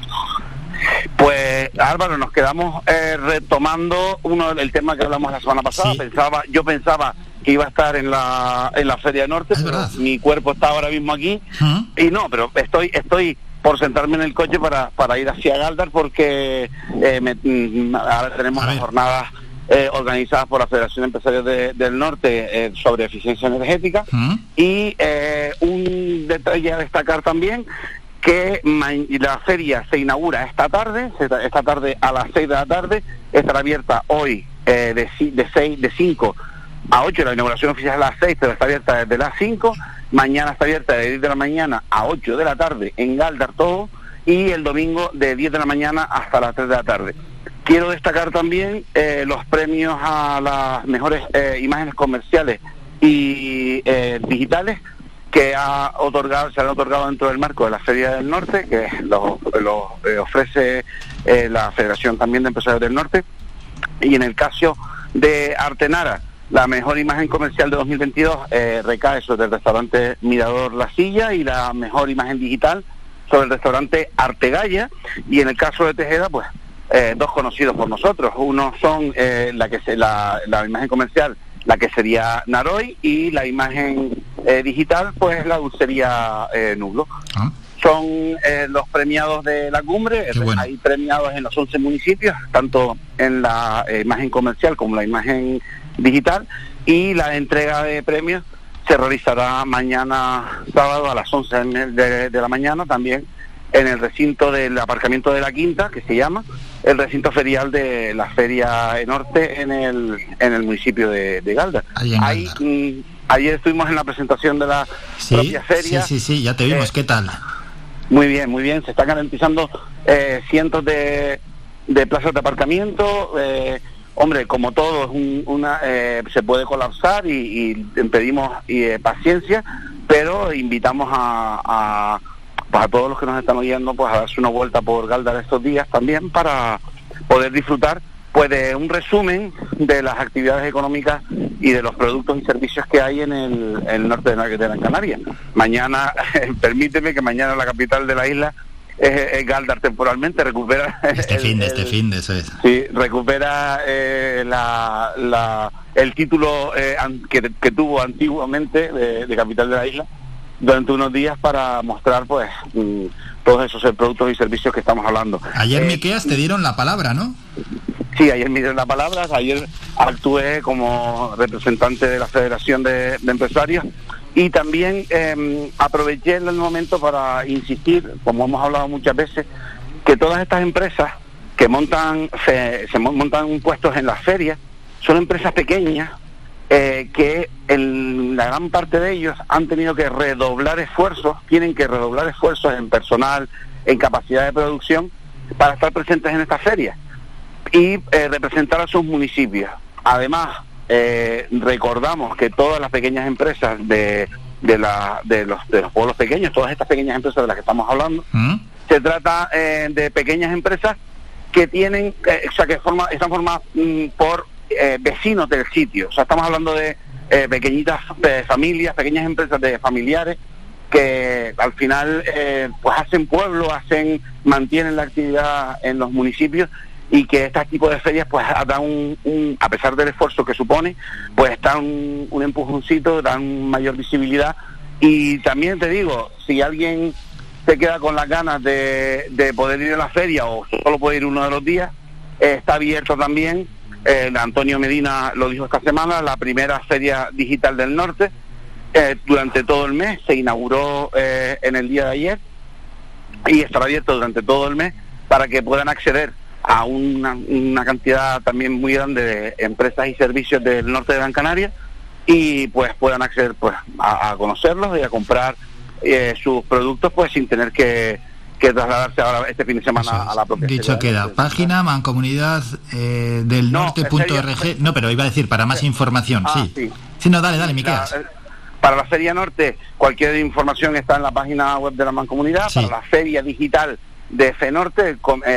Pues Álvaro, nos quedamos retomando el tema que hablamos la semana pasada. Sí. Yo pensaba que iba a estar en la Feria de Norte, pero mi cuerpo está ahora mismo aquí y no, pero estoy por sentarme en el coche para ir hacia Galdar, porque ahora tenemos las jornadas organizadas por la Federación de Empresarios del Norte sobre eficiencia energética, y un detalle a destacar también, que la feria se inaugura esta tarde a las 6 de la tarde, estará abierta hoy de 5 a 8, la inauguración oficial es a las 6, pero está abierta desde las 5, mañana está abierta de 10 de la mañana a 8 de la tarde en Galdar todo, y el domingo de 10 de la mañana hasta las 3 de la tarde. Quiero destacar también los premios a las mejores imágenes comerciales y digitales que se han otorgado dentro del marco de la Feria del Norte, que lo ofrece la Federación también de Empresarios del Norte. Y en el caso de Artenara, la mejor imagen comercial de 2022 recae sobre el restaurante Mirador La Silla, y la mejor imagen digital sobre el restaurante Artegaya. Y en el caso de Tejeda, pues dos conocidos por nosotros. Uno son la imagen comercial, la que sería Naroy, y la imagen digital, pues la dulcería Nublo. Son los premiados de la cumbre. Bueno. Hay premiados en los 11 municipios, tanto en la imagen comercial como la imagen digital, y la entrega de premios se realizará mañana sábado a las 11 de la mañana, también en el recinto del aparcamiento de la Quinta, que se llama el recinto ferial de la Feria Norte en el municipio de Galdar. Ahí, ayer estuvimos en la presentación de la propia feria. Sí, ya te vimos. ¿Qué tal? Muy bien, se están garantizando cientos de plazas de aparcamiento. Hombre, como todo, se puede colapsar y pedimos paciencia, pero invitamos a todos los que nos están oyendo, pues a darse una vuelta por Galdar estos días también, para poder disfrutar pues de un resumen de las actividades económicas y de los productos y servicios que hay en el norte de Gran Canaria. Mañana, permíteme que mañana la capital de la isla es Galdar temporalmente, recupera este fin de eso es. Sí, recupera el título que tuvo antiguamente de capital de la isla durante unos días, para mostrar pues todos esos productos y servicios que estamos hablando. Ayer, Miqueas, te dieron la palabra, ¿no? Sí, ayer me dieron la palabra. Ayer actué como representante de la Federación de Empresarios, y también aproveché el momento para insistir, como hemos hablado muchas veces, que todas estas empresas que montan puestos en las ferias son empresas pequeñas, que la gran parte de ellos han tenido que tienen que redoblar esfuerzos en personal, en capacidad de producción, para estar presentes en estas ferias y representar a sus municipios. Además, recordamos que todas las pequeñas empresas de los pueblos pequeños, todas estas pequeñas empresas de las que estamos hablando, se trata de pequeñas empresas que tienen, que están formadas por vecinos del sitio. O sea, estamos hablando de pequeñitas familias, pequeñas empresas de familiares que al final pues hacen pueblo, mantienen la actividad en los municipios, y que este tipo de ferias pues dan a pesar del esfuerzo que supone, pues dan un empujoncito, dan mayor visibilidad. Y también te digo, si alguien se queda con las ganas de poder ir a la feria, o solo puede ir uno de los días, está abierto también. Antonio Medina lo dijo esta semana, la primera Feria Digital del Norte, durante todo el mes. Se inauguró en el día de ayer y estará abierto durante todo el mes, para que puedan acceder a una cantidad también muy grande de empresas y servicios del norte de Gran Canaria, y pues puedan acceder pues a conocerlos y a comprar sus productos pues sin tener que trasladarse ahora este fin de semana a la propia dicho ciudad. queda, página mancomunidad del norte.org. No, pero iba a decir, para más información, sí. Sí, no, dale, Miqueas. Para la Feria Norte, cualquier información está en la página web de la Mancomunidad. Sí. Para la Feria Digital de FENorte,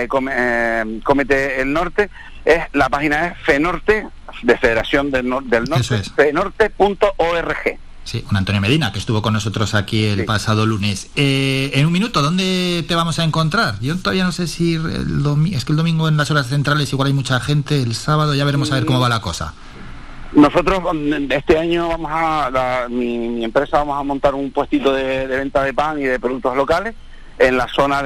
Comete el Norte, la página es FENorte, de Federación del Norte, fenorte.org. Sí, un Antonio Medina, que estuvo con nosotros aquí el pasado lunes. En un minuto, ¿dónde te vamos a encontrar? Yo todavía no sé si es que el domingo en las horas centrales igual hay mucha gente, el sábado ya veremos a ver cómo va la cosa. Nosotros este año mi empresa vamos a montar un puestito de venta de pan y de productos locales en la zona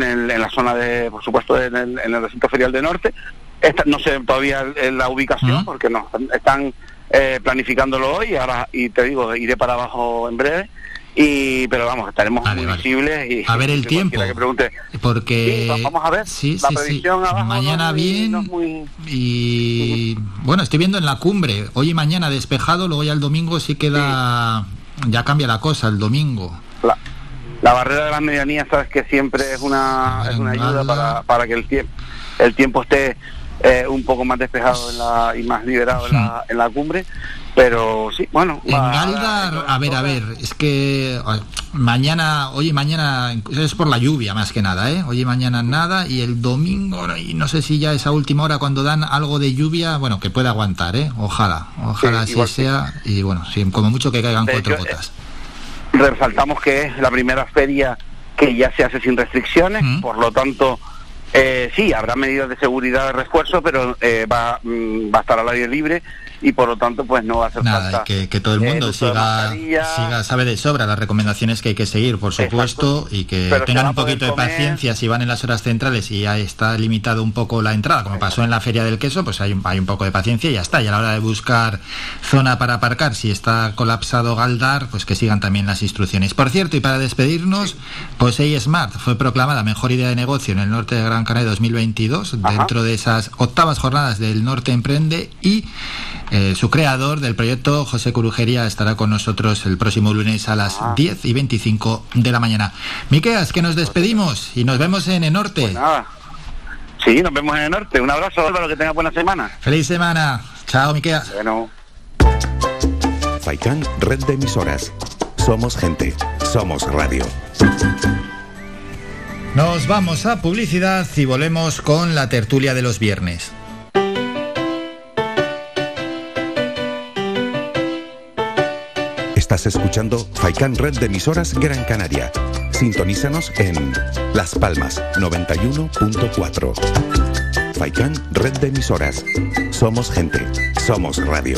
por supuesto, en el recinto ferial de Norte. No sé todavía la ubicación, porque no están planificándolo hoy, y te digo, iré para abajo en breve, pero vamos, estaremos muy visibles. Y a ver el tiempo, que pregunte, porque vamos a ver la previsión abajo, mañana bien, y bueno, estoy viendo en la cumbre, hoy y mañana despejado, luego ya el domingo sí queda, ya cambia la cosa el domingo. La barrera de las medianías, sabes que siempre es una ayuda para que el tiempo esté un poco más despejado y más liberado en la cumbre, pero sí, bueno. En Galdar, a ver, es que hoy y mañana es por la lluvia más que nada, hoy y mañana nada, y el domingo, y no sé si ya esa última hora cuando dan algo de lluvia, bueno, que pueda aguantar, ojalá sí, así sea, y bueno, sí, como mucho que caigan 4 gotas. Resaltamos que es la primera feria que ya se hace sin restricciones, por lo tanto sí, habrá medidas de seguridad de refuerzo, pero va a estar al aire libre, y por lo tanto pues no va a hacer falta que todo el mundo siga, sabe de sobra las recomendaciones que hay que seguir, por supuesto. Exacto. Y que tengan un poquito de paciencia si van en las horas centrales y ya está limitado un poco la entrada, como pasó en la Feria del Queso, pues hay un poco de paciencia y ya está. Y a la hora de buscar zona para aparcar, si está colapsado Galdar, pues que sigan también las instrucciones. Por cierto, y para despedirnos, POSEI Smart fue proclamada mejor idea de negocio en el norte de Gran Canaria 2022, dentro de esas 8ª jornadas del Norte Emprende, y su creador del proyecto, José Curujería, estará con nosotros el próximo lunes a las 10:25 de la mañana. Miqueas, que nos despedimos y nos vemos en Enorte. Pues nada. Sí, nos vemos en Enorte. Un abrazo, Álvaro, que tenga buena semana. Feliz semana. Chao, Miqueas. Bueno. Faikan, red de emisoras. Somos gente. Somos radio. Nos vamos a publicidad y volvemos con la tertulia de los viernes. Estás escuchando Faikan, red de emisoras Gran Canaria. Sintonízanos en Las Palmas 91.4. Faikan, red de emisoras. Somos gente. Somos radio.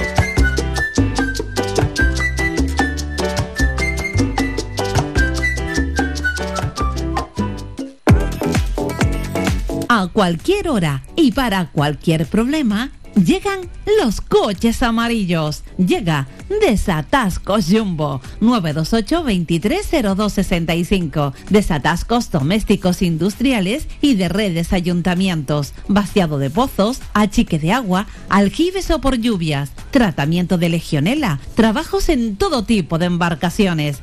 A cualquier hora y para cualquier problema, llegan los coches amarillos. Llega Desatascos Jumbo, 928 230265. Desatascos domésticos industriales y de redes ayuntamientos. Vaciado de pozos, achique de agua, aljibes o por lluvias. Tratamiento de legionela. Trabajos en todo tipo de embarcaciones.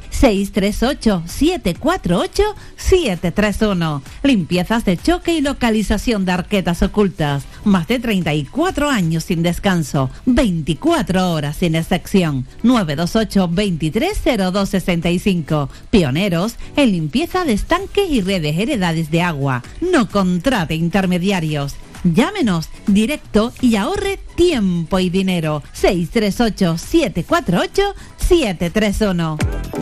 638-748-731. Limpiezas de choque y localización de arquetas ocultas. Más de 34 años sin descanso. 24 horas sin excepción. 928 230265. Pioneros en limpieza de estanques y redes heredades de agua. No contrate intermediarios. Llámenos directo y ahorre tiempo y dinero. 638-748-731.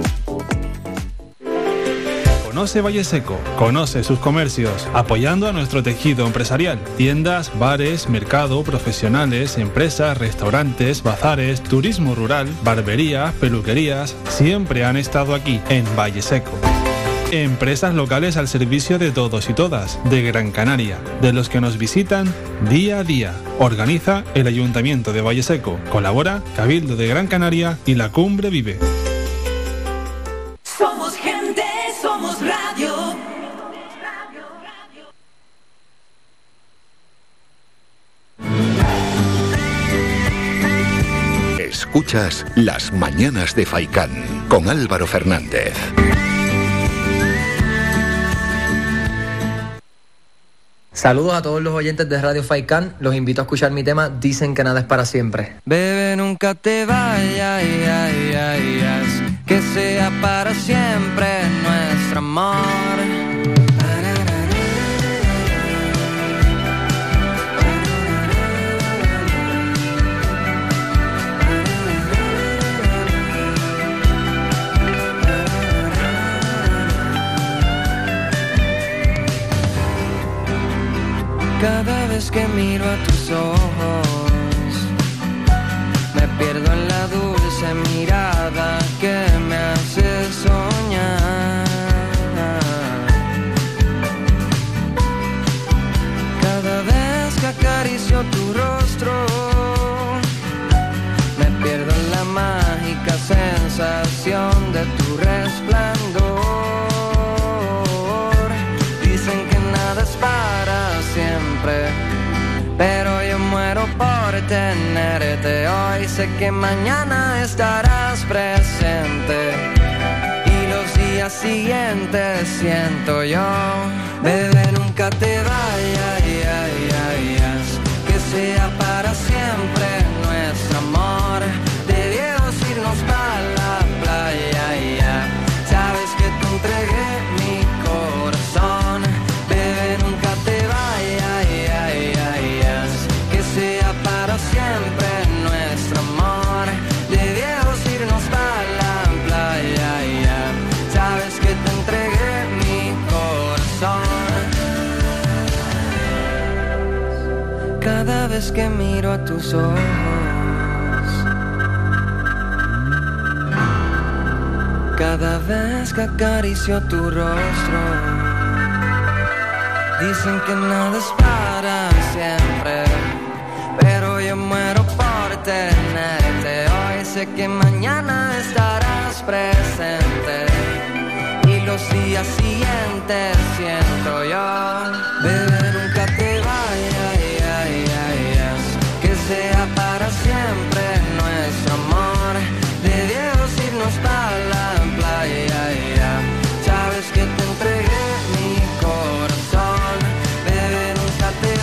Conoce Valle Seco, conoce sus comercios, apoyando a nuestro tejido empresarial. Tiendas, bares, mercado, profesionales, empresas, restaurantes, bazares, turismo rural, barberías, peluquerías, siempre han estado aquí, en Valle Seco. Empresas locales al servicio de todos y todas, de Gran Canaria, de los que nos visitan día a día. Organiza el Ayuntamiento de Valle Seco. Colabora Cabildo de Gran Canaria y La Cumbre Vive. Somos gente, somos radio. Escuchas Las Mañanas de Faikán con Álvaro Fernández. Saludos a todos los oyentes de Radio Faikán. Los invito a escuchar mi tema Dicen que nada es para siempre. Bebé, nunca te vayas, que sea para siempre nuestro amor. Cada vez que miro a tus ojos, me pierdo en la dulce mirada que me hace soñar. Cada vez que acaricio tu rostro, me pierdo en la mágica sensación de tu resplandor. Dicen que nada es para siempre, pero yo muero por tenerte hoy. Sé que mañana estarás presente y los días siguientes siento yo. Bebé, nunca te vayas, que sea para siempre nuestro amor. De viejos irnos para la playa, sabes que te entregué mi corazón. Bebé, nunca te vayas, que sea para siempre nuestro amor. De viejos irnos para la playa, sabes que te entregué mi corazón. Cada vez que miro a tus ojos, cada vez que acaricio tu rostro, dicen que nada es para siempre, pero yo muero por tenerte hoy. Sé que mañana estarás presente y los días siguientes siento yo. Bebé, nunca te vayas, que sea para siempre nuestro amor. De viejos irnos para la playa, sabes que te entregué mi corazón. Bebé, nunca te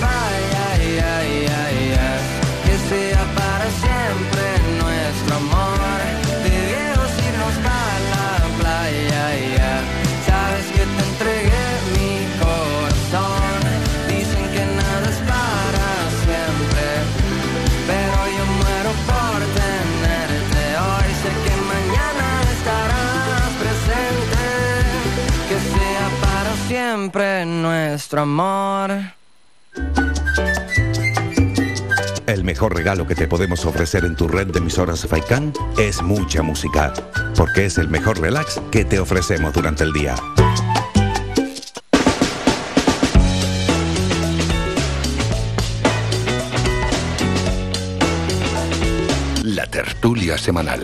vayas, que sea para siempre nuestro amor. De viejos irnos para la playa, sabes que te entregué mi corazón. Dicen que nada es para siempre, pero yo muero por tenerte hoy. Sé que mañana estarás presente, que sea para siempre nuestro amor. El mejor regalo que te podemos ofrecer en tu red de emisoras Faikán es mucha música, porque es el mejor relax que te ofrecemos durante el día. La tertulia semanal.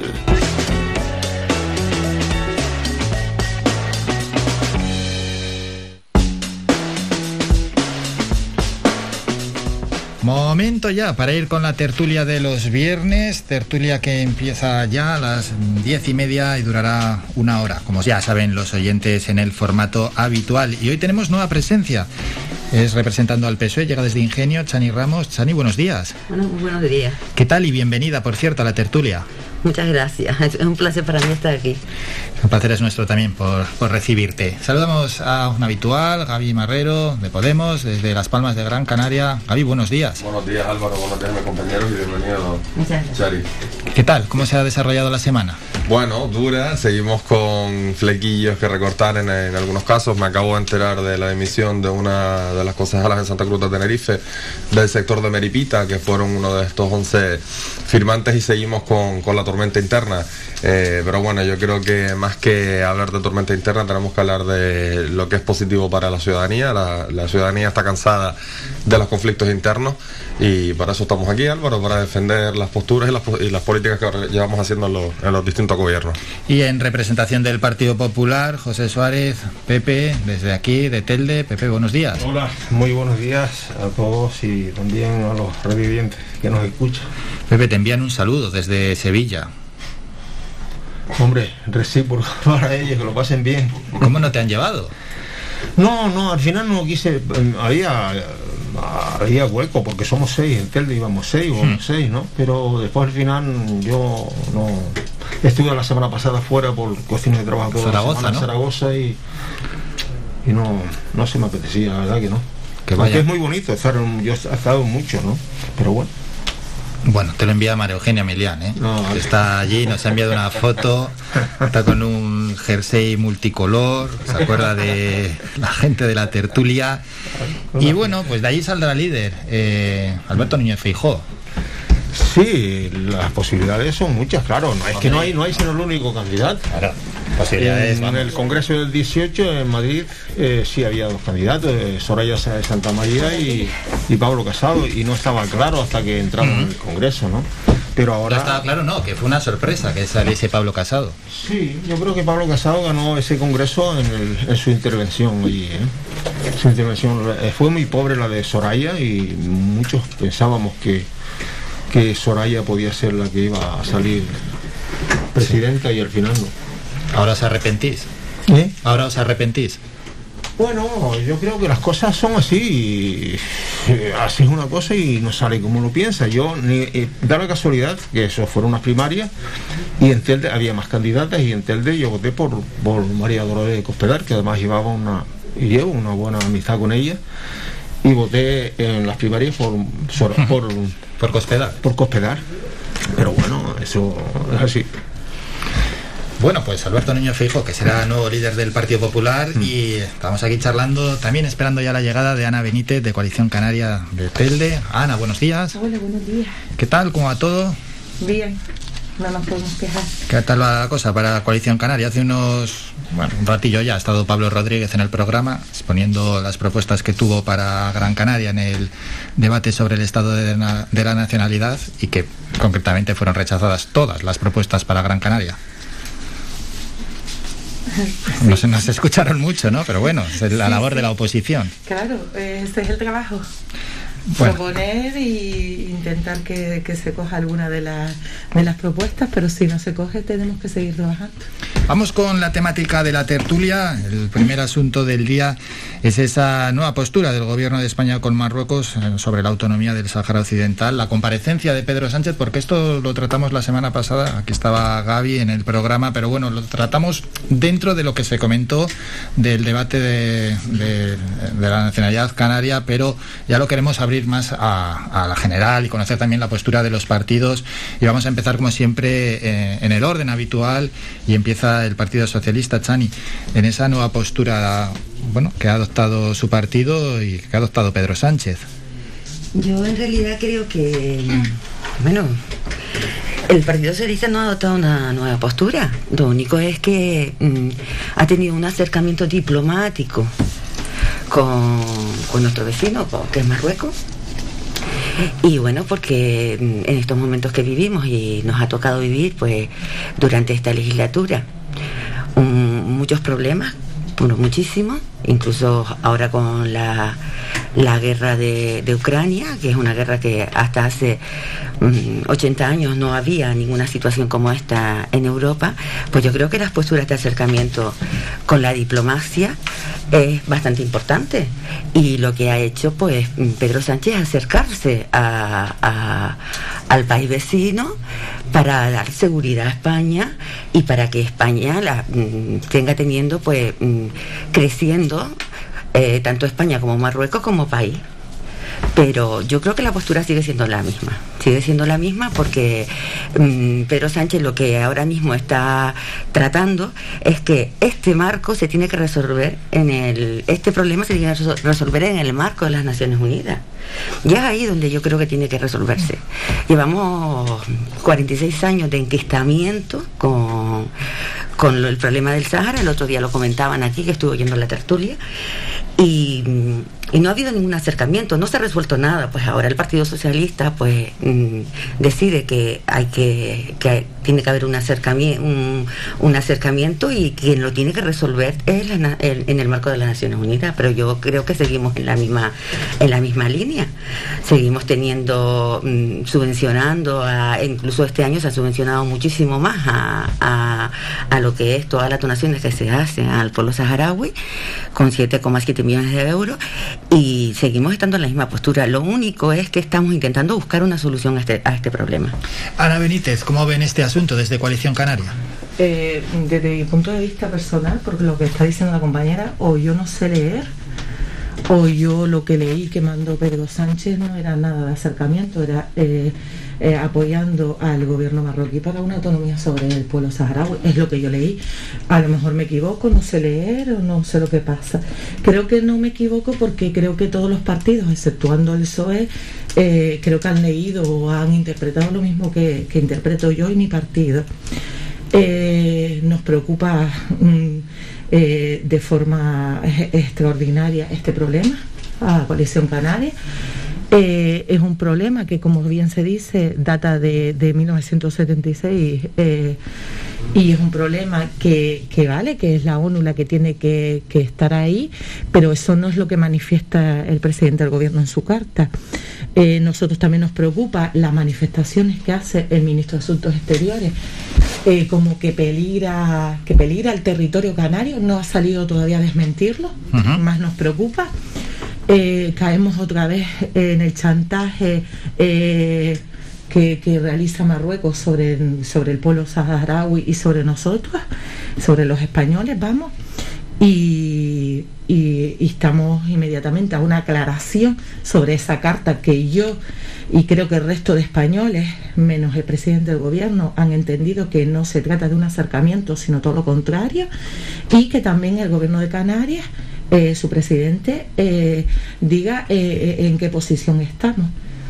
Momento ya para ir con la tertulia de los viernes, tertulia que empieza ya a las 10:30 y durará 1 hora, como ya saben los oyentes, en el formato habitual. Y hoy tenemos nueva presencia, es representando al PSOE, llega desde Ingenio, Chani Ramos. Chani, buenos días. Bueno, muy buenos días. ¿Qué tal? Y bienvenida, por cierto, a la tertulia. Muchas gracias, es un placer para mí estar aquí. Un placer es nuestro también por recibirte. Saludamos a un habitual, Gaby Marrero, de Podemos, desde Las Palmas de Gran Canaria. Gaby, buenos días. Buenos días, Álvaro, buenos días, mis compañeros, y bienvenido, Chari. ¿Qué tal? ¿Cómo se ha desarrollado la semana? Bueno, dura, seguimos con flequillos que recortar en algunos casos. Me acabo de enterar de la dimisión de una de las concejalas en Santa Cruz de Tenerife, del sector de Meripita, que fueron uno de estos 11 firmantes, y seguimos con la tormenta interna. Pero bueno, yo creo que más que hablar de tormenta interna tenemos que hablar de lo que es positivo para la ciudadanía. La ciudadanía está cansada de los conflictos internos y para eso estamos aquí, Álvaro, para defender las posturas y las políticas que llevamos haciendo en los distintos gobiernos. Y en representación del Partido Popular, José Suárez, Pepe, desde aquí, de Telde. Pepe, buenos días. Hola, muy buenos días a todos y también a los revivientes que nos escuchan. Pepe, te envían un saludo desde Sevilla. Hombre, recíproco para ellos, que lo pasen bien. ¿Cómo no te han llevado? No, al final no quise, había hueco, porque somos 6, en Telde íbamos 6 o 6, ¿no? Pero después al final yo no... Estuve la semana pasada fuera por cuestiones de trabajo toda Zaragoza, la semana, ¿no? Zaragoza y no se me apetecía, la verdad que no. Que Porque vaya. es muy bonito, yo he estado mucho, ¿no? Pero bueno. Bueno, te lo envía María Eugenia Milián, ¿eh? Que está allí, nos ha enviado una foto, está con un jersey multicolor, se acuerda de la gente de la tertulia. Y bueno, pues de allí saldrá líder, Alberto Núñez Feijóo. Sí, las posibilidades son muchas, claro. No es que no hay sino el único candidato. Claro, posibilidades. En el Congreso del 18 en Madrid sí había 2 candidatos, Soraya de Santa María y Pablo Casado, y no estaba claro hasta que entramos en el Congreso, ¿no? Pero ahora... No estaba claro, no, que fue una sorpresa que saliese Pablo Casado. Sí, yo creo que Pablo Casado ganó ese Congreso en su intervención allí, ¿eh? Su intervención fue muy pobre la de Soraya, y muchos pensábamos que Soraya podía ser la que iba a salir presidenta, y al final no. ¿Ahora os arrepentís? ¿Ahora os arrepentís? Bueno, yo creo que las cosas son así, así es una cosa y no sale como uno piensa. Da la casualidad que eso fueron unas primarias y en Telde había más candidatas, y en Telde yo voté por María Dolores Cospedal, que además llevo una buena amistad con ella, y voté en las primarias por Cospedal. Por Cospedal. Pero bueno, eso es así. Bueno, pues Alberto Núñez Feijóo, que será nuevo líder del Partido Popular, y estamos aquí charlando, también esperando ya la llegada de Ana Benítez, de Coalición Canaria de Telde. Ana, buenos días. Hola, buenos días. ¿Qué tal? ¿Cómo va todo? Bien, no nos podemos quejar. ¿Qué tal va la cosa para Coalición Canaria? Hace un ratillo ya ha estado Pablo Rodríguez en el programa exponiendo las propuestas que tuvo para Gran Canaria en el debate sobre el estado de la nacionalidad, y que concretamente fueron rechazadas todas las propuestas para Gran Canaria. No se escucharon mucho, ¿no? Pero bueno, es la labor de la oposición. Claro, ese es el trabajo. Bueno. Proponer y intentar que se coja alguna de las propuestas, pero si no se coge tenemos que seguir trabajando. Vamos con la temática de la tertulia. El primer asunto del día es esa nueva postura del Gobierno de España con Marruecos sobre la autonomía del Sáhara Occidental, la comparecencia de Pedro Sánchez, porque esto lo tratamos la semana pasada, aquí estaba Gaby en el programa, pero bueno, lo tratamos dentro de lo que se comentó del debate de la nacionalidad canaria, pero ya lo queremos abrir más a la general y conocer también la postura de los partidos, y vamos a empezar como siempre en el orden habitual, y empieza el Partido Socialista. Chani, en esa nueva postura, bueno, que ha adoptado su partido y que ha adoptado Pedro Sánchez. Yo en realidad creo que, bueno, el Partido Socialista no ha adoptado una nueva postura. Lo único es que ha tenido un acercamiento diplomático con nuestro vecino, que es Marruecos. Y bueno, porque en estos momentos que vivimos, y nos ha tocado vivir pues durante esta legislatura, muchos problemas, bueno, muchísimos, incluso ahora con la guerra de Ucrania, que es una guerra que hasta hace 80 años no había ninguna situación como esta en Europa. Pues yo creo que las posturas de acercamiento con la diplomacia es bastante importante, y lo que ha hecho pues Pedro Sánchez es acercarse al país vecino para dar seguridad a España, y para que España tenga teniendo pues creciendo tanto España como Marruecos como país. Pero yo creo que la postura sigue siendo la misma, porque Pedro Sánchez lo que ahora mismo está tratando es que este marco se tiene que resolver este problema se tiene que resolver en el marco de las Naciones Unidas. Y es ahí donde yo creo que tiene que resolverse. Llevamos 46 años de enquistamiento con el problema del Sáhara. El otro día lo comentaban aquí, que estuve oyendo la tertulia, y y no ha habido ningún acercamiento, no se ha resuelto nada. Pues ahora el Partido Socialista pues decide que tiene que haber un acercamiento y quien lo tiene que resolver es en el marco de las Naciones Unidas. Pero yo creo que seguimos en la misma línea, seguimos teniendo subvencionando incluso este año se ha subvencionado muchísimo más a lo que es todas las donaciones que se hacen al pueblo saharaui, con 7,7 millones de euros, y seguimos estando en la misma postura. Lo único es que estamos intentando buscar una solución a este problema. Ana Benítez, ¿cómo ven este asunto desde Coalición Canaria? Desde mi punto de vista personal, porque lo que está diciendo la compañera, o yo no sé leer, o yo lo que leí que mandó Pedro Sánchez no era nada de acercamiento, era apoyando al gobierno marroquí para una autonomía sobre el pueblo saharaui. Es lo que yo leí. A lo mejor me equivoco, no sé leer o no sé lo que pasa. Creo que no me equivoco porque creo que todos los partidos, exceptuando el PSOE, creo que han leído o han interpretado lo mismo que interpreto yo y mi partido. Nos preocupa de forma extraordinaria este problema a la Coalición Canaria. Es un problema que, como bien se dice, data de 1976 y es un problema que es la ONU la que tiene que estar ahí, pero eso no es lo que manifiesta el presidente del gobierno en su carta. Nosotros también nos preocupa las manifestaciones que hace el ministro de Asuntos Exteriores, como que peligra el territorio canario. No ha salido todavía a desmentirlo. Más nos preocupa. Caemos otra vez en el chantaje que realiza Marruecos sobre el pueblo saharaui y sobre nosotros, sobre los españoles, vamos, y estamos inmediatamente a una aclaración sobre esa carta que yo y creo que el resto de españoles, menos el presidente del gobierno, han entendido que no se trata de un acercamiento, sino todo lo contrario, y que también el gobierno de Canarias, su presidente, diga en qué posición estamos.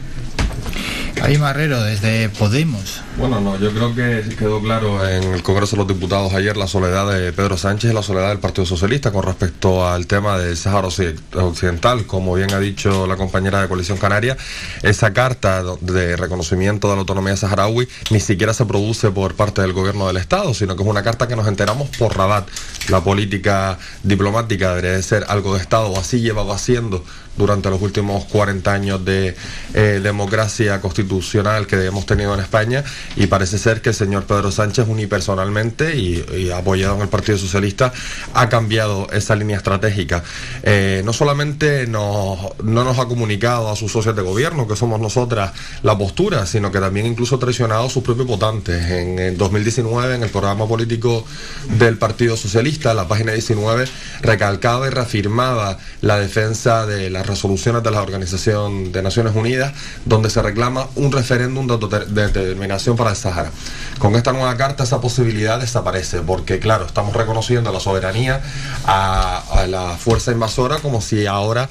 Javi Marrero, desde Podemos. Bueno, no, yo creo que quedó claro en el Congreso de los Diputados ayer la soledad de Pedro Sánchez y la soledad del Partido Socialista con respecto al tema del Sáhara Occidental. Como bien ha dicho la compañera de Coalición Canaria, esa carta de reconocimiento de la autonomía saharaui ni siquiera se produce por parte del gobierno del Estado, sino que es una carta que nos enteramos por Rabat. La política diplomática debería de ser algo de Estado, o así llevaba haciendo durante los últimos 40 años de democracia constitucional que hemos tenido en España, y parece ser que el señor Pedro Sánchez unipersonalmente y apoyado en el Partido Socialista ha cambiado esa línea estratégica. No solamente no nos ha comunicado a sus socios de gobierno, que somos nosotras, la postura, sino que también incluso ha traicionado a sus propios votantes. En 2019, en el programa político del Partido Socialista, la página 19 recalcaba y reafirmaba la defensa de las resoluciones de la Organización de Naciones Unidas, donde se reclama un referéndum de determinación para el Sáhara. Con esta nueva carta esa posibilidad desaparece, porque claro, estamos reconociendo la soberanía a la fuerza invasora, como si ahora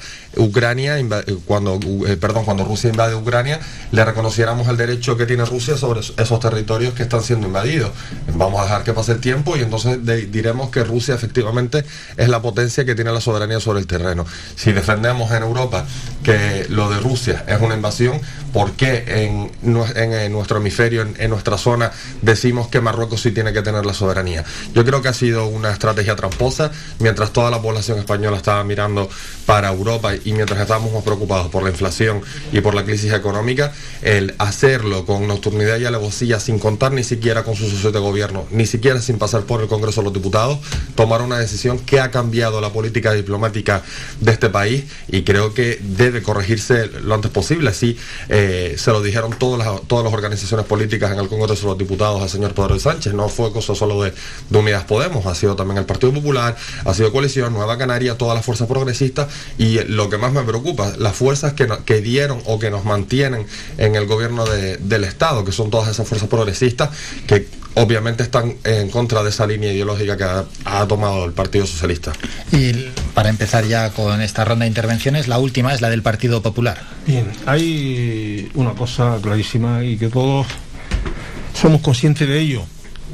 cuando Rusia invade Ucrania, le reconociéramos el derecho que tiene Rusia sobre esos territorios que están siendo invadidos. Vamos a dejar que pase el tiempo y entonces diremos que Rusia efectivamente es la potencia que tiene la soberanía sobre el terreno. Si defendemos en Europa que lo de Rusia es una invasión, ¿por qué en nuestro hemisferio, en nuestra zona, decimos que Marruecos sí tiene que tener la soberanía? Yo creo que ha sido una estrategia tramposa. Mientras toda la población española estaba mirando para Europa y mientras estábamos más preocupados por la inflación y por la crisis económica, el hacerlo con nocturnidad y alevosía, sin contar ni siquiera con sus socios de gobierno, ni siquiera sin pasar por el Congreso de los Diputados, tomar una decisión que ha cambiado la política diplomática de este país, y creo que debe corregirse lo antes posible. Así se lo dijeron todas las organizaciones políticas en el Congreso de los Diputados al señor Pedro Sánchez. No fue cosa solo de Unidas Podemos, ha sido también el Partido Popular, ha sido Coalición, Nueva Canaria, todas las fuerzas progresistas, y lo que más me preocupa, las fuerzas que dieron o que nos mantienen en el gobierno del Estado, que son todas esas fuerzas progresistas que obviamente están en contra de esa línea ideológica que ha tomado el Partido Socialista. Y para empezar ya con esta ronda de intervenciones, la última es la del Partido Popular. Bien, hay una cosa clarísima y que todos somos conscientes de ello.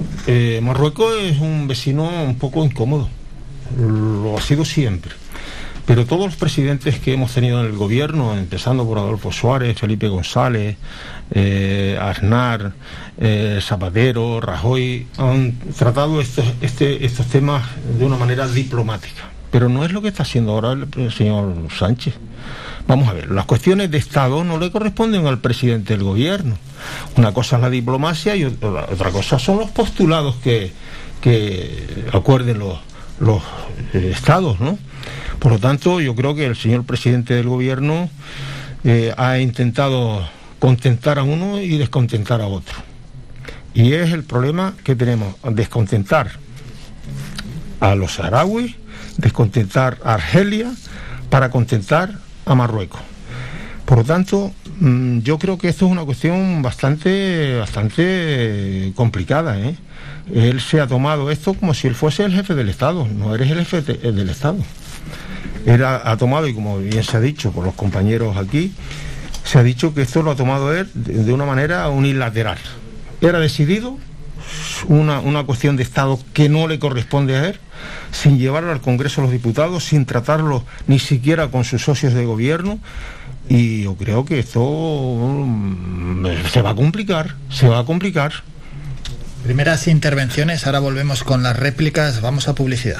Marruecos es un vecino un poco incómodo, lo ha sido siempre. pero todos los presidentes que hemos tenido en el gobierno, empezando por Adolfo Suárez, Felipe González, Aznar, Zapatero, Rajoy, han tratado estos temas de una manera diplomática. Pero no es lo que está haciendo ahora el señor Sánchez. Vamos a ver, las cuestiones de Estado no le corresponden al presidente del gobierno. Una cosa es la diplomacia y otra cosa son los postulados que acuerden los estados, ¿no? Por lo tanto, yo creo que el señor presidente del gobierno ha intentado contentar a uno y descontentar a otro. Y es el problema que tenemos, descontentar a los saharauis, descontentar a Argelia para contentar a Marruecos. Por lo tanto, yo creo que esto es una cuestión bastante complicada, ¿eh? Él se ha tomado esto como si él fuese el jefe del Estado. No eres el jefe del Estado. Él ha tomado, y como bien se ha dicho por los compañeros aquí, se ha dicho que esto lo ha tomado él de una manera unilateral. Era decidido, una cuestión de Estado que no le corresponde a él, sin llevarlo al Congreso de los Diputados, sin tratarlo ni siquiera con sus socios de gobierno, y yo creo que esto se va a complicar. Primeras intervenciones, ahora volvemos con las réplicas, vamos a publicidad.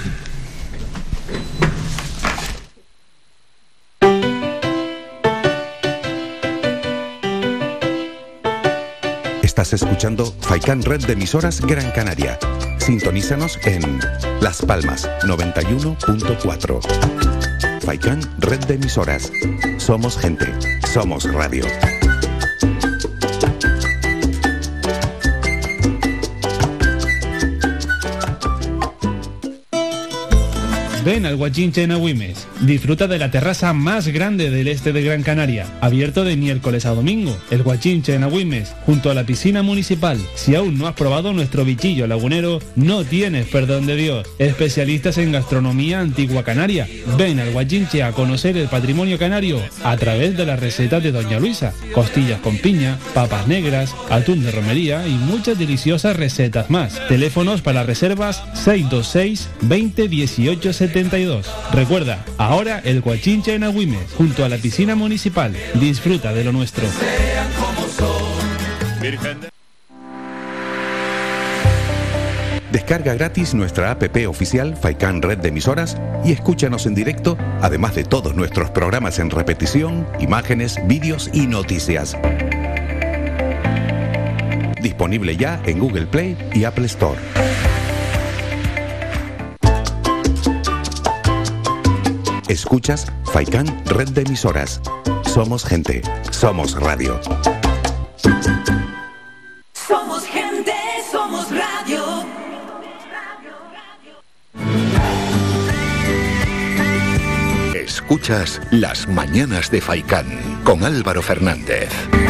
Estás escuchando Faikan Red de Emisoras Gran Canaria. Sintonízanos en Las Palmas 91.4. Faikan Red de Emisoras. Somos gente, somos radio. Ven al Guachinche en Agüimes. Disfruta de la terraza más grande del este de Gran Canaria, abierto de miércoles a domingo. El Guachinche en Agüimes, junto a la piscina municipal. Si aún no has probado nuestro bichillo lagunero, no tienes perdón de Dios. Especialistas en gastronomía antigua canaria. Ven al Guachinche a conocer el patrimonio canario a través de las recetas de Doña Luisa. Costillas con piña, papas negras, atún de romería y muchas deliciosas recetas más. Teléfonos para reservas 626 20 18 72. Recuerda, ahora el Guachinche en Agüimes, junto a la piscina municipal. Disfruta de lo nuestro. Descarga gratis nuestra app oficial Faikan Red de Emisoras y escúchanos en directo, además de todos nuestros programas en repetición, imágenes, vídeos y noticias. Disponible ya en Google Play y Apple Store. Escuchas Faikan Red de Emisoras. Somos gente, somos radio. Somos gente, somos radio. Escuchas Las Mañanas de Faikan con Álvaro Fernández.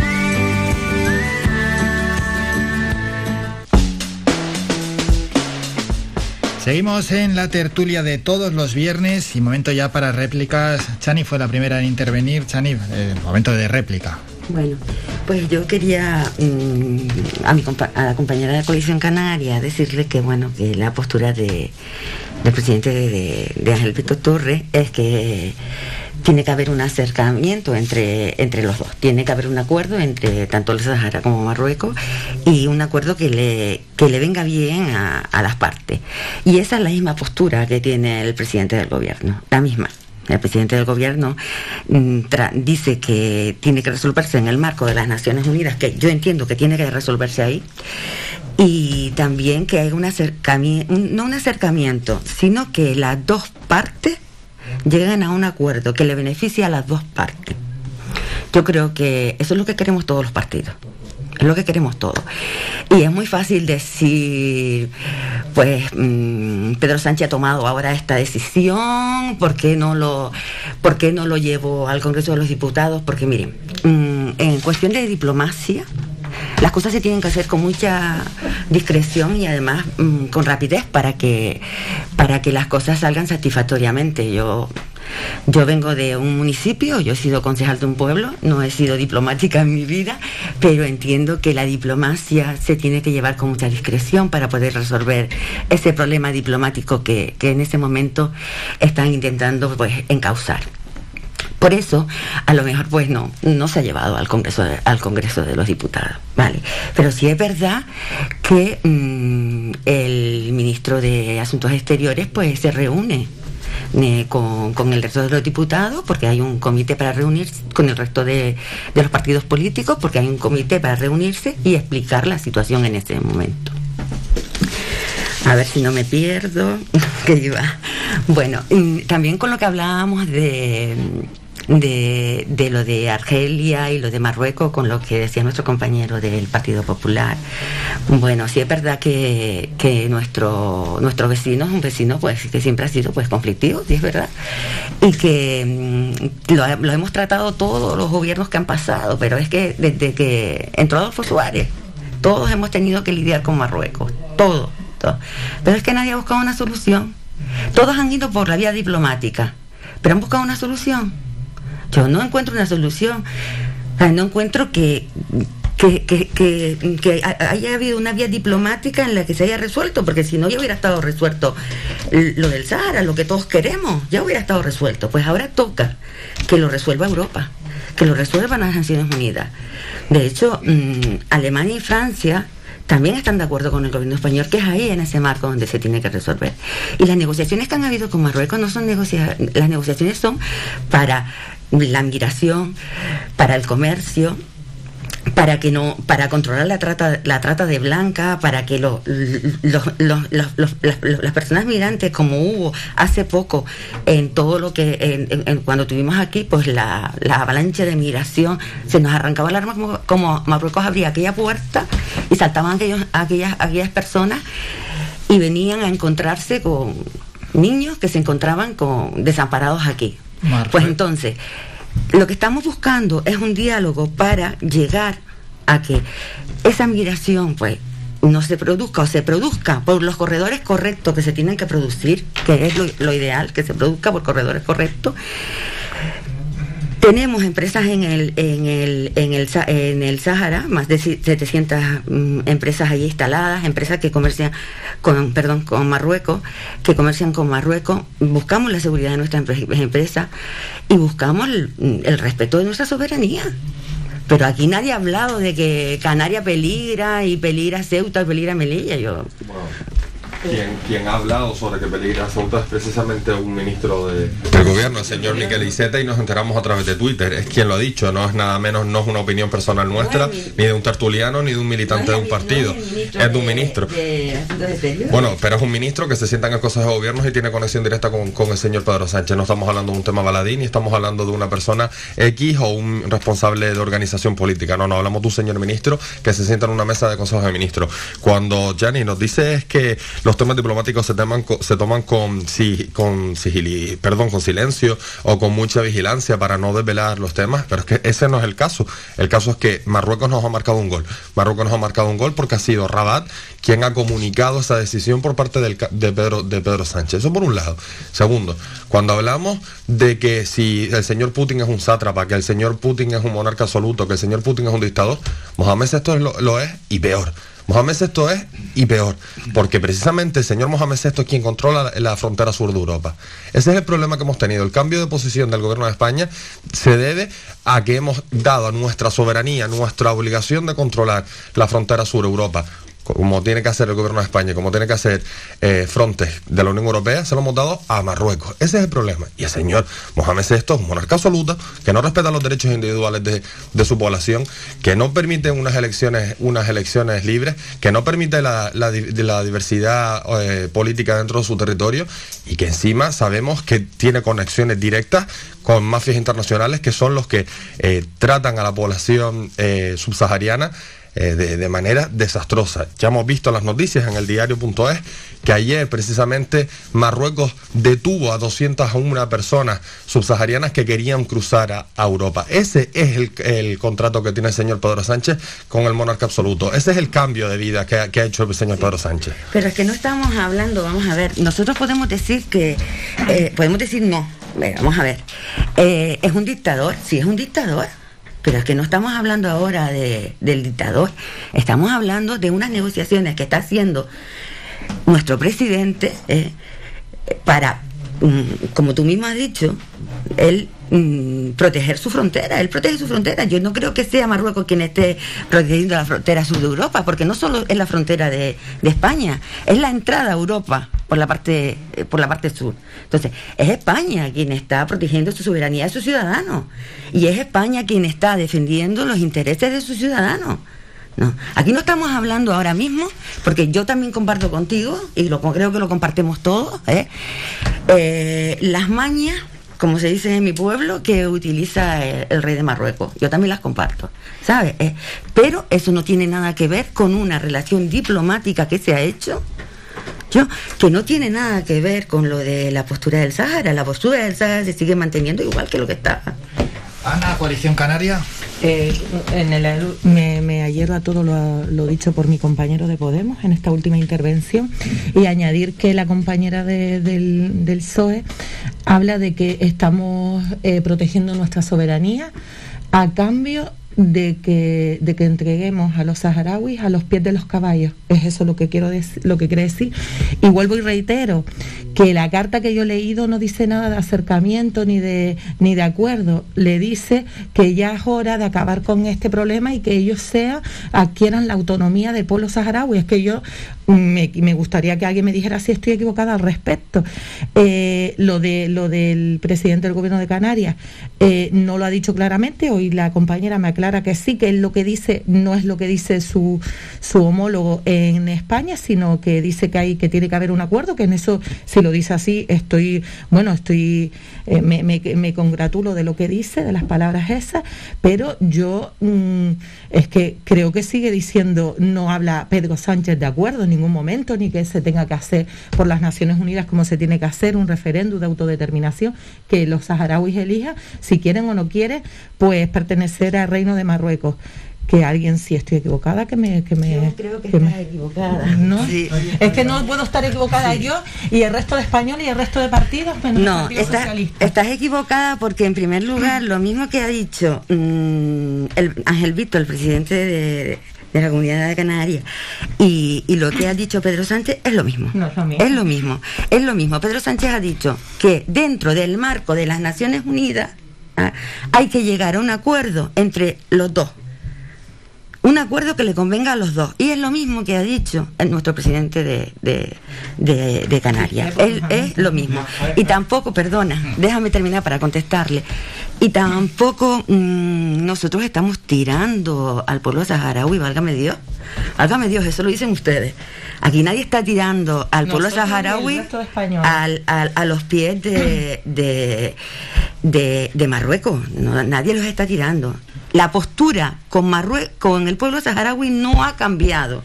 Seguimos en la tertulia de todos los viernes y momento ya para réplicas. Chani fue la primera en intervenir. Chani, momento de réplica. Bueno, pues yo quería a la compañera de Coalición Canaria decirle que bueno, que la postura del presidente de Ángel Víctor Torres es que tiene que haber un acercamiento entre los dos, tiene que haber un acuerdo entre tanto el Sahara como Marruecos y un acuerdo que le venga bien a las partes. Y esa es la misma postura que tiene el presidente del gobierno, la misma. El presidente del gobierno dice que tiene que resolverse en el marco de las Naciones Unidas, que yo entiendo que tiene que resolverse ahí, y también que hay un acercamiento, no un acercamiento, sino que las dos partes lleguen a un acuerdo que le beneficie a las dos partes. Yo creo que eso es lo que queremos todos los partidos. Es lo que queremos todos. Y es muy fácil decir, pues Pedro Sánchez ha tomado ahora esta decisión, ¿por qué no lo llevo al Congreso de los Diputados? Porque miren, en cuestión de diplomacia, las cosas se tienen que hacer con mucha discreción y además con rapidez para que las cosas salgan satisfactoriamente. Yo Yo vengo de un municipio, yo he sido concejal de un pueblo, no he sido diplomática en mi vida, pero entiendo que la diplomacia se tiene que llevar con mucha discreción para poder resolver ese problema diplomático que en ese momento están intentando pues encauzar. Por eso, a lo mejor pues no se ha llevado al Congreso de los Diputados, ¿vale? Pero sí es verdad que el ministro de Asuntos Exteriores pues se reúne con el resto de los diputados, porque hay un comité para reunirse con el resto de los partidos políticos, porque hay un comité para reunirse y explicar la situación en ese momento. A ver si no me pierdo, que iba. Bueno, también con lo que hablábamos de lo de Argelia y lo de Marruecos, con lo que decía nuestro compañero del Partido Popular. Bueno, sí es verdad que nuestro vecino es un vecino pues que siempre ha sido pues conflictivo, sí es verdad, y que lo hemos tratado todos los gobiernos que han pasado, pero es que desde que entró Adolfo Suárez, todos hemos tenido que lidiar con Marruecos, todos. Pero es que nadie ha buscado una solución. Todos han ido por la vía diplomática, pero han buscado una solución. Yo no encuentro una solución. No encuentro que haya habido una vía diplomática en la que se haya resuelto, porque si no ya hubiera estado resuelto lo del Sahara, lo que todos queremos, ya hubiera estado resuelto. Pues ahora toca que lo resuelva Europa, que lo resuelvan las Naciones Unidas. De hecho, Alemania y Francia también están de acuerdo con el gobierno español, que es ahí en ese marco donde se tiene que resolver. Y las negociaciones que han habido con Marruecos no son las negociaciones son para la migración, para el comercio, para controlar la trata de blanca, para que las personas migrantes, como hubo hace poco en todo lo que cuando tuvimos aquí pues la avalancha de migración, se nos arrancaba el arma como Marruecos abría aquella puerta y saltaban aquellas personas y venían a encontrarse con niños que se encontraban desamparados aquí. Pues entonces lo que estamos buscando es un diálogo para llegar a que esa migración pues no se produzca o se produzca por los corredores correctos que se tienen que producir, que es lo ideal, que se produzca por corredores correctos. Tenemos empresas en el Sahara, más de 700 empresas allí instaladas, empresas que comercian con Marruecos, que comercian con Marruecos. Buscamos la seguridad de nuestras empresas y buscamos el respeto de nuestra soberanía. Pero aquí nadie ha hablado de que Canarias peligra y peligra Ceuta y peligra Melilla. Quien ha hablado sobre que peligra Ceuta es precisamente un ministro del gobierno, el señor Miquel Iceta, y nos enteramos a través de Twitter. Es quien lo ha dicho, no es nada menos, no es una opinión personal nuestra, ni de un tertuliano, ni de un militante de un partido. Es de un ministro. Bueno, pero es un ministro que se sienta en el Consejo de Gobierno y tiene conexión directa con el señor Pedro Sánchez. No estamos hablando de un tema baladí, ni estamos hablando de una persona X o un responsable de organización política. No hablamos de un señor ministro que se sienta en una mesa de Consejo de Ministros. Cuando Gianni nos dice es que los temas diplomáticos se toman con silencio o con mucha vigilancia para no desvelar los temas, pero es que ese no es el caso. El caso es que Marruecos nos ha marcado un gol. Marruecos nos ha marcado un gol porque ha sido Rabat quien ha comunicado esa decisión por parte de Pedro Sánchez. Eso por un lado. Segundo, cuando hablamos de que si el señor Putin es un sátrapa, que el señor Putin es un monarca absoluto, que el señor Putin es un dictador, Mohamed VI lo es y peor. Mohamed VI es y peor, porque precisamente el señor Mohamed VI es quien controla la frontera sur de Europa. Ese es el problema que hemos tenido. El cambio de posición del gobierno de España se debe a que hemos dado a nuestra soberanía, nuestra obligación de controlar la frontera sur de Europa, como tiene que hacer el gobierno de España, como tiene que hacer Frontex de la Unión Europea, se lo hemos dado a Marruecos. Ese es el problema. Y el señor Mohamed VI es un monarca absoluto, que no respeta los derechos individuales de su población, que no permite unas elecciones libres, que no permite la diversidad política dentro de su territorio, y que encima sabemos que tiene conexiones directas con mafias internacionales, que son los que tratan a la población subsahariana de manera desastrosa. Ya hemos visto las noticias en el diario.es que ayer precisamente Marruecos detuvo a 201 personas subsaharianas que querían cruzar a Europa. Ese es el contrato que tiene el señor Pedro Sánchez con el monarca absoluto. Ese es el cambio de vida que ha hecho el señor Pedro Sánchez. Pero es que no estamos hablando, vamos a ver, nosotros podemos decir no, vamos a ver. ¿Es un dictador? Sí, es un dictador. Pero es que no estamos hablando ahora del dictador. Estamos hablando de unas negociaciones que está haciendo nuestro presidente para, como tú mismo has dicho, él proteger su frontera. Él protege su frontera. Yo no creo que sea Marruecos quien esté protegiendo la frontera sur de Europa, porque no solo es la frontera de España, es la entrada a Europa por la parte sur. Entonces, es España quien está protegiendo su soberanía de sus ciudadanos, y es España quien está defendiendo los intereses de sus ciudadanos. No, aquí no estamos hablando ahora mismo, porque yo también comparto contigo, y creo que lo compartimos todos, las mañas, como se dice en mi pueblo, que utiliza el rey de Marruecos. Yo también las comparto, ¿sabes? Pero eso no tiene nada que ver con una relación diplomática que se ha hecho, que no tiene nada que ver con lo de la postura del Sáhara. La postura del Sáhara se sigue manteniendo igual que lo que estaba. Ana, Coalición Canaria. Me adhiero a todo lo dicho por mi compañero de Podemos en esta última intervención, y añadir que la compañera del PSOE habla de que estamos protegiendo nuestra soberanía a cambio de que entreguemos a los saharauis a los pies de los caballos. Es eso lo que quiere decir. Y vuelvo y reitero que la carta que yo he leído no dice nada de acercamiento ni de acuerdo. Le dice que ya es hora de acabar con este problema y que ellos adquieran la autonomía del pueblo saharaui. Es que yo me gustaría que alguien me dijera si estoy equivocada al respecto. Lo del presidente del gobierno de Canarias no lo ha dicho claramente. Hoy la compañera me aclara que sí, que él lo que dice no es lo que dice su homólogo en España, sino que dice que tiene que haber un acuerdo, que en eso, si lo dice así, me congratulo de lo que dice, de las palabras esas, pero yo es que creo que sigue diciendo, no habla Pedro Sánchez de acuerdo en ningún momento, ni que se tenga que hacer por las Naciones Unidas como se tiene que hacer un referéndum de autodeterminación, que los saharauis elijan si quieren o no quieren pues pertenecer al Reino de Marruecos. Que alguien, si estoy equivocada, yo creo que estás equivocada. ¿No? Sí. Es que no puedo estar equivocada yo y el resto de españoles y el resto de partidos menos el Partido Socialista. Estás equivocada porque, en primer lugar, lo mismo que ha dicho Ángel Víctor, el presidente de la Comunidad de Canarias, y lo que ha dicho Pedro Sánchez es lo mismo. No, es lo mismo. Pedro Sánchez ha dicho que dentro del marco de las Naciones Unidas hay que llegar a un acuerdo entre los dos. Un acuerdo que le convenga a los dos. Y es lo mismo que ha dicho nuestro presidente de Canarias. Es lo mismo. Y tampoco, déjame terminar para contestarle. Y tampoco nosotros estamos tirando al pueblo saharaui, válgame Dios, eso lo dicen ustedes. Aquí nadie está tirando al pueblo saharaui a los pies de Marruecos. No, nadie los está tirando. La postura con el pueblo saharaui no ha cambiado.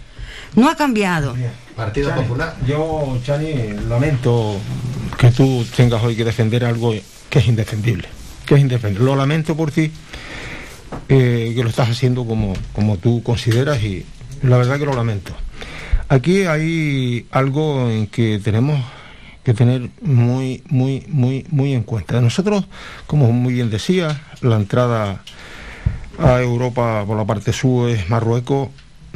Partido Popular. Yo, Chani, lamento que tú tengas hoy que defender algo que es indefendible. Lo lamento por ti, que lo estás haciendo como tú consideras, y la verdad que lo lamento. Aquí hay algo en que tenemos que tener muy en cuenta. Nosotros, como muy bien decía, la entrada a Europa por la parte sur es Marruecos,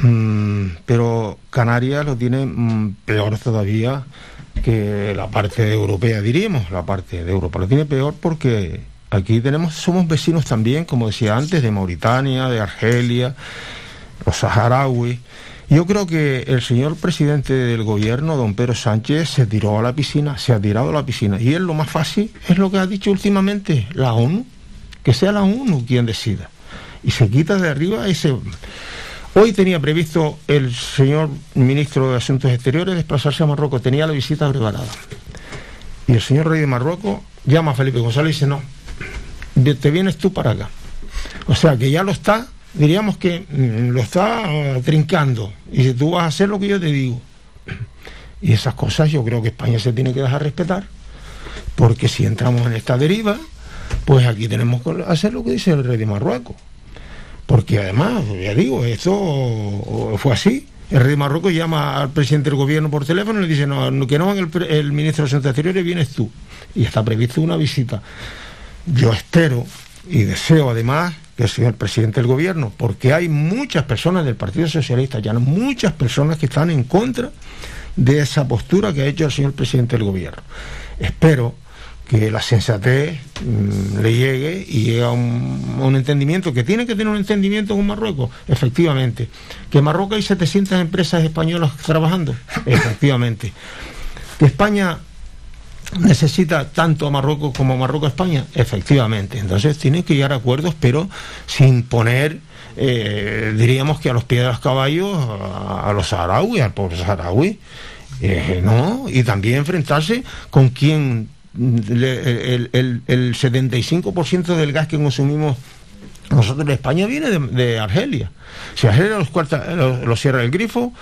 pero Canarias lo tiene peor todavía que la parte europea, diríamos. La parte de Europa lo tiene peor porque aquí somos vecinos también, como decía antes, de Mauritania, de Argelia, los saharauis. Yo creo que el señor presidente del gobierno, don Pedro Sánchez, se ha tirado a la piscina, y es lo más fácil, es lo que ha dicho últimamente la ONU, que sea la ONU quien decida, y se quita de arriba ese. Hoy tenía previsto el señor ministro de Asuntos Exteriores desplazarse a Marruecos, tenía la visita preparada, y el señor rey de Marruecos llama a Felipe González y dice: no, te vienes tú para acá. O sea que ya diríamos que lo está trincando, y dice: tú vas a hacer lo que yo te digo. Y esas cosas yo creo que España se tiene que dejar respetar, porque si entramos en esta deriva, pues aquí tenemos que hacer lo que dice el rey de Marruecos, porque además, ya digo, esto fue así, El rey de Marruecos llama al presidente del gobierno por teléfono y le dice, no, que no venga el ministro de Asuntos Exteriores, vienes tú. Y está previsto una visita. Yo espero y deseo además que el señor presidente del gobierno, porque hay muchas personas del Partido Socialista, ya no muchas personas que están en contra de esa postura que ha hecho el señor presidente del gobierno. Espero que la sensatez le llegue y llegue a un entendimiento, que tiene que tener un entendimiento con Marruecos, efectivamente. Que en Marruecos hay 700 empresas españolas trabajando, efectivamente. Que España necesita tanto a Marruecos como a Marruecos a España, efectivamente. Entonces tienen que llegar a acuerdos, pero sin poner, diríamos que a los pies de los caballos, a los saharauis, al pueblo saharaui, ¿no? Y también enfrentarse con quien el 75% del gas que consumimos nosotros en España viene de Argelia. Si Argelia los cierra el grifo,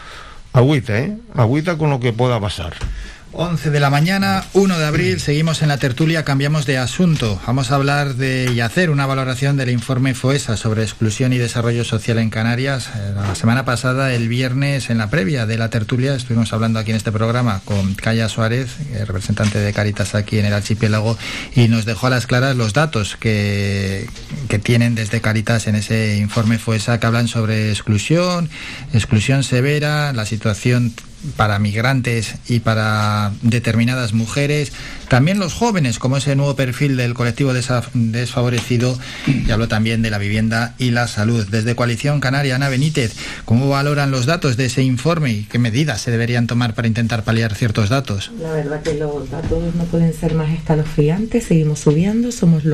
agüita con lo que pueda pasar. 11 de la mañana, 1 de abril, seguimos en la tertulia, cambiamos de asunto. Vamos a hablar y hacer una valoración del informe FOESA sobre exclusión y desarrollo social en Canarias. La semana pasada, el viernes, en la previa de la tertulia, estuvimos hablando aquí en este programa con Calla Suárez, representante de Cáritas aquí en el archipiélago, y nos dejó a las claras los datos que tienen desde Cáritas en ese informe FOESA, que hablan sobre exclusión severa, la situación para migrantes y para determinadas mujeres, también los jóvenes, como ese nuevo perfil del colectivo desfavorecido, y hablo también de la vivienda y la salud. Desde Coalición Canaria, Ana Benítez, ¿cómo valoran los datos de ese informe y qué medidas se deberían tomar para intentar paliar ciertos datos? La verdad que los datos no pueden ser más escalofriantes, seguimos subiendo,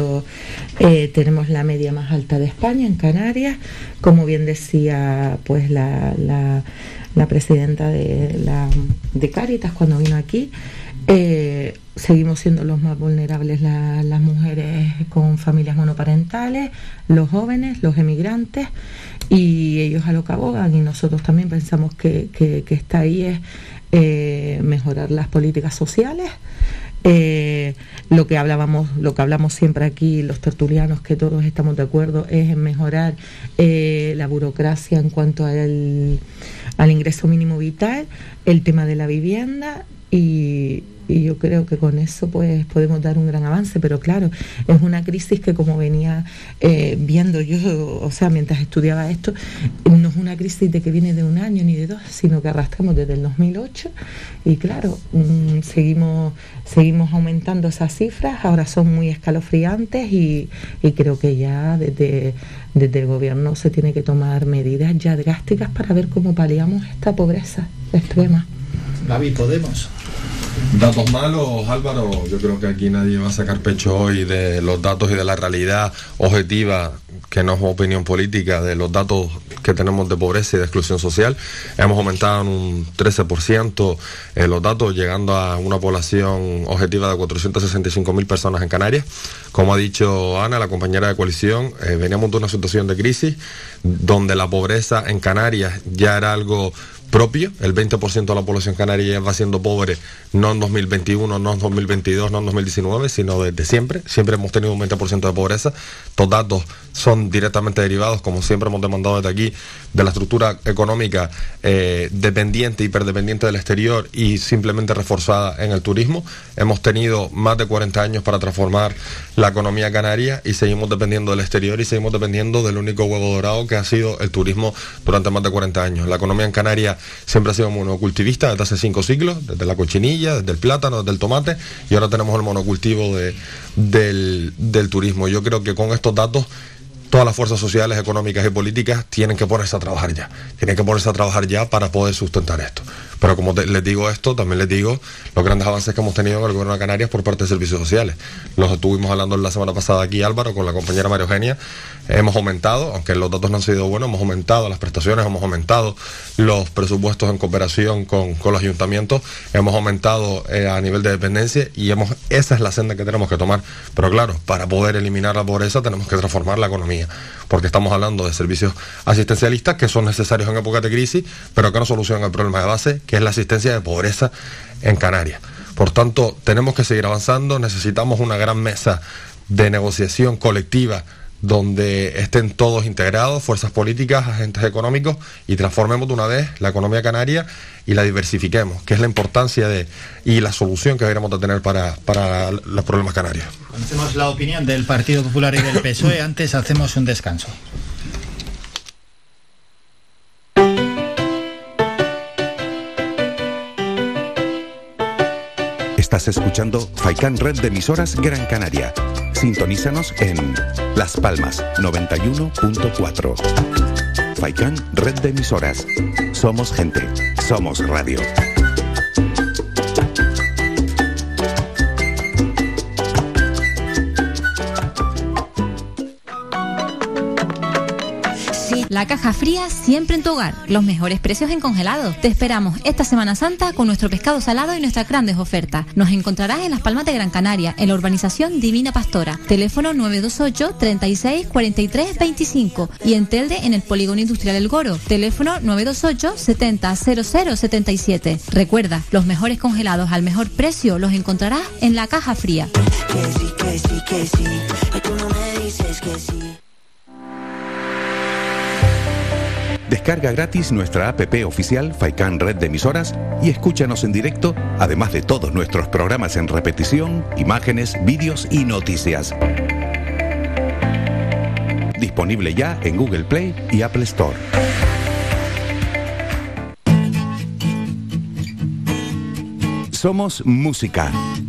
tenemos la media más alta de España en Canarias, como bien decía pues la presidenta de Cáritas cuando vino aquí. Seguimos siendo los más vulnerables las mujeres con familias monoparentales, los jóvenes, los emigrantes, y ellos a lo que abogan, y nosotros también pensamos que está ahí es mejorar las políticas sociales. Lo que hablamos siempre aquí los tertulianos, que todos estamos de acuerdo, es en mejorar la burocracia en cuanto al ingreso mínimo vital, el tema de la vivienda, y yo creo que con eso pues podemos dar un gran avance. Pero claro, es una crisis que, como venía viendo yo, o sea, mientras estudiaba esto, no es una crisis de que viene de un año ni de dos, sino que arrastramos desde el 2008, y claro, seguimos aumentando esas cifras, ahora son muy escalofriantes, y creo que ya desde el gobierno se tiene que tomar medidas ya drásticas para ver cómo paliamos esta pobreza extrema. David, ¿podemos? Datos malos, Álvaro. Yo creo que aquí nadie va a sacar pecho hoy de los datos y de la realidad objetiva, que no es opinión política, de los datos que tenemos de pobreza y de exclusión social. Hemos aumentado en un 13% los datos, llegando a una población objetiva de 465.000 personas en Canarias. Como ha dicho Ana, la compañera de coalición, veníamos de una situación de crisis donde la pobreza en Canarias ya era algo propio. El 20% de la población canaria ya va siendo pobre, no en 2021, no en 2022, no en 2019, sino desde siempre. Siempre hemos tenido un 20% de pobreza. Estos datos son directamente derivados, como siempre hemos demandado desde aquí, de la estructura económica dependiente, hiperdependiente del exterior y simplemente reforzada en el turismo. Hemos tenido más de 40 años para transformar la economía canaria y seguimos dependiendo del exterior y seguimos dependiendo del único huevo dorado que ha sido el turismo durante más de 40 años. La economía en Canarias siempre ha sido monocultivista desde hace 5 siglos, desde la cochinilla, desde el plátano, desde el tomate, y ahora tenemos el monocultivo del turismo. Yo creo que con estos datos todas las fuerzas sociales, económicas y políticas tienen que ponerse a trabajar ya para poder sustentar esto. Pero como les digo esto, también les digo los grandes avances que hemos tenido en el gobierno de Canarias por parte de servicios sociales. Los estuvimos hablando la semana pasada aquí, Álvaro, con la compañera María Eugenia. Hemos aumentado, aunque los datos no han sido buenos, hemos aumentado las prestaciones, hemos aumentado los presupuestos en cooperación con los ayuntamientos, hemos aumentado a nivel de dependencia, y esa es la senda que tenemos que tomar. Pero claro, para poder eliminar la pobreza tenemos que transformar la economía, porque estamos hablando de servicios asistencialistas que son necesarios en épocas de crisis, pero que no solucionan el problema de base, que es la asistencia de pobreza en Canarias. Por tanto, tenemos que seguir avanzando, necesitamos una gran mesa de negociación colectiva donde estén todos integrados, fuerzas políticas, agentes económicos, y transformemos de una vez la economía canaria y la diversifiquemos, que es la importancia y la solución que deberíamos de tener para los problemas canarios. Conocemos la opinión del Partido Popular y del PSOE. Antes hacemos un descanso. Estás escuchando Faikan Red de Emisoras Gran Canaria. Sintonízanos en Las Palmas 91.4. Faikan Red de Emisoras. Somos gente. Somos radio. La Caja Fría siempre en tu hogar. Los mejores precios en congelados. Te esperamos esta Semana Santa con nuestro pescado salado y nuestras grandes ofertas. Nos encontrarás en Las Palmas de Gran Canaria, en la urbanización Divina Pastora. Teléfono 928 36 43 25 y en Telde, en el Polígono Industrial El Goro. Teléfono 928 70 00 77. Recuerda, los mejores congelados al mejor precio los encontrarás en La Caja Fría. Que sí, tú no me dices que sí. Descarga gratis nuestra app oficial Faikan Red de Emisoras y escúchanos en directo, además de todos nuestros programas en repetición, imágenes, vídeos y noticias. Disponible ya en Google Play y Apple Store. Somos música.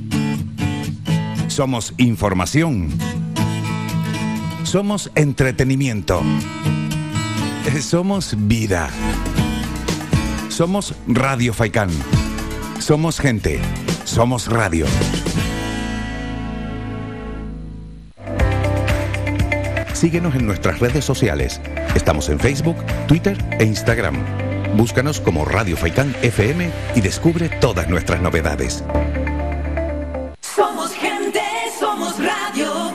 Somos información. Somos entretenimiento. Somos vida. Somos Radio Faikan. Somos gente. Somos radio. Síguenos en nuestras redes sociales. Estamos en Facebook, Twitter e Instagram. Búscanos como Radio Faikan FM y descubre todas nuestras novedades. Somos gente, somos radio.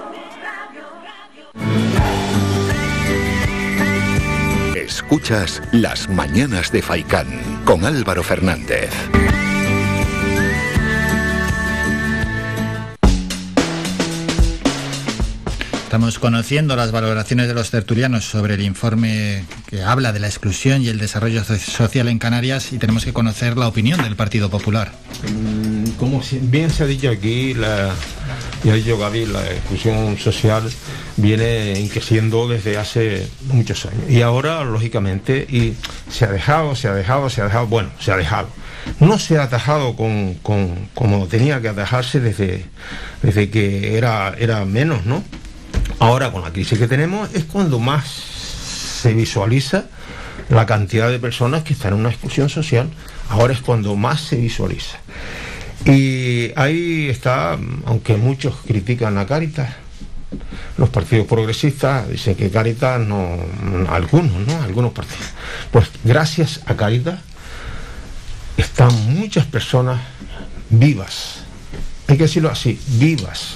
Escuchas Las Mañanas de Faikan con Álvaro Fernández. Estamos conociendo las valoraciones de los tertulianos sobre el informe que habla de la exclusión y el desarrollo social en Canarias, y tenemos que conocer la opinión del Partido Popular. Como bien se ha dicho aquí, y ha dicho Gaby, la exclusión social viene creciendo desde hace muchos años. Y ahora, lógicamente, y se ha dejado, bueno, se ha dejado. No se ha atajado como tenía que atajarse desde que era menos, ¿no? Ahora, con la crisis que tenemos, es cuando más se visualiza la cantidad de personas que están en una exclusión social. Ahora es cuando más se visualiza. Y ahí está, aunque muchos critican a Cáritas, los partidos progresistas dicen que Cáritas no, algunos partidos. Pues gracias a Cáritas están muchas personas vivas, hay que decirlo así, vivas.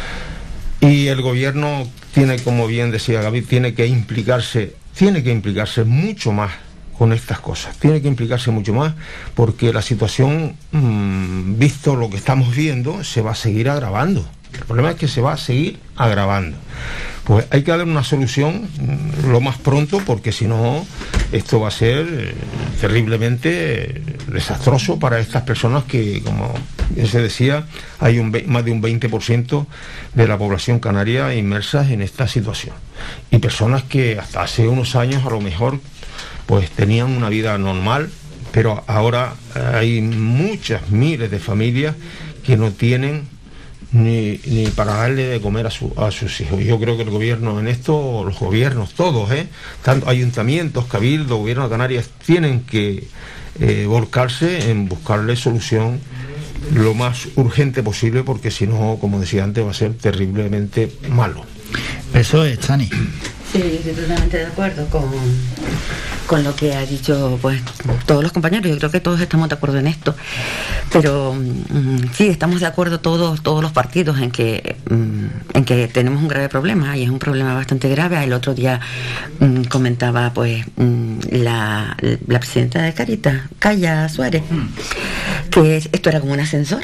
Y el gobierno tiene, como bien decía Gaby, tiene que implicarse mucho más con estas cosas, tiene que implicarse mucho más, porque la situación, visto lo que estamos viendo, se va a seguir agravando. El problema es que se va a seguir agravando. Pues hay que dar una solución lo más pronto, porque si no, esto va a ser terriblemente desastroso para estas personas que, como se decía, hay más de un 20% de la población canaria inmersas en esta situación. Y personas que hasta hace unos años a lo mejor pues tenían una vida normal, pero ahora hay muchas miles de familias que no tienen ni para darle de comer a sus hijos. Yo creo que el gobierno en esto, los gobiernos todos, tanto ayuntamientos, cabildo, gobierno de Canarias, tienen que volcarse en buscarle solución lo más urgente posible, porque si no, como decía antes, va a ser terriblemente malo. Eso es, Chani. Sí, estoy totalmente de acuerdo con lo que ha dicho pues todos los compañeros. Yo creo que todos estamos de acuerdo en esto, pero sí, estamos de acuerdo todos los partidos en que tenemos un grave problema, y es un problema bastante grave. El otro día comentaba pues la presidenta de Cáritas, Calla Suárez, que esto era como un ascensor,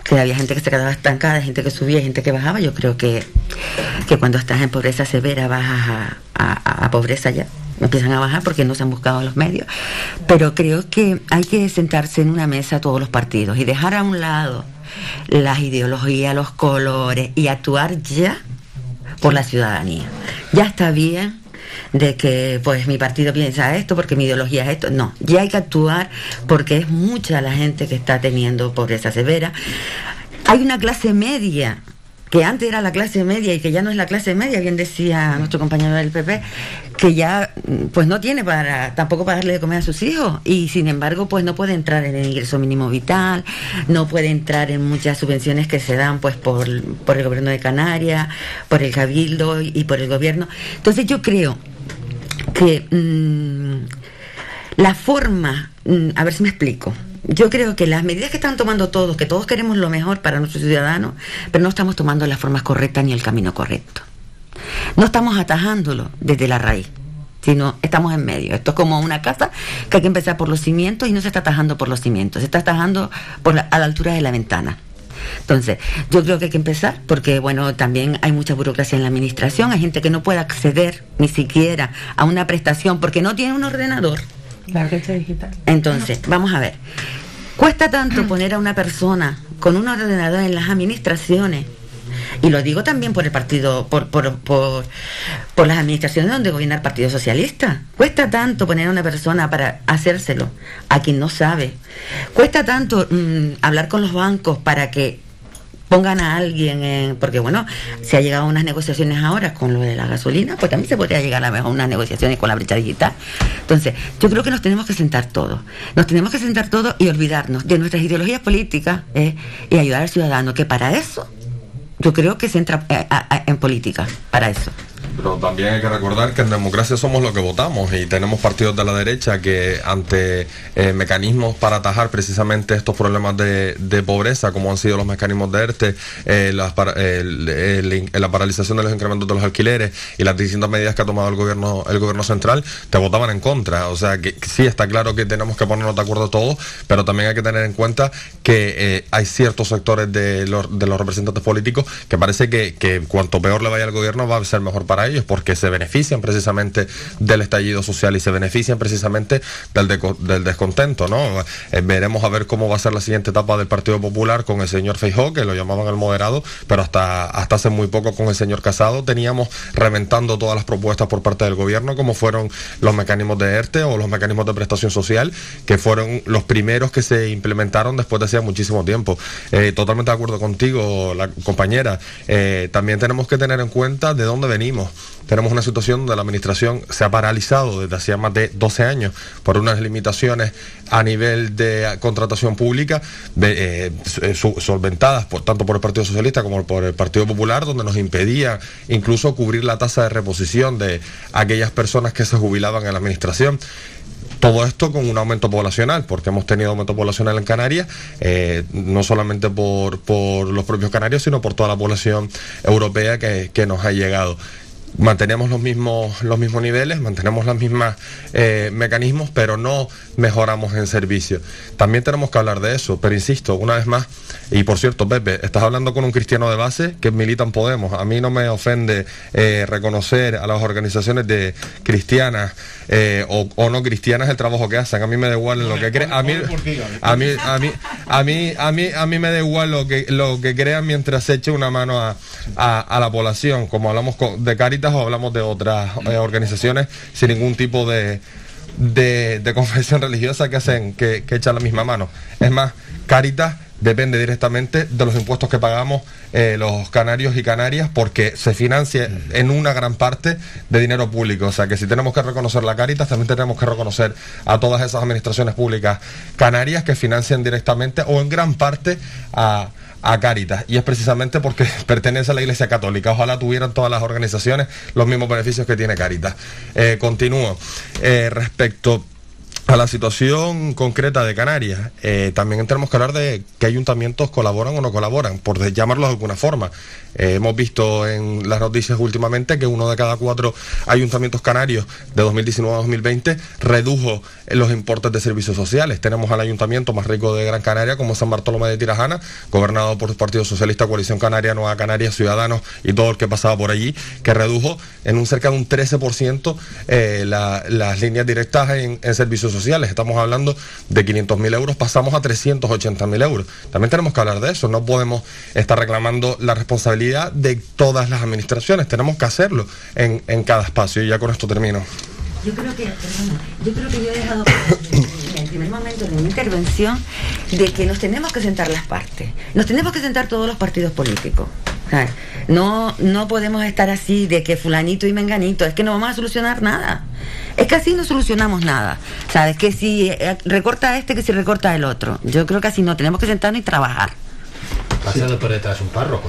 que había gente que se quedaba estancada, gente que subía, gente que bajaba. Yo creo que cuando estás en pobreza severa bajas a pobreza ya, empiezan a bajar porque no se han buscado los medios. Pero creo que hay que sentarse en una mesa todos los partidos y dejar a un lado las ideologías, los colores y actuar ya por la ciudadanía. Ya está bien de que pues mi partido piensa esto porque mi ideología es esto. No, ya hay que actuar porque es mucha la gente que está teniendo pobreza severa. Hay una clase media que antes era la clase media y que ya no es la clase media, bien decía nuestro compañero del PP, que ya pues no tiene tampoco para darle de comer a sus hijos, y sin embargo pues no puede entrar en el ingreso mínimo vital, no puede entrar en muchas subvenciones que se dan pues por el gobierno de Canarias, por el Cabildo y por el gobierno. Entonces yo creo que la forma, a ver si me explico. Yo creo que las medidas que están tomando todos, que todos queremos lo mejor para nuestros ciudadanos, pero no estamos tomando las formas correctas ni el camino correcto. No estamos atajándolo desde la raíz, sino estamos en medio. Esto es como una casa que hay que empezar por los cimientos y no se está atajando por los cimientos, se está atajando a la altura de la ventana. Entonces, yo creo que hay que empezar porque, bueno, también hay mucha burocracia en la administración, hay gente que no puede acceder ni siquiera a una prestación porque no tiene un ordenador. La brecha digital. Entonces, vamos a ver. Cuesta tanto poner a una persona con un ordenador en las administraciones, y lo digo también por el partido, por las administraciones donde gobierna el Partido Socialista. Cuesta tanto poner a una persona para hacérselo a quien no sabe. Cuesta tanto hablar con los bancos para que pongan a alguien, porque bueno, se ha llegado a unas negociaciones ahora con lo de la gasolina, pues también se podría llegar a unas negociaciones con la brecha digital. Entonces, yo creo que nos tenemos que sentar todos y olvidarnos de nuestras ideologías políticas y ayudar al ciudadano, que para eso yo creo que se entra en política, para eso. Pero también hay que recordar que en democracia somos lo que votamos y tenemos partidos de la derecha que ante mecanismos para atajar precisamente estos problemas de pobreza, como han sido los mecanismos de ERTE, la paralización de los incrementos de los alquileres y las distintas medidas que ha tomado el gobierno central, te votaban en contra. O sea que sí, está claro que tenemos que ponernos de acuerdo todos, pero también hay que tener en cuenta que hay ciertos sectores de los representantes políticos que parece que cuanto peor le vaya al gobierno va a ser mejor para ellos, porque se benefician precisamente del estallido social y se benefician precisamente del descontento, ¿no? Veremos a ver cómo va a ser la siguiente etapa del Partido Popular con el señor Feijóo, que lo llamaban el moderado, pero hasta hace muy poco con el señor Casado teníamos reventando todas las propuestas por parte del gobierno, como fueron los mecanismos de ERTE o los mecanismos de prestación social, que fueron los primeros que se implementaron después de hacía muchísimo tiempo. Totalmente de acuerdo contigo, la compañera. También tenemos que tener en cuenta de dónde venimos. Tenemos una situación donde la administración se ha paralizado desde hacía más de 12 años por unas limitaciones a nivel de contratación pública solventadas tanto por el Partido Socialista como por el Partido Popular, donde nos impedía incluso cubrir la tasa de reposición de aquellas personas que se jubilaban en la administración. Todo esto con un aumento poblacional, porque hemos tenido aumento poblacional en Canarias, no solamente por los propios canarios, sino por toda la población europea que nos ha llegado. Mantenemos los mismos niveles, mantenemos los mismos mecanismos, pero no mejoramos en servicio. También tenemos que hablar de eso, pero insisto, una vez más, y por cierto, Pepe, estás hablando con un cristiano de base que milita en Podemos. A mí no me ofende reconocer a las organizaciones de cristianas o no cristianas el trabajo que hacen. A mí me da igual en lo que crean. A mí me da igual lo que crean mientras se eche una mano a la población, como hablamos de Cáritas o hablamos de otras organizaciones sin ningún tipo de confesión religiosa que echan la misma mano. Es más, Cáritas depende directamente de los impuestos que pagamos los canarios y canarias, porque se financia en una gran parte de dinero público. O sea que si tenemos que reconocer la Cáritas, también tenemos que reconocer a todas esas administraciones públicas canarias que financian directamente o en gran parte a Cáritas, y es precisamente porque pertenece a la Iglesia Católica. Ojalá tuvieran todas las organizaciones los mismos beneficios que tiene Cáritas. Continúo. Respecto a la situación concreta de Canarias, también tenemos que hablar de qué ayuntamientos colaboran o no colaboran, por llamarlos de alguna forma. Hemos visto en las noticias últimamente que 1 de cada 4 ayuntamientos canarios de 2019 a 2020 redujo los importes de servicios sociales. Tenemos al ayuntamiento más rico de Gran Canaria, como San Bartolomé de Tirajana, gobernado por el Partido Socialista, Coalición Canaria, Nueva Canarias, Ciudadanos y todo el que pasaba por allí, que redujo en un cerca de un 13% las líneas directas en servicios sociales. Estamos hablando de 500.000 euros, pasamos a 380.000 euros. También tenemos que hablar de eso. No podemos estar reclamando la responsabilidad de todas las administraciones. Tenemos que hacerlo en cada espacio. Y ya con esto termino. Yo creo que yo he dejado en el primer momento de mi intervención de que nos tenemos que sentar las partes. Nos tenemos que sentar todos los partidos políticos. ¿Sabes? No podemos estar así de que fulanito y menganito. Es que no vamos a solucionar nada. Es que así no solucionamos nada. ¿Sabes? Que si recorta que si recorta el otro. Yo creo que así no. Tenemos que sentarnos y trabajar. Pasando por detrás un párroco,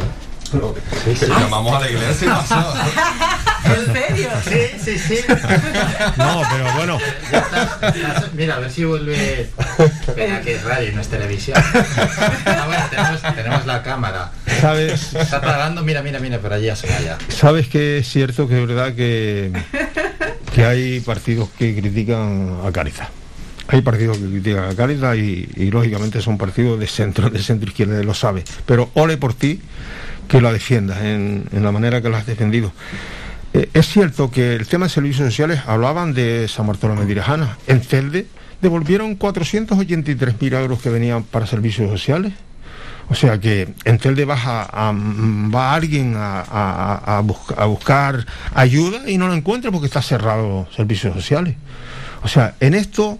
Sí. Llamamos a la iglesia y pasó. ¿En serio? Sí. No, pero bueno. Mira, a ver si vuelve. Venga, que es radio y no es televisión. Bueno, tenemos la cámara. ¿Sabes? Está apagando, mira, por allí asoma ya. Sabes que es cierto que es verdad que hay partidos que critican a Cáritas. Hay partidos que critican a Cáritas y lógicamente son partidos de centro izquierda, lo sabes. Pero ole por ti que la defiendas en la manera que la has defendido. Es cierto que el tema de servicios sociales, hablaban de San Bartolomé de Tirajana. En Celde devolvieron 483.000 euros que venían para servicios sociales. O sea que en Telde va alguien a buscar ayuda y no lo encuentra porque está cerrado servicios sociales. O sea, en esto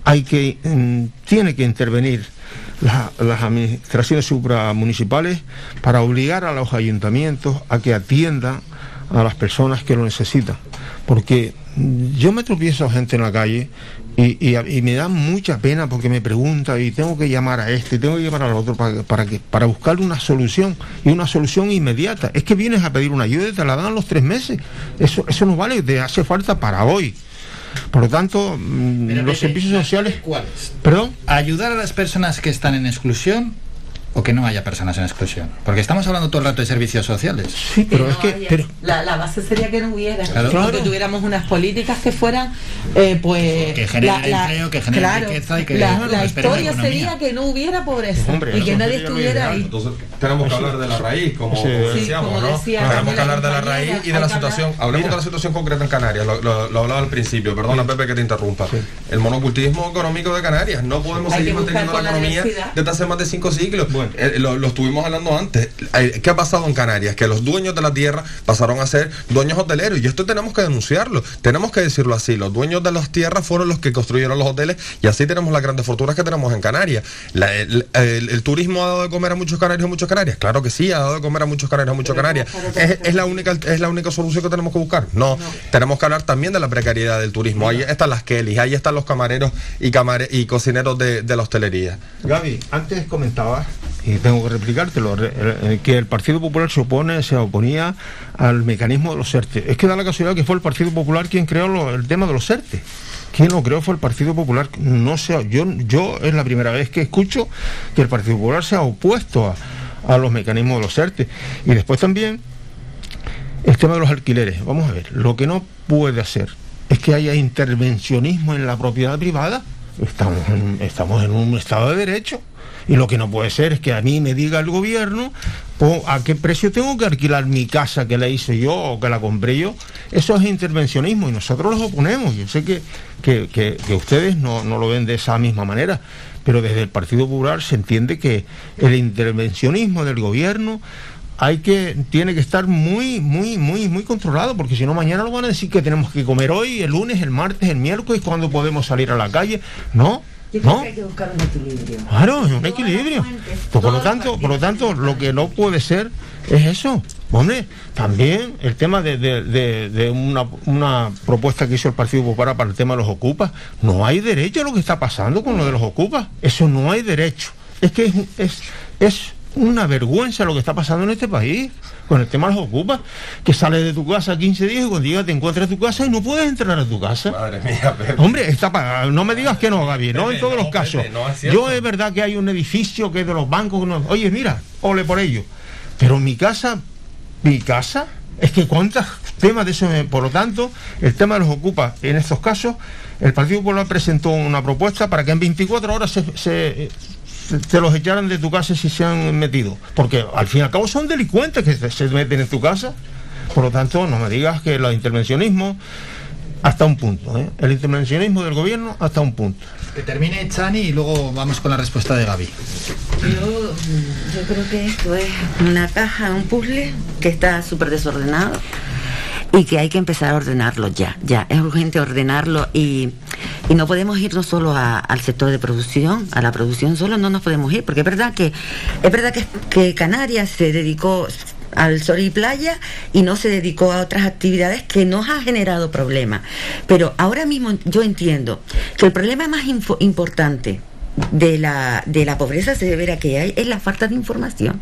tiene que intervenir las administraciones supramunicipales para obligar a los ayuntamientos a que atiendan a las personas que lo necesitan. Porque yo me tropiezo a gente en la calle y me da mucha pena porque me pregunta y tengo que llamar a este, tengo que llamar al otro para buscarle una solución, y una solución inmediata. Es que vienes a pedir una ayuda y te la dan a los 3 meses. Eso no vale, te hace falta para hoy. Por lo tanto, los servicios sociales... ¿Cuáles? ¿Perdón? Ayudar a las personas que están en exclusión o que no haya personas en exclusión. Porque estamos hablando todo el rato de servicios sociales. Sí, pero es que... La base sería que no hubiera. Claro. Que tuviéramos unas políticas que fueran, pues... Que generen empleo, que generen riqueza y que... La historia sería que no hubiera pobreza, y que nadie estuviera ahí. Entonces tenemos que hablar de la raíz, como decíamos, ¿no? Tenemos que hablar de la raíz y de la situación. Hablemos de la situación concreta en Canarias. Lo hablaba al princilo, perdona Pepe que te interrumpa. El monocultivismo económico de Canarias. No podemos seguir manteniendo la economía desde hace más de 5 siglos. Lo estuvimos hablando antes. ¿Qué ha pasado en Canarias? Que los dueños de la tierra pasaron a ser dueños hoteleros, y esto tenemos que denunciarlo, tenemos que decirlo así. Los dueños de las tierras fueron los que construyeron los hoteles, y así tenemos las grandes fortunas que tenemos en Canarias. ¿El turismo ha dado de comer a muchos canarios? Claro que sí, ha dado de comer a muchos canarios. ¿Es la única solución que tenemos que buscar? No. Tenemos que hablar también de la precariedad del turismo. Ahí están las Kellys, ahí están los camareros y cocineros de la hostelería. Gaby, antes comentabas, y tengo que replicártelo, que el Partido Popular se oponía al mecanismo de los ERTE. Es que da la casualidad que fue el Partido Popular quien creó el tema de los ERTE. Quien lo creó fue el Partido Popular. No sé, yo es la primera vez que escucho que el Partido Popular se ha opuesto a los mecanismos de los ERTE. Y después también el tema de los alquileres. Vamos a ver, lo que no puede hacer es que haya intervencionismo en la propiedad privada. Estamos en un Estado de Derecho. Y lo que no puede ser es que a mí me diga el gobierno a qué precio tengo que alquilar mi casa que la hice yo o que la compré yo. Eso es intervencionismo y nosotros los oponemos. Yo sé que ustedes no lo ven de esa misma manera, pero desde el Partido Popular se entiende que el intervencionismo del gobierno tiene que estar muy controlado, porque si no mañana lo van a decir que tenemos que comer hoy, el lunes, el martes, el miércoles, cuando podemos salir a la calle. No. Yo creo que hay que buscar un equilibrio. Claro, es un equilibrio. Por lo tanto, lo que no puede ser es eso. Hombre, también el tema de una propuesta que hizo el Partido Popular para el tema de los ocupas. No hay derecho a lo que está pasando con lo de los ocupas. Eso no hay derecho. Es que es una vergüenza lo que está pasando en este país con el tema de los ocupas, que sales de tu casa 15 días y cuando llegas te encuentras en tu casa y no puedes entrar a tu casa. Madre mía, Pepe. Hombre, está pagado. No me digas que no, Gaby, no en todos los casos. Pepe, no es yo es verdad que hay un edificio que es de los bancos, no, oye, mira, ole por ello. Pero mi casa, es que cuántos temas de eso, por lo tanto, el tema de los ocupas, en estos casos, el Partido Popular presentó una propuesta para que en 24 horas te los echaran de tu casa si se han metido, porque al fin y al cabo son delincuentes que se meten en tu casa. Por lo tanto, no me digas que el intervencionismo hasta un punto, el intervencionismo del gobierno hasta un punto. Que termine Chani y luego vamos con la respuesta de Gaby. Yo creo que esto es una caja, un puzzle que está súper desordenado y que hay que empezar a ordenarlo ya es urgente ordenarlo y no podemos irnos solo al sector de producción, a la producción solo no nos podemos ir, porque es verdad que Canarias se dedicó al sol y playa y no se dedicó a otras actividades que nos ha generado problemas, pero ahora mismo yo entiendo que el problema más importante de la pobreza severa que hay es la falta de información.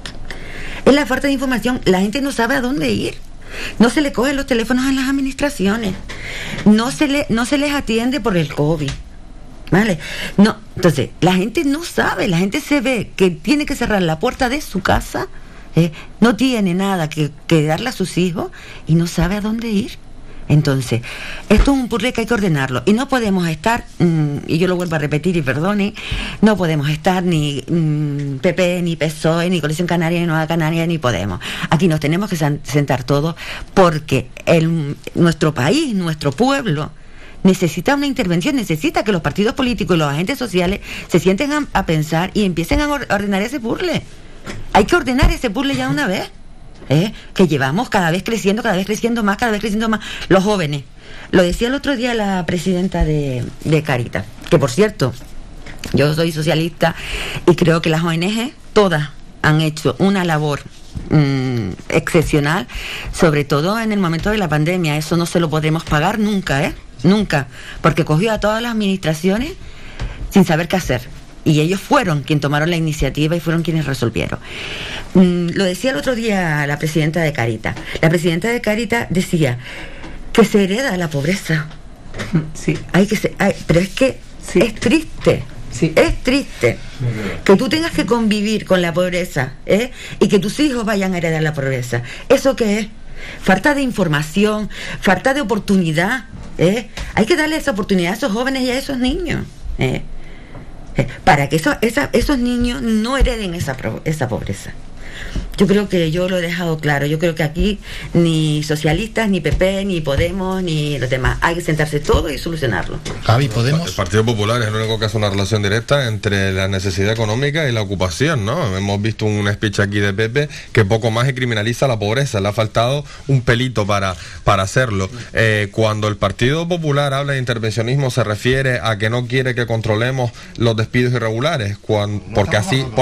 La gente no sabe a dónde ir. No se le cogen los teléfonos en las administraciones. No se les atiende por el COVID. ¿Vale? No, entonces, la gente no sabe, la gente se ve que tiene que cerrar la puerta de su casa, no tiene nada que darle a sus hijos y no sabe a dónde ir. Entonces, esto es un puzzle que hay que ordenarlo y no podemos estar, y yo lo vuelvo a repetir y perdone, no podemos estar ni PP, ni PSOE, ni Coalición Canaria, ni Nueva Canaria, ni Podemos. Aquí nos tenemos que sentar todos porque nuestro país, nuestro pueblo necesita una intervención, necesita que los partidos políticos y los agentes sociales se sienten a pensar y empiecen a ordenar ese puzzle. Hay que ordenar ese puzzle ya una vez. Que llevamos cada vez creciendo más los jóvenes. Lo decía el otro día la presidenta de Caritas, que por cierto, yo soy socialista y creo que las ONG todas han hecho una labor excepcional, sobre todo en el momento de la pandemia. Eso no se lo podemos pagar nunca, porque cogió a todas las administraciones sin saber qué hacer. Y ellos fueron quienes tomaron la iniciativa y fueron quienes resolvieron. Lo decía el otro día la presidenta de Caritas. La presidenta de Caritas decía que se hereda la pobreza. Sí. Pero es que sí. Es triste. Sí. Es triste que tú tengas que convivir con la pobreza, y que tus hijos vayan a heredar la pobreza. ¿Eso qué es? Falta de información, falta de oportunidad. Hay que darle esa oportunidad a esos jóvenes y a esos niños. Para que esos niños no hereden esa pobreza. Yo creo que yo lo he dejado claro. Yo creo que aquí ni socialistas, ni PP, ni Podemos, ni los demás. Hay que sentarse todos y solucionarlo. Javi, ¿Podemos? El Partido Popular es el único que hace una relación directa entre la necesidad económica y la ocupación, ¿no? Hemos visto un speech aquí de Pepe que poco más y criminaliza la pobreza. Le ha faltado un pelito para hacerlo. Cuando el Partido Popular habla de intervencionismo se refiere a que no quiere que controlemos los despidos irregulares, porque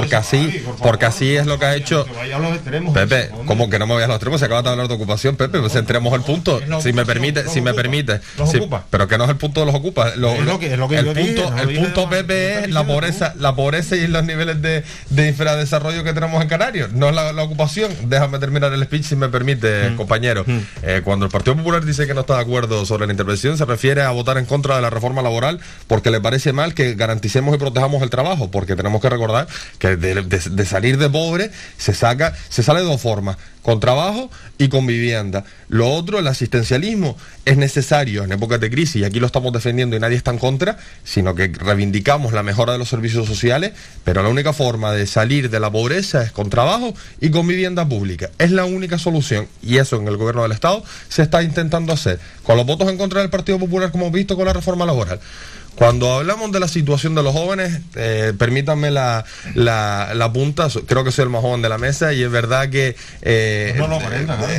así es lo que ha hecho. Pepe, ¿cómo que no me voy a los extremos? Se acaba de hablar de ocupación, Pepe, pues entremos al punto. Si me permite. Pero que no es el punto de los ocupas. El punto, Pepe, es la pobreza y los niveles de infradesarrollo que tenemos en Canarias. No es la ocupación. Déjame terminar el speech si me permite, compañero. Cuando el Partido Popular dice que no está de acuerdo sobre la intervención, se refiere a votar en contra de la reforma laboral porque le parece mal que garanticemos y protejamos el trabajo, porque tenemos que recordar que de salir de pobre se sale de dos formas: con trabajo y con vivienda. Lo otro, el asistencialismo, es necesario en épocas de crisis, y aquí lo estamos defendiendo y nadie está en contra, sino que reivindicamos la mejora de los servicios sociales, pero la única forma de salir de la pobreza es con trabajo y con vivienda pública. Es la única solución, y eso en el gobierno del Estado se está intentando hacer, con los votos en contra del Partido Popular, como hemos visto con la reforma laboral. Cuando hablamos de la situación de los jóvenes, permítanme la punta. Creo que soy el más joven de la mesa y es verdad que... no lo aparenta, ¿no?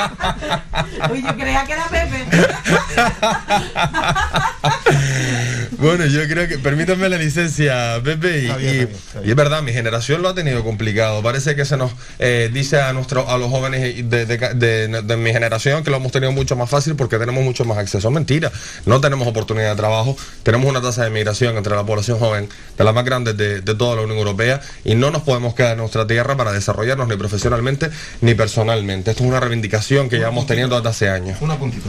Uy, yo creía que era Pepe. Bueno, yo creo que, permítanme la licencia, Pepe, y es verdad, mi generación lo ha tenido complicado. Parece que se nos dice a los jóvenes de mi generación que lo hemos tenido mucho más fácil porque tenemos mucho más acceso. Mentira, no tenemos oportunidad de trabajo, tenemos una tasa de migración entre la población joven de las más grandes de toda la Unión Europea y no nos podemos quedar en nuestra tierra para desarrollarnos ni profesionalmente ni personalmente. Esto es una reivindicación que llevamos teniendo desde hace años. Un apuntito.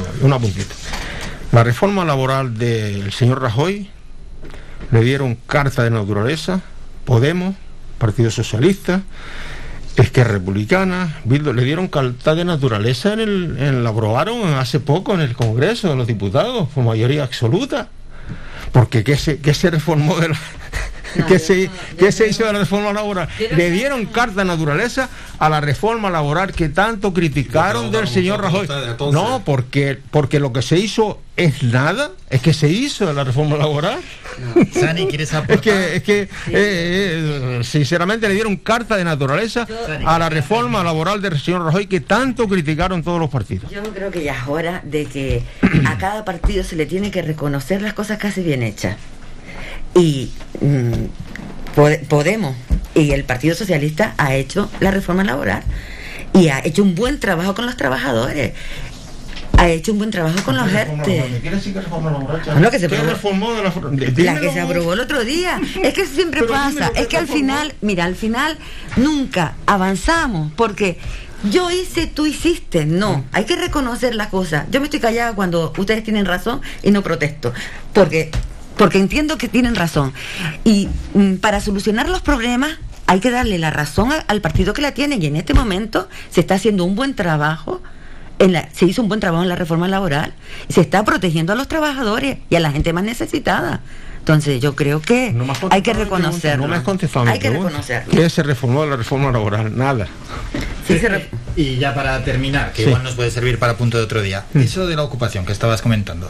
La reforma laboral del señor Rajoy le dieron carta de naturaleza Podemos, Partido Socialista, Esquerra Republicana, Bildu, le dieron carta de naturaleza la aprobaron hace poco en el Congreso de los Diputados por mayoría absoluta. Porque ¿qué se reformó de la... ¿Qué se hizo de la reforma laboral? Le dieron carta de naturaleza a la reforma laboral que tanto criticaron del señor Rajoy. No, porque lo que se hizo es nada. Es que se hizo de la reforma laboral. Sani, ¿quieres aportar? Es que sinceramente le dieron carta de naturaleza a la reforma laboral del señor Rajoy que tanto criticaron todos los partidos. Yo creo que ya es hora de que a cada partido se le tiene que reconocer las cosas que hace bien hechas. Y Podemos y el Partido Socialista ha hecho la reforma laboral y ha hecho un buen trabajo con los trabajadores, ha hecho un buen trabajo con los ERTE. ¿Quiere decir que reforma laboral? No, que se reformó de la que se aprobó el otro día. Es que siempre pasa, es que al final nunca avanzamos porque yo hice, tú hiciste. No, hay que reconocer las cosas. Yo me estoy callada cuando ustedes tienen razón y no protesto porque entiendo que tienen razón. Y para solucionar los problemas hay que darle la razón al partido que la tiene. Y en este momento se está haciendo un buen trabajo. Se hizo un buen trabajo en la reforma laboral. Se está protegiendo a los trabajadores y a la gente más necesitada. Entonces yo creo que hay que reconocerlo. No me has contestado mi pregunta. ¿Qué se reformó de la reforma laboral? Nada. Sí, y ya para terminar, que igual nos puede servir para punto de otro día. Eso de la ocupación que estabas comentando.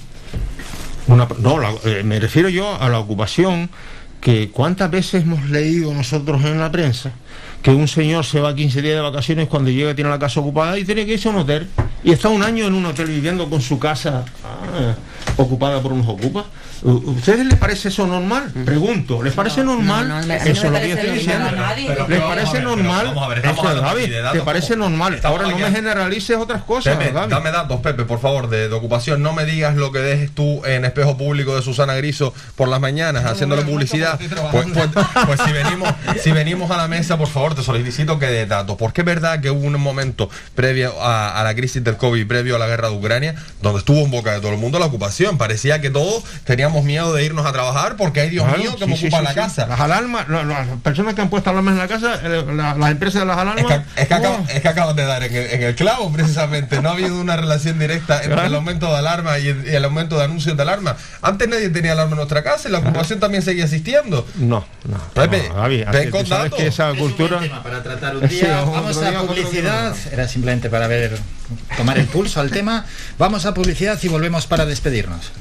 Me refiero yo a la ocupación, que cuántas veces hemos leído nosotros en la prensa que un señor se va 15 días de vacaciones, cuando llega tiene la casa ocupada y tiene que irse a un hotel y está un año en un hotel viviendo con su casa ocupada por unos ocupas. ¿Ustedes les parece eso normal? Pregunto, ¿les parece normal? Eso es lo que yo estoy diciendo. ¿Les parece normal? ¿Te parece normal? Ahora no me generalices otras cosas. Pepe, dame datos, Pepe, por favor, de ocupación. No me digas lo que dejes tú en Espejo Público de Susana Griso por las mañanas haciéndole publicidad. Pues si venimos a la mesa, por favor, te solicito que des datos. Porque es verdad que hubo un momento previo a la crisis del COVID, previo a la guerra de Ucrania, donde estuvo en boca de todo el mundo la ocupación. Parecía que todos teníamos miedo de irnos a trabajar porque hay Dios mío que me ocupa la casa. Las alarmas, las personas que han puesto alarmas en la casa, las empresas de las alarmas. Es que acabas de dar en el clavo, precisamente. No ha habido una relación directa entre el aumento de alarma y el aumento de anuncios de alarma. Antes nadie tenía alarma en nuestra casa y la ocupación también seguía existiendo. Pepe, ven con datos. Que esa cultura para tratar un día. Vamos a publicidad. Era simplemente para tomar el pulso al tema. Vamos a publicidad y volvemos para despedirnos.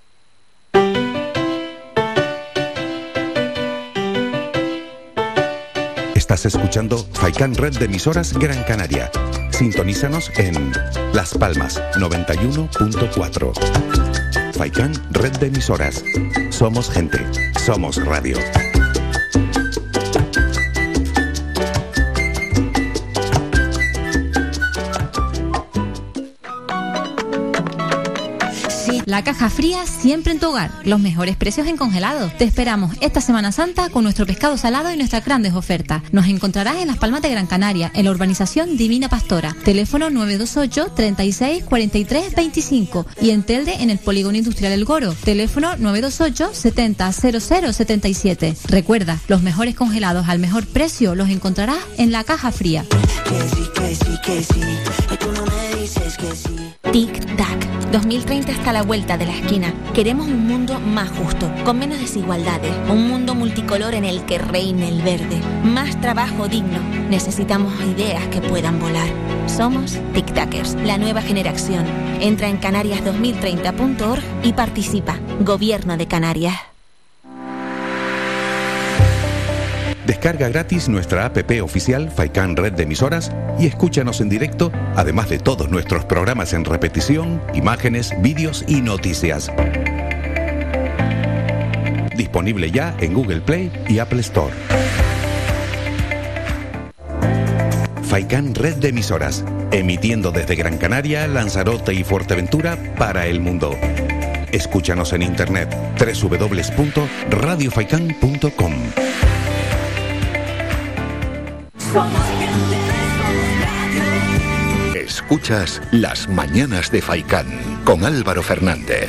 Estás escuchando Faikan Red de Emisoras Gran Canaria. Sintonízanos en Las Palmas 91.4. Faikan Red de Emisoras. Somos gente, somos radio. La Caja Fría siempre en tu hogar. Los mejores precios en congelado. Te esperamos esta Semana Santa con nuestro pescado salado y nuestras grandes ofertas. Nos encontrarás en Las Palmas de Gran Canaria, en la urbanización Divina Pastora. Teléfono 928 36 43 25 y en Telde, en el Polígono Industrial El Goro. Teléfono 928 70 00 77. Recuerda, los mejores congelados al mejor precio los encontrarás en La Caja Fría. Tic-tac. 2030 está a la vuelta de la esquina. Queremos un mundo más justo, con menos desigualdades, un mundo multicolor en el que reine el verde, más trabajo digno. Necesitamos ideas que puedan volar. Somos Tic-Tacers, la nueva generación. Entra en canarias2030.org y participa. Gobierno de Canarias. Descarga gratis nuestra app oficial Faikan Red de Emisoras y escúchanos en directo, además de todos nuestros programas en repetición, imágenes, vídeos y noticias. Disponible ya en Google Play y Apple Store. Faikan Red de Emisoras, emitiendo desde Gran Canaria, Lanzarote y Fuerteventura para el mundo. Escúchanos en internet www.radiofaikan.com. Escuchas Las Mañanas de Faikán con Álvaro Fernández.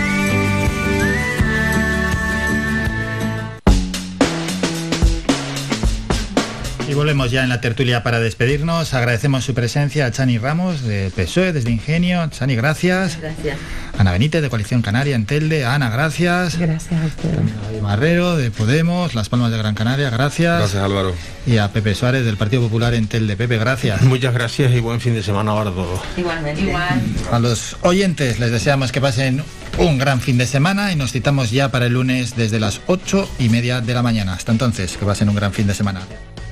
Y volvemos ya en la tertulia para despedirnos. Agradecemos su presencia a Chani Ramos de PSOE, desde Ingenio. Chani, gracias. Gracias. Ana Benítez de Coalición Canaria en Telde. Ana, gracias. Gracias a usted. David Marrero de Podemos, Las Palmas de Gran Canaria, gracias. Gracias, Álvaro. Y a Pepe Suárez del Partido Popular en Telde. Pepe, gracias. Muchas gracias y buen fin de semana para todos. Igualmente. Igual. A los oyentes les deseamos que pasen un gran fin de semana y nos citamos ya para el lunes desde las 8:30 de la mañana. Hasta entonces, que pasen un gran fin de semana.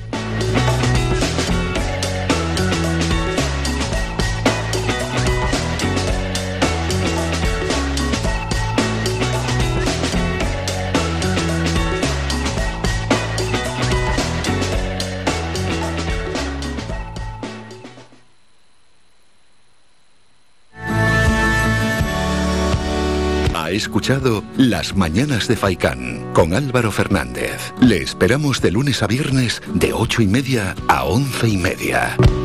Ha escuchado Las Mañanas de Faikán con Álvaro Fernández. Le esperamos de lunes a viernes de 8:30 a 11:30.